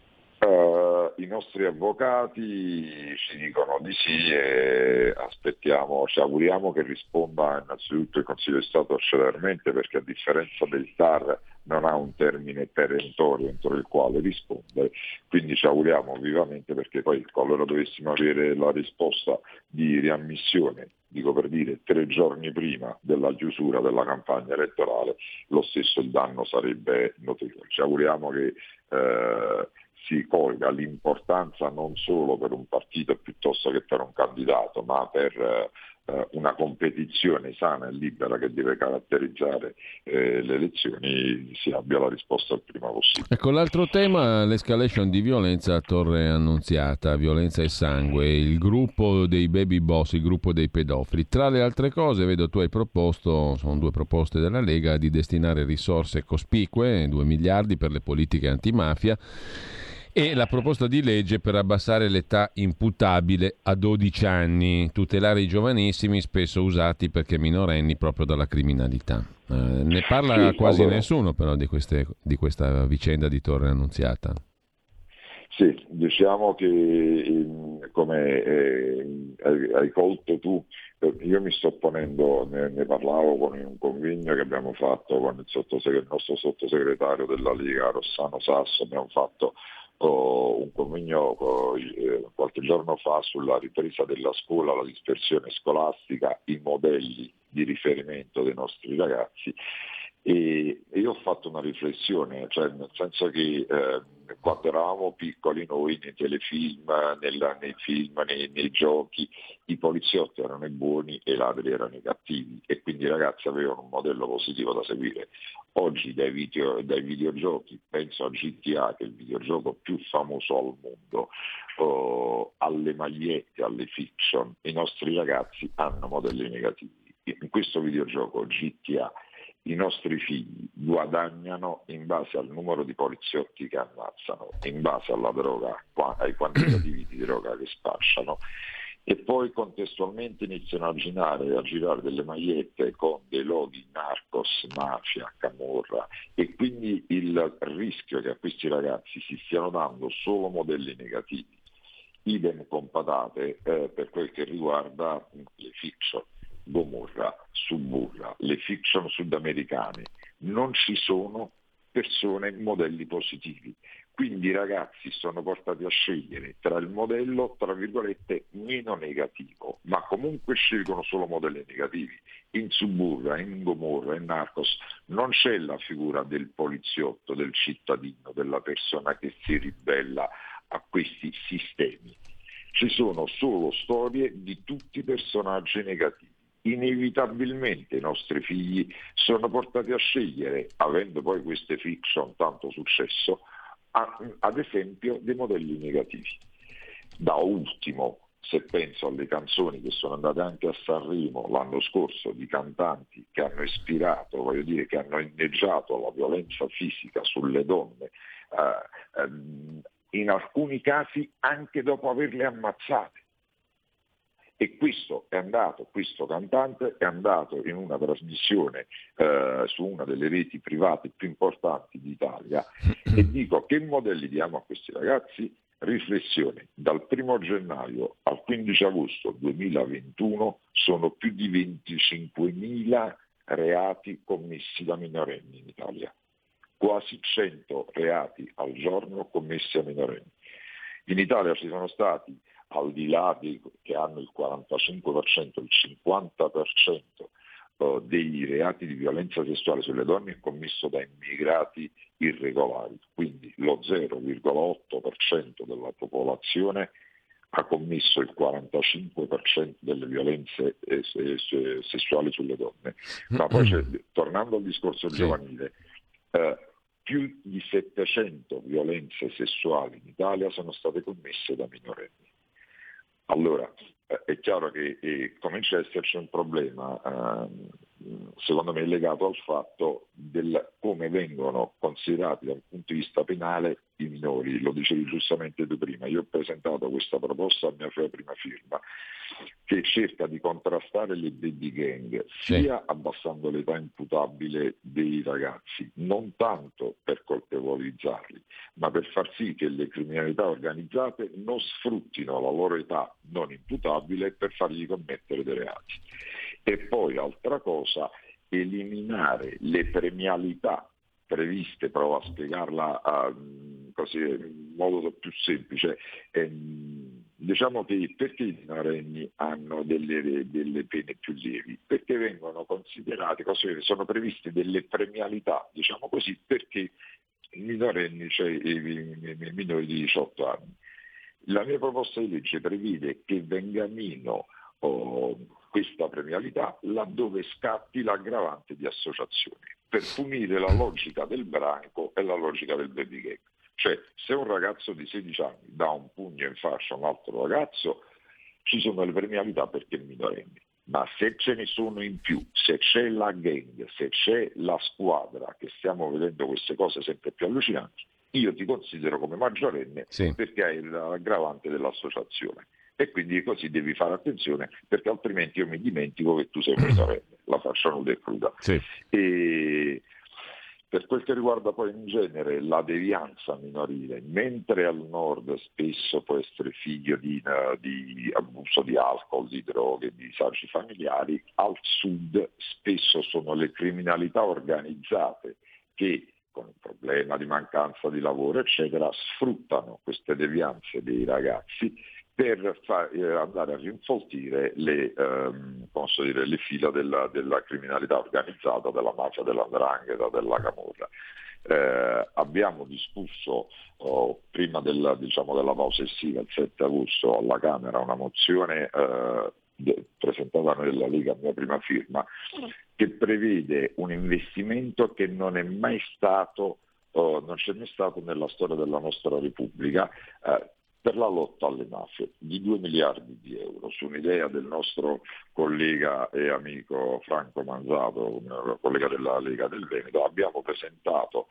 Uh, I nostri avvocati ci dicono di sì e aspettiamo, ci auguriamo che risponda innanzitutto il Consiglio di Stato celermente, perché a differenza del T A R non ha un termine perentorio entro il quale rispondere, quindi ci auguriamo vivamente, perché poi qualora dovessimo avere la risposta di riammissione, dico per dire tre giorni prima della chiusura della campagna elettorale, lo stesso il danno sarebbe notevole. Ci auguriamo che eh, si colga l'importanza non solo per un partito piuttosto che per un candidato, ma per eh, una competizione sana e libera che deve caratterizzare eh, le elezioni, si abbia la risposta il prima possibile. Ecco, l'altro tema, l'escalation di violenza a Torre Annunziata, violenza e sangue, il gruppo dei baby boss, il gruppo dei pedofili. Tra le altre cose, vedo tu hai proposto, sono due proposte della Lega, di destinare risorse cospicue, due miliardi per le politiche antimafia, e la proposta di legge per abbassare l'età imputabile a dodici anni, tutelare i giovanissimi spesso usati perché minorenni proprio dalla criminalità. Eh, ne parla sì, quasi allora. nessuno però di, queste, di questa vicenda di Torre Annunziata. Sì, diciamo che come eh, hai, hai colto tu, io mi sto ponendo, ne, ne parlavo con un convegno che abbiamo fatto con il, sottosegre- il nostro sottosegretario della Lega, Rossano Sasso, abbiamo fatto oh, un convegno oh, eh, qualche giorno fa sulla ripresa della scuola, la dispersione scolastica, i modelli di riferimento dei nostri ragazzi. E, e io ho fatto una riflessione, cioè nel senso che eh, quando eravamo piccoli noi nei telefilm, nella, nei film, nei, nei giochi, i poliziotti erano i buoni e i ladri erano i cattivi, e quindi i ragazzi avevano un modello positivo da seguire. Oggi dai, video, dai videogiochi, penso a G T A, che è il videogioco più famoso al mondo, oh, alle magliette, alle fiction, i nostri ragazzi hanno modelli negativi. In questo videogioco G T A i nostri figli guadagnano in base al numero di poliziotti che ammazzano, in base alla droga, ai quantitativi di droga che spacciano, e poi contestualmente iniziano a girare, a girare delle magliette con dei loghi narcos, mafia, camorra, e quindi il rischio che a questi ragazzi si stiano dando solo modelli negativi. Idem con patate eh, per quel che riguarda le fiction. Gomorra, Suburra, le fiction sudamericane, non ci sono persone, modelli positivi. Quindi i ragazzi sono portati a scegliere tra il modello, tra virgolette, meno negativo, ma comunque scelgono solo modelli negativi. In Suburra, in Gomorra, in Narcos non c'è la figura del poliziotto, del cittadino, della persona che si ribella a questi sistemi. Ci sono solo storie di tutti i personaggi negativi. Inevitabilmente i nostri figli sono portati a scegliere, avendo poi queste fiction tanto successo, a, ad esempio dei modelli negativi. Da ultimo, se penso alle canzoni che sono andate anche a Sanremo l'anno scorso, di cantanti che hanno ispirato, voglio dire, che hanno inneggiato alla violenza fisica sulle donne, eh, ehm, in alcuni casi anche dopo averle ammazzate. E questo è andato, questo cantante è andato in una trasmissione eh, su una delle reti private più importanti d'Italia, e dico: che modelli diamo a questi ragazzi? Riflessione: dal primo gennaio al quindici agosto duemilaventuno sono più di venticinquemila reati commessi da minorenni in Italia, quasi cento reati al giorno commessi a minorenni. In Italia ci sono stati, al di là di che hanno il quarantacinque per cento, il cinquanta per cento dei reati di violenza sessuale sulle donne è commesso da immigrati irregolari, quindi lo zero virgola otto per cento della popolazione ha commesso il quarantacinque per cento delle violenze eh, se, sessuali sulle donne. Ma poi c'è, tornando al discorso sì. giovanile, eh, più di settecento violenze sessuali in Italia sono state commesse da minorenni. Allora, eh, è chiaro che eh, comincia a esserci un problema, eh, secondo me legato al fatto del come vengono considerati dal punto di vista penale i minori. Lo dicevi giustamente tu prima, io ho presentato questa proposta a mia prima firma, che cerca di contrastare le baby gang, sia sì. abbassando l'età imputabile dei ragazzi, non tanto per colpevolizzarli, ma per far sì che le criminalità organizzate non sfruttino la loro età non imputabile per fargli commettere dei reati. E poi, altra cosa, eliminare le premialità previste, provo a spiegarla uh, così in modo più semplice. Ehm, diciamo che perché i minorenni hanno delle, delle pene più lievi? Perché vengono considerati, così, sono previste delle premialità, diciamo così, perché i minorenni, cioè i, i, i minori di diciotto anni. La mia proposta di legge prevede che venga meno oh, questa premialità laddove scatti l'aggravante di associazione, per punire la logica del branco e la logica del baby gang. Cioè, se un ragazzo di sedici anni dà un pugno in faccia a un altro ragazzo, ci sono le premialità perché è minorenne. Ma se ce ne sono in più, se c'è la gang, se c'è la squadra, che stiamo vedendo queste cose sempre più allucinanti, io ti considero come maggiorenne sì. perché hai l'aggravante dell'associazione. E quindi così devi fare attenzione, perché altrimenti io mi dimentico che tu sei minorenne, la faccia nuda e cruda. Sì. E per quel che riguarda poi in genere la devianza minorile, mentre al nord spesso può essere figlio di, di abuso di alcol, di droghe, di disagi familiari, al sud spesso sono le criminalità organizzate che con il problema di mancanza di lavoro eccetera sfruttano queste devianze dei ragazzi per far, eh, andare a rinfoltire le, ehm, posso dire, le fila della, della criminalità organizzata, della mafia, della 'ndrangheta, della camorra. Eh, abbiamo discusso oh, prima della, diciamo, della pausa estiva, il sette agosto, alla Camera, una mozione eh, de, presentata nella Lega a mia prima firma, che prevede un investimento che non è mai stato, oh, non c'è mai stato nella storia della nostra Repubblica, eh, per la lotta alle mafie, di due miliardi di euro, su un'idea del nostro collega e amico Franco Manzato, collega della Lega del Veneto. Abbiamo presentato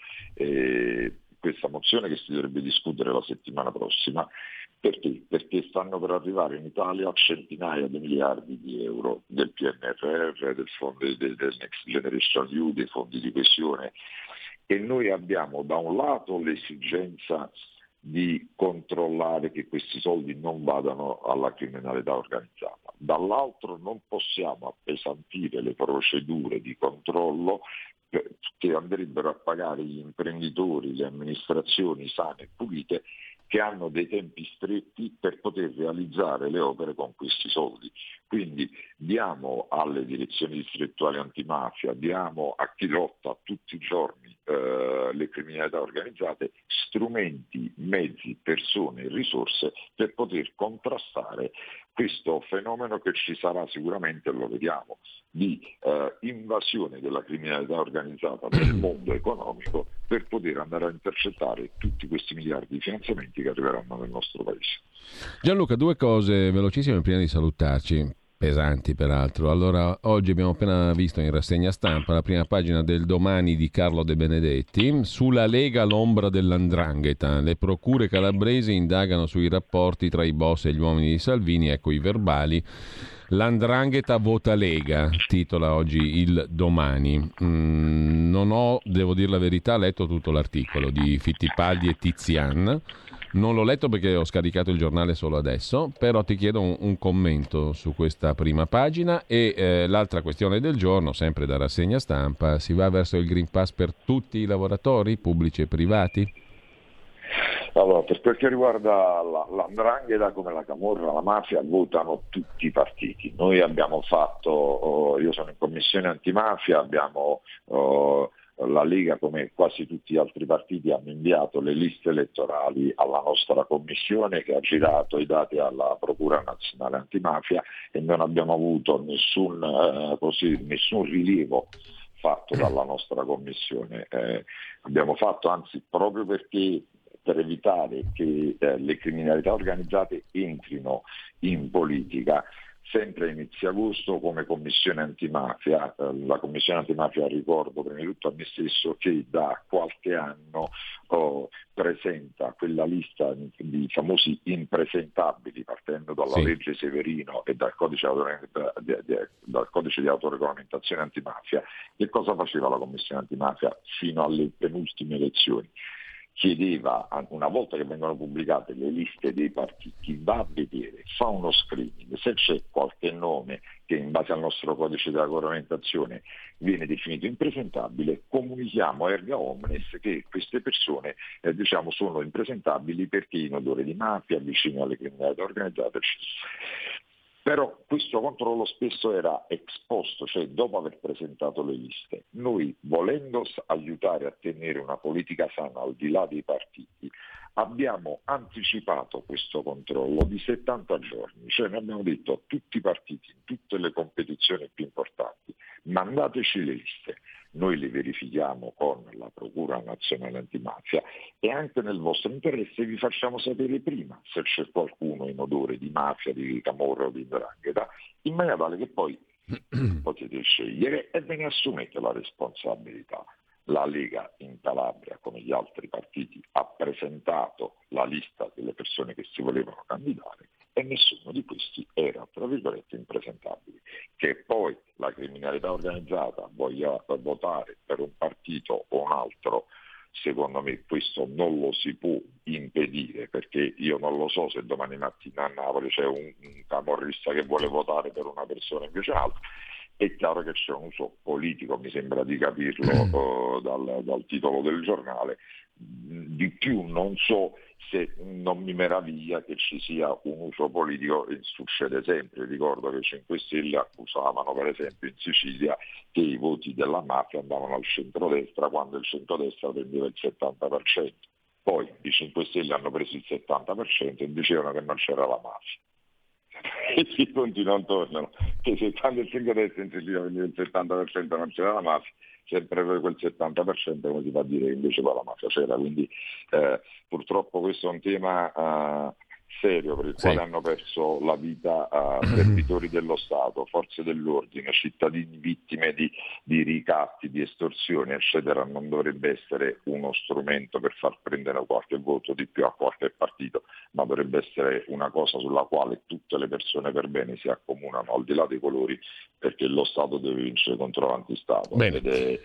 eh, questa mozione che si dovrebbe discutere la settimana prossima. Perché? Perché stanno per arrivare in Italia centinaia di miliardi di euro del P N R R, del fondo del, del Next Generation E U, dei fondi di coesione, e noi abbiamo da un lato l'esigenza di controllare che questi soldi non vadano alla criminalità organizzata. Dall'altro non possiamo appesantire le procedure di controllo che andrebbero a pagare gli imprenditori, le amministrazioni sane e pulite, che hanno dei tempi stretti per poter realizzare le opere con questi soldi. Quindi diamo alle direzioni distrettuali antimafia, diamo a chi lotta tutti i giorni eh, le criminalità organizzate strumenti, mezzi, persone e risorse per poter contrastare questo fenomeno che ci sarà sicuramente, lo vediamo, di eh, invasione della criminalità organizzata nel mondo economico, per poter andare a intercettare tutti questi miliardi di finanziamenti che arriveranno nel nostro paese. Gianluca, due cose velocissime prima di salutarci, pesanti peraltro. Allora, oggi abbiamo appena visto in rassegna stampa la prima pagina del Domani di Carlo De Benedetti, sulla Lega l'ombra dell''ndrangheta. Le procure calabresi indagano sui rapporti tra i boss e gli uomini di Salvini, ecco i verbali. L'Andrangheta vota Lega, titola oggi il Domani. Mm, non ho, devo dire la verità, letto tutto l'articolo di Fittipaldi e Tizian. Non l'ho letto perché ho scaricato il giornale solo adesso, però ti chiedo un, un commento su questa prima pagina. E eh, l'altra questione del giorno, sempre da rassegna stampa: si va verso il Green Pass per tutti i lavoratori, pubblici e privati? Allora, per quel che riguarda la, l'andrangheta come la camorra, la mafia, votano tutti i partiti. Noi abbiamo fatto, oh, io sono in commissione antimafia, abbiamo oh, la Lega, come quasi tutti gli altri partiti, hanno inviato le liste elettorali alla nostra commissione che ha girato i dati alla Procura Nazionale Antimafia e non abbiamo avuto nessun, eh, così, nessun rilievo fatto dalla nostra commissione. Eh, abbiamo fatto, anzi, proprio perché per evitare che eh, le criminalità organizzate entrino in politica, sempre a inizio agosto come commissione antimafia, eh, la commissione antimafia, ricordo prima di tutto a me stesso che da qualche anno oh, presenta quella lista di famosi impresentabili, partendo dalla sì. legge Severino e dal codice, di, di, dal codice di autoregolamentazione antimafia. Che cosa faceva la commissione antimafia fino alle penultime elezioni? Chiedeva, una volta che vengono pubblicate le liste dei partiti, va a vedere, fa uno screening, se c'è qualche nome che in base al nostro codice di regolamentazione viene definito impresentabile, comunichiamo erga omnes che queste persone eh, diciamo sono impresentabili perché in odore di mafia, vicino alle criminalità organizzate, eccetera. Però questo controllo spesso era ex post, cioè dopo aver presentato le liste. Noi, volendo aiutare a tenere una politica sana al di là dei partiti, abbiamo anticipato questo controllo di settanta giorni, cioè ne abbiamo detto a tutti i partiti, in tutte le competizioni più importanti, mandateci le liste. Noi le verifichiamo con la Procura Nazionale Antimafia e anche nel vostro interesse vi facciamo sapere prima se c'è qualcuno in odore di mafia, di camorra o di 'ndrangheta, in maniera tale che poi potete scegliere e ve ne assumete la responsabilità. La Lega in Calabria, come gli altri partiti, ha presentato la lista delle persone che si volevano candidare e nessuno di questi era, tra virgolette, impresentabile. Che poi la criminalità organizzata voglia votare per un partito o un altro, secondo me questo non lo si può impedire, perché io non lo so se domani mattina a Napoli c'è un, un camorrista che vuole votare per una persona invece un'altra. È chiaro che c'è un uso politico, mi sembra di capirlo uh, dal, dal titolo del giornale. Di più non so se non mi meraviglia che ci sia un uso politico, e succede sempre. Ricordo che i cinque Stelle accusavano per esempio in Sicilia che i voti della mafia andavano al centrodestra quando il centrodestra prendeva il settanta per cento. Poi i cinque Stelle hanno preso il settanta per cento e dicevano che non c'era la mafia. E si continuano tornano che se quando il centrodestra in Sicilia prendeva il settanta per cento non c'era la mafia, sempre per quel settanta per cento come si fa a dire che invece poi la mafia c'era. Quindi eh, purtroppo questo è un tema uh, serio per il sì. quale hanno perso la vita uh, servitori dello Stato, forze dell'ordine, cittadini vittime di, di ricatti, di estorsioni eccetera. Non dovrebbe essere uno strumento per far prendere qualche voto di più a qualche partito, ma dovrebbe essere una cosa sulla quale tutte le persone per bene si accomunano al di là dei colori, perché lo Stato deve vincere contro l'antistato. Bene. Ed è,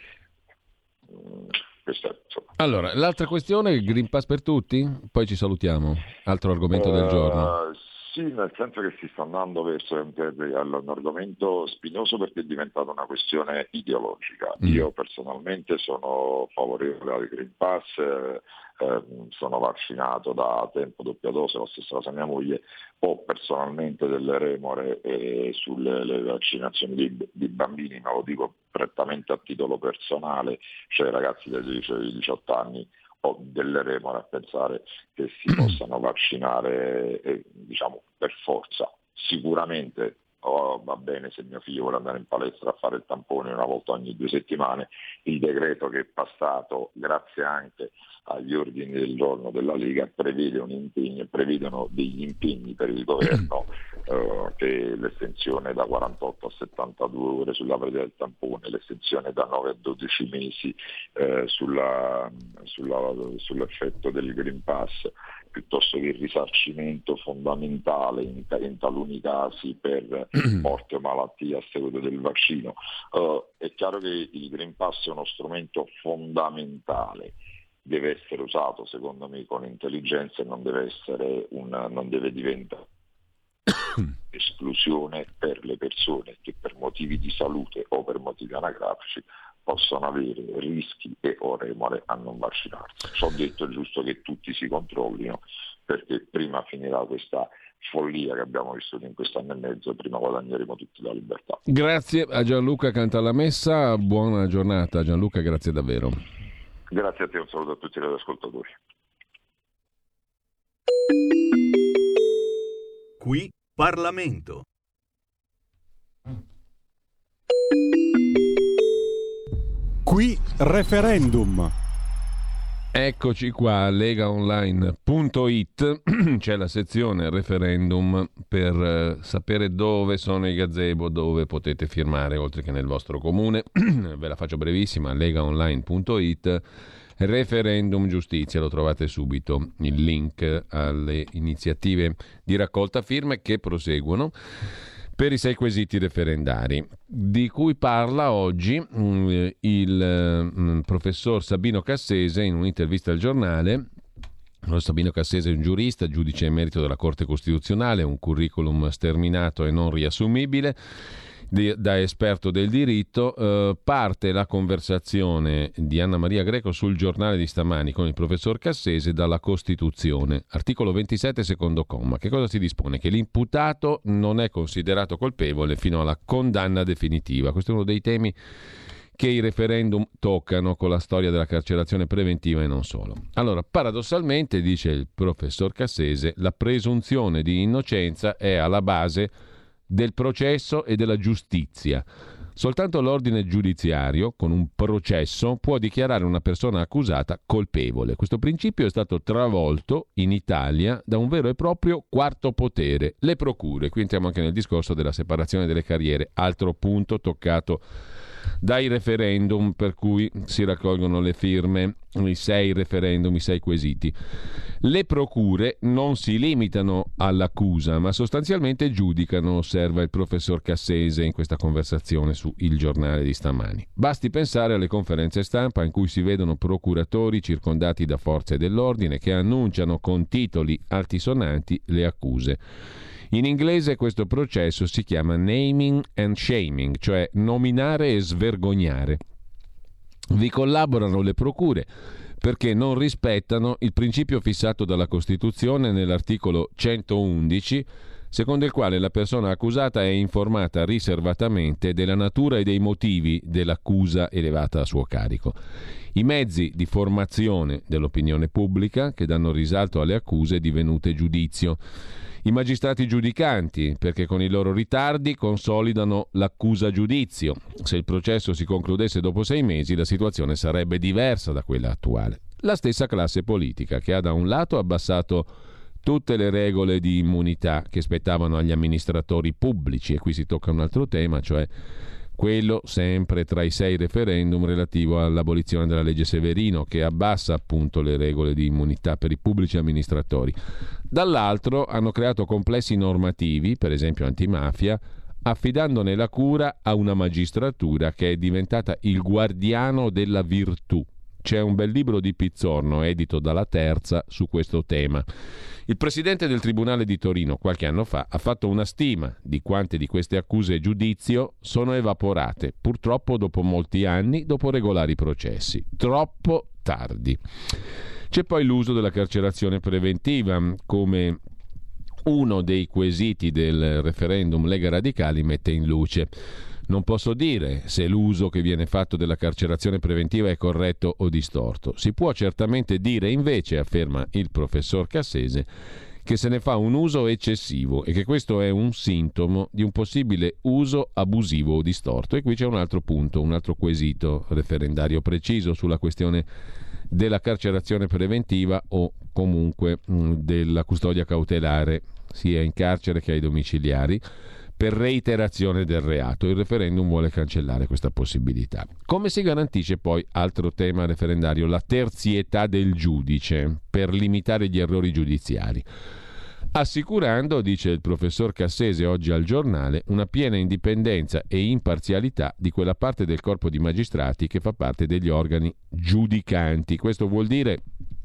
um, questo è, allora, l'altra questione è il Green Pass per tutti? Poi ci salutiamo. Altro argomento uh, del giorno. Sì, nel senso che si sta andando verso un argomento spinoso perché è diventata una questione ideologica. Mm. Io personalmente sono favorevole al Green Pass, eh, eh, sono vaccinato da tempo doppia dose, la stessa cosa mia moglie. Ho personalmente delle remore eh, sulle le vaccinazioni di, di bambini, ma lo dico prettamente a titolo personale, cioè ragazzi dai diciotto anni. Ho delle remore a pensare che si possano vaccinare eh, diciamo per forza. Sicuramente oh, va bene se mio figlio vuole andare in palestra a fare il tampone una volta ogni due settimane. Il decreto che è passato, grazie anche agli ordini del giorno della Lega, prevede un impegno, prevedono degli impegni per il governo, eh, che l'estensione da quarantotto a settantadue ore sulla pratica del tampone, l'estensione da nove a dodici mesi eh, sulla, sulla, sull'effetto del Green Pass, piuttosto che il risarcimento fondamentale in, in taluni casi per morte o malattia a seguito del vaccino. Uh, è chiaro che il Green Pass è uno strumento fondamentale, deve essere usato secondo me con intelligenza e non deve essere un, non deve diventare esclusione per le persone che per motivi di salute o per motivi anagrafici possono avere rischi e o remore a non vaccinarsi. Ci ho detto, è giusto che tutti si controllino, perché prima finirà questa follia che abbiamo vissuto in quest'anno e mezzo, prima guadagneremo tutti la libertà. Grazie a Gianluca Cantalamessa, buona giornata Gianluca, grazie davvero. Grazie a te, un saluto a tutti gli ascoltatori. Qui Parlamento. Qui referendum. Eccoci qua, legaonline punto it, c'è la sezione referendum per eh, sapere dove sono i gazebo, dove potete firmare oltre che nel vostro comune. Ve la faccio brevissima, legaonline punto it, referendum giustizia, lo trovate subito, il link alle iniziative di raccolta firme che proseguono per i sei quesiti referendari, di cui parla oggi mh, il mh, professor Sabino Cassese in un'intervista al giornale. Sabino Cassese è un giurista, giudice emerito della Corte Costituzionale, un curriculum sterminato e non riassumibile. Da esperto del diritto, eh, parte la conversazione di Anna Maria Greco sul giornale di stamani con il professor Cassese dalla Costituzione. Articolo ventisette, secondo comma. Che cosa si dispone? Che l'imputato non è considerato colpevole fino alla condanna definitiva. Questo è uno dei temi che i referendum toccano con la storia della carcerazione preventiva e non solo. Allora, paradossalmente, dice il professor Cassese, la presunzione di innocenza è alla base del processo e della giustizia. Soltanto l'ordine giudiziario, con un processo, può dichiarare una persona accusata colpevole. Questo principio è stato travolto in Italia da un vero e proprio quarto potere, le procure. Qui entriamo anche nel discorso della separazione delle carriere, altro punto toccato dai referendum per cui si raccolgono le firme, i sei referendum, i sei quesiti. Le procure non si limitano all'accusa, ma sostanzialmente giudicano, osserva il professor Cassese in questa conversazione su Il Giornale di stamani. Basti pensare alle conferenze stampa in cui si vedono procuratori circondati da forze dell'ordine che annunciano con titoli altisonanti le accuse. In inglese questo processo si chiama naming and shaming, cioè nominare e svergognare. Vi collaborano le procure perché non rispettano il principio fissato dalla Costituzione nell'articolo centoundici, secondo il quale la persona accusata è informata riservatamente della natura e dei motivi dell'accusa elevata a suo carico. I mezzi di formazione dell'opinione pubblica che danno risalto alle accuse divenute giudizio. I magistrati giudicanti, perché con i loro ritardi consolidano l'accusa giudizio. Se il processo si concludesse dopo sei mesi, la situazione sarebbe diversa da quella attuale. La stessa classe politica, che ha da un lato abbassato tutte le regole di immunità che spettavano agli amministratori pubblici, e qui si tocca un altro tema, cioè quello sempre tra i sei referendum relativo all'abolizione della legge Severino, che abbassa appunto le regole di immunità per i pubblici amministratori. Dall'altro hanno creato complessi normativi, per esempio antimafia, affidandone la cura a una magistratura che è diventata il guardiano della virtù. C'è un bel libro di Pizzorno, edito dalla Terza, su questo tema. Il presidente del Tribunale di Torino, qualche anno fa, ha fatto una stima di quante di queste accuse giudizio sono evaporate, purtroppo dopo molti anni, dopo regolari processi. Troppo tardi. C'è poi l'uso della carcerazione preventiva, come uno dei quesiti del referendum Lega Radicali mette in luce. Non posso dire se l'uso che viene fatto della carcerazione preventiva è corretto o distorto. Si può certamente dire invece, afferma il professor Cassese, che se ne fa un uso eccessivo e che questo è un sintomo di un possibile uso abusivo o distorto. E qui c'è un altro punto, un altro quesito referendario preciso sulla questione della carcerazione preventiva o comunque mh, della custodia cautelare, sia in carcere che ai domiciliari, per reiterazione del reato. Il referendum vuole cancellare questa possibilità. Come si garantisce poi, altro tema referendario, la terzietà del giudice per limitare gli errori giudiziari? Assicurando, dice il professor Cassese oggi al giornale, una piena indipendenza e imparzialità di quella parte del corpo di magistrati che fa parte degli organi giudicanti. Questo vuol dire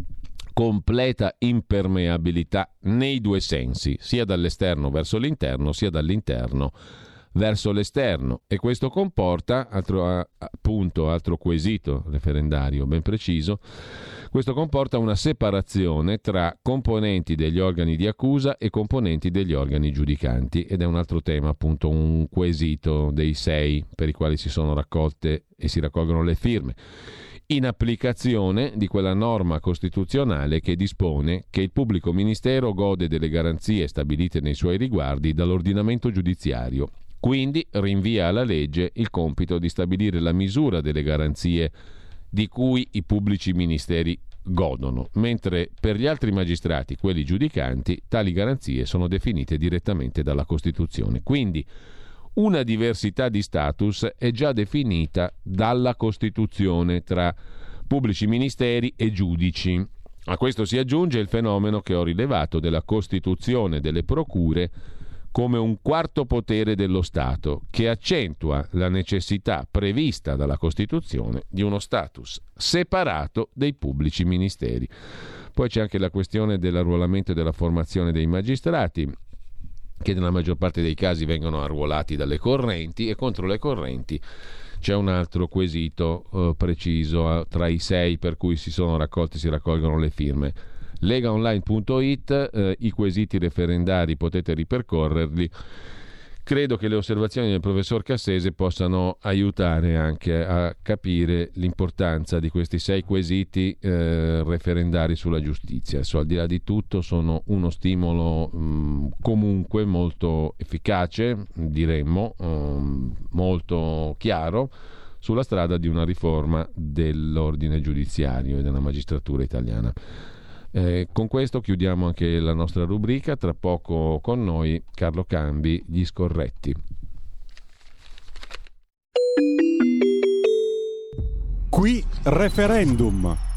completa impermeabilità nei due sensi, sia dall'esterno verso l'interno, sia dall'interno verso l'esterno, e questo comporta, altro punto, altro quesito referendario ben preciso, questo comporta una separazione tra componenti degli organi di accusa e componenti degli organi giudicanti, ed è un altro tema, appunto un quesito dei sei per i quali si sono raccolte e si raccolgono le firme, in applicazione di quella norma costituzionale che dispone che il pubblico ministero gode delle garanzie stabilite nei suoi riguardi dall'ordinamento giudiziario. Quindi rinvia alla legge il compito di stabilire la misura delle garanzie di cui i pubblici ministeri godono, mentre per gli altri magistrati, quelli giudicanti, tali garanzie sono definite direttamente dalla Costituzione. Quindi una diversità di status è già definita dalla Costituzione tra pubblici ministeri e giudici. A questo si aggiunge il fenomeno che ho rilevato della costituzione delle procure come un quarto potere dello Stato, che accentua la necessità prevista dalla Costituzione di uno status separato dei pubblici ministeri. Poi c'è anche la questione dell'arruolamento e della formazione dei magistrati, che nella maggior parte dei casi vengono arruolati dalle correnti, e contro le correnti c'è un altro quesito eh, preciso eh, tra i sei per cui si sono raccolti, si raccolgono le firme. legaonline punto it, eh, i quesiti referendari potete ripercorrerli. Credo che le osservazioni del professor Cassese possano aiutare anche a capire l'importanza di questi sei quesiti eh, referendari sulla giustizia. Adesso, al di là di tutto, sono uno stimolo mh, comunque molto efficace, diremmo, um, molto chiaro, sulla strada di una riforma dell'ordine giudiziario e della magistratura italiana. Eh, con questo chiudiamo anche la nostra rubrica. Tra poco con noi Carlo Cambi, Gli Scorretti. Qui referendum.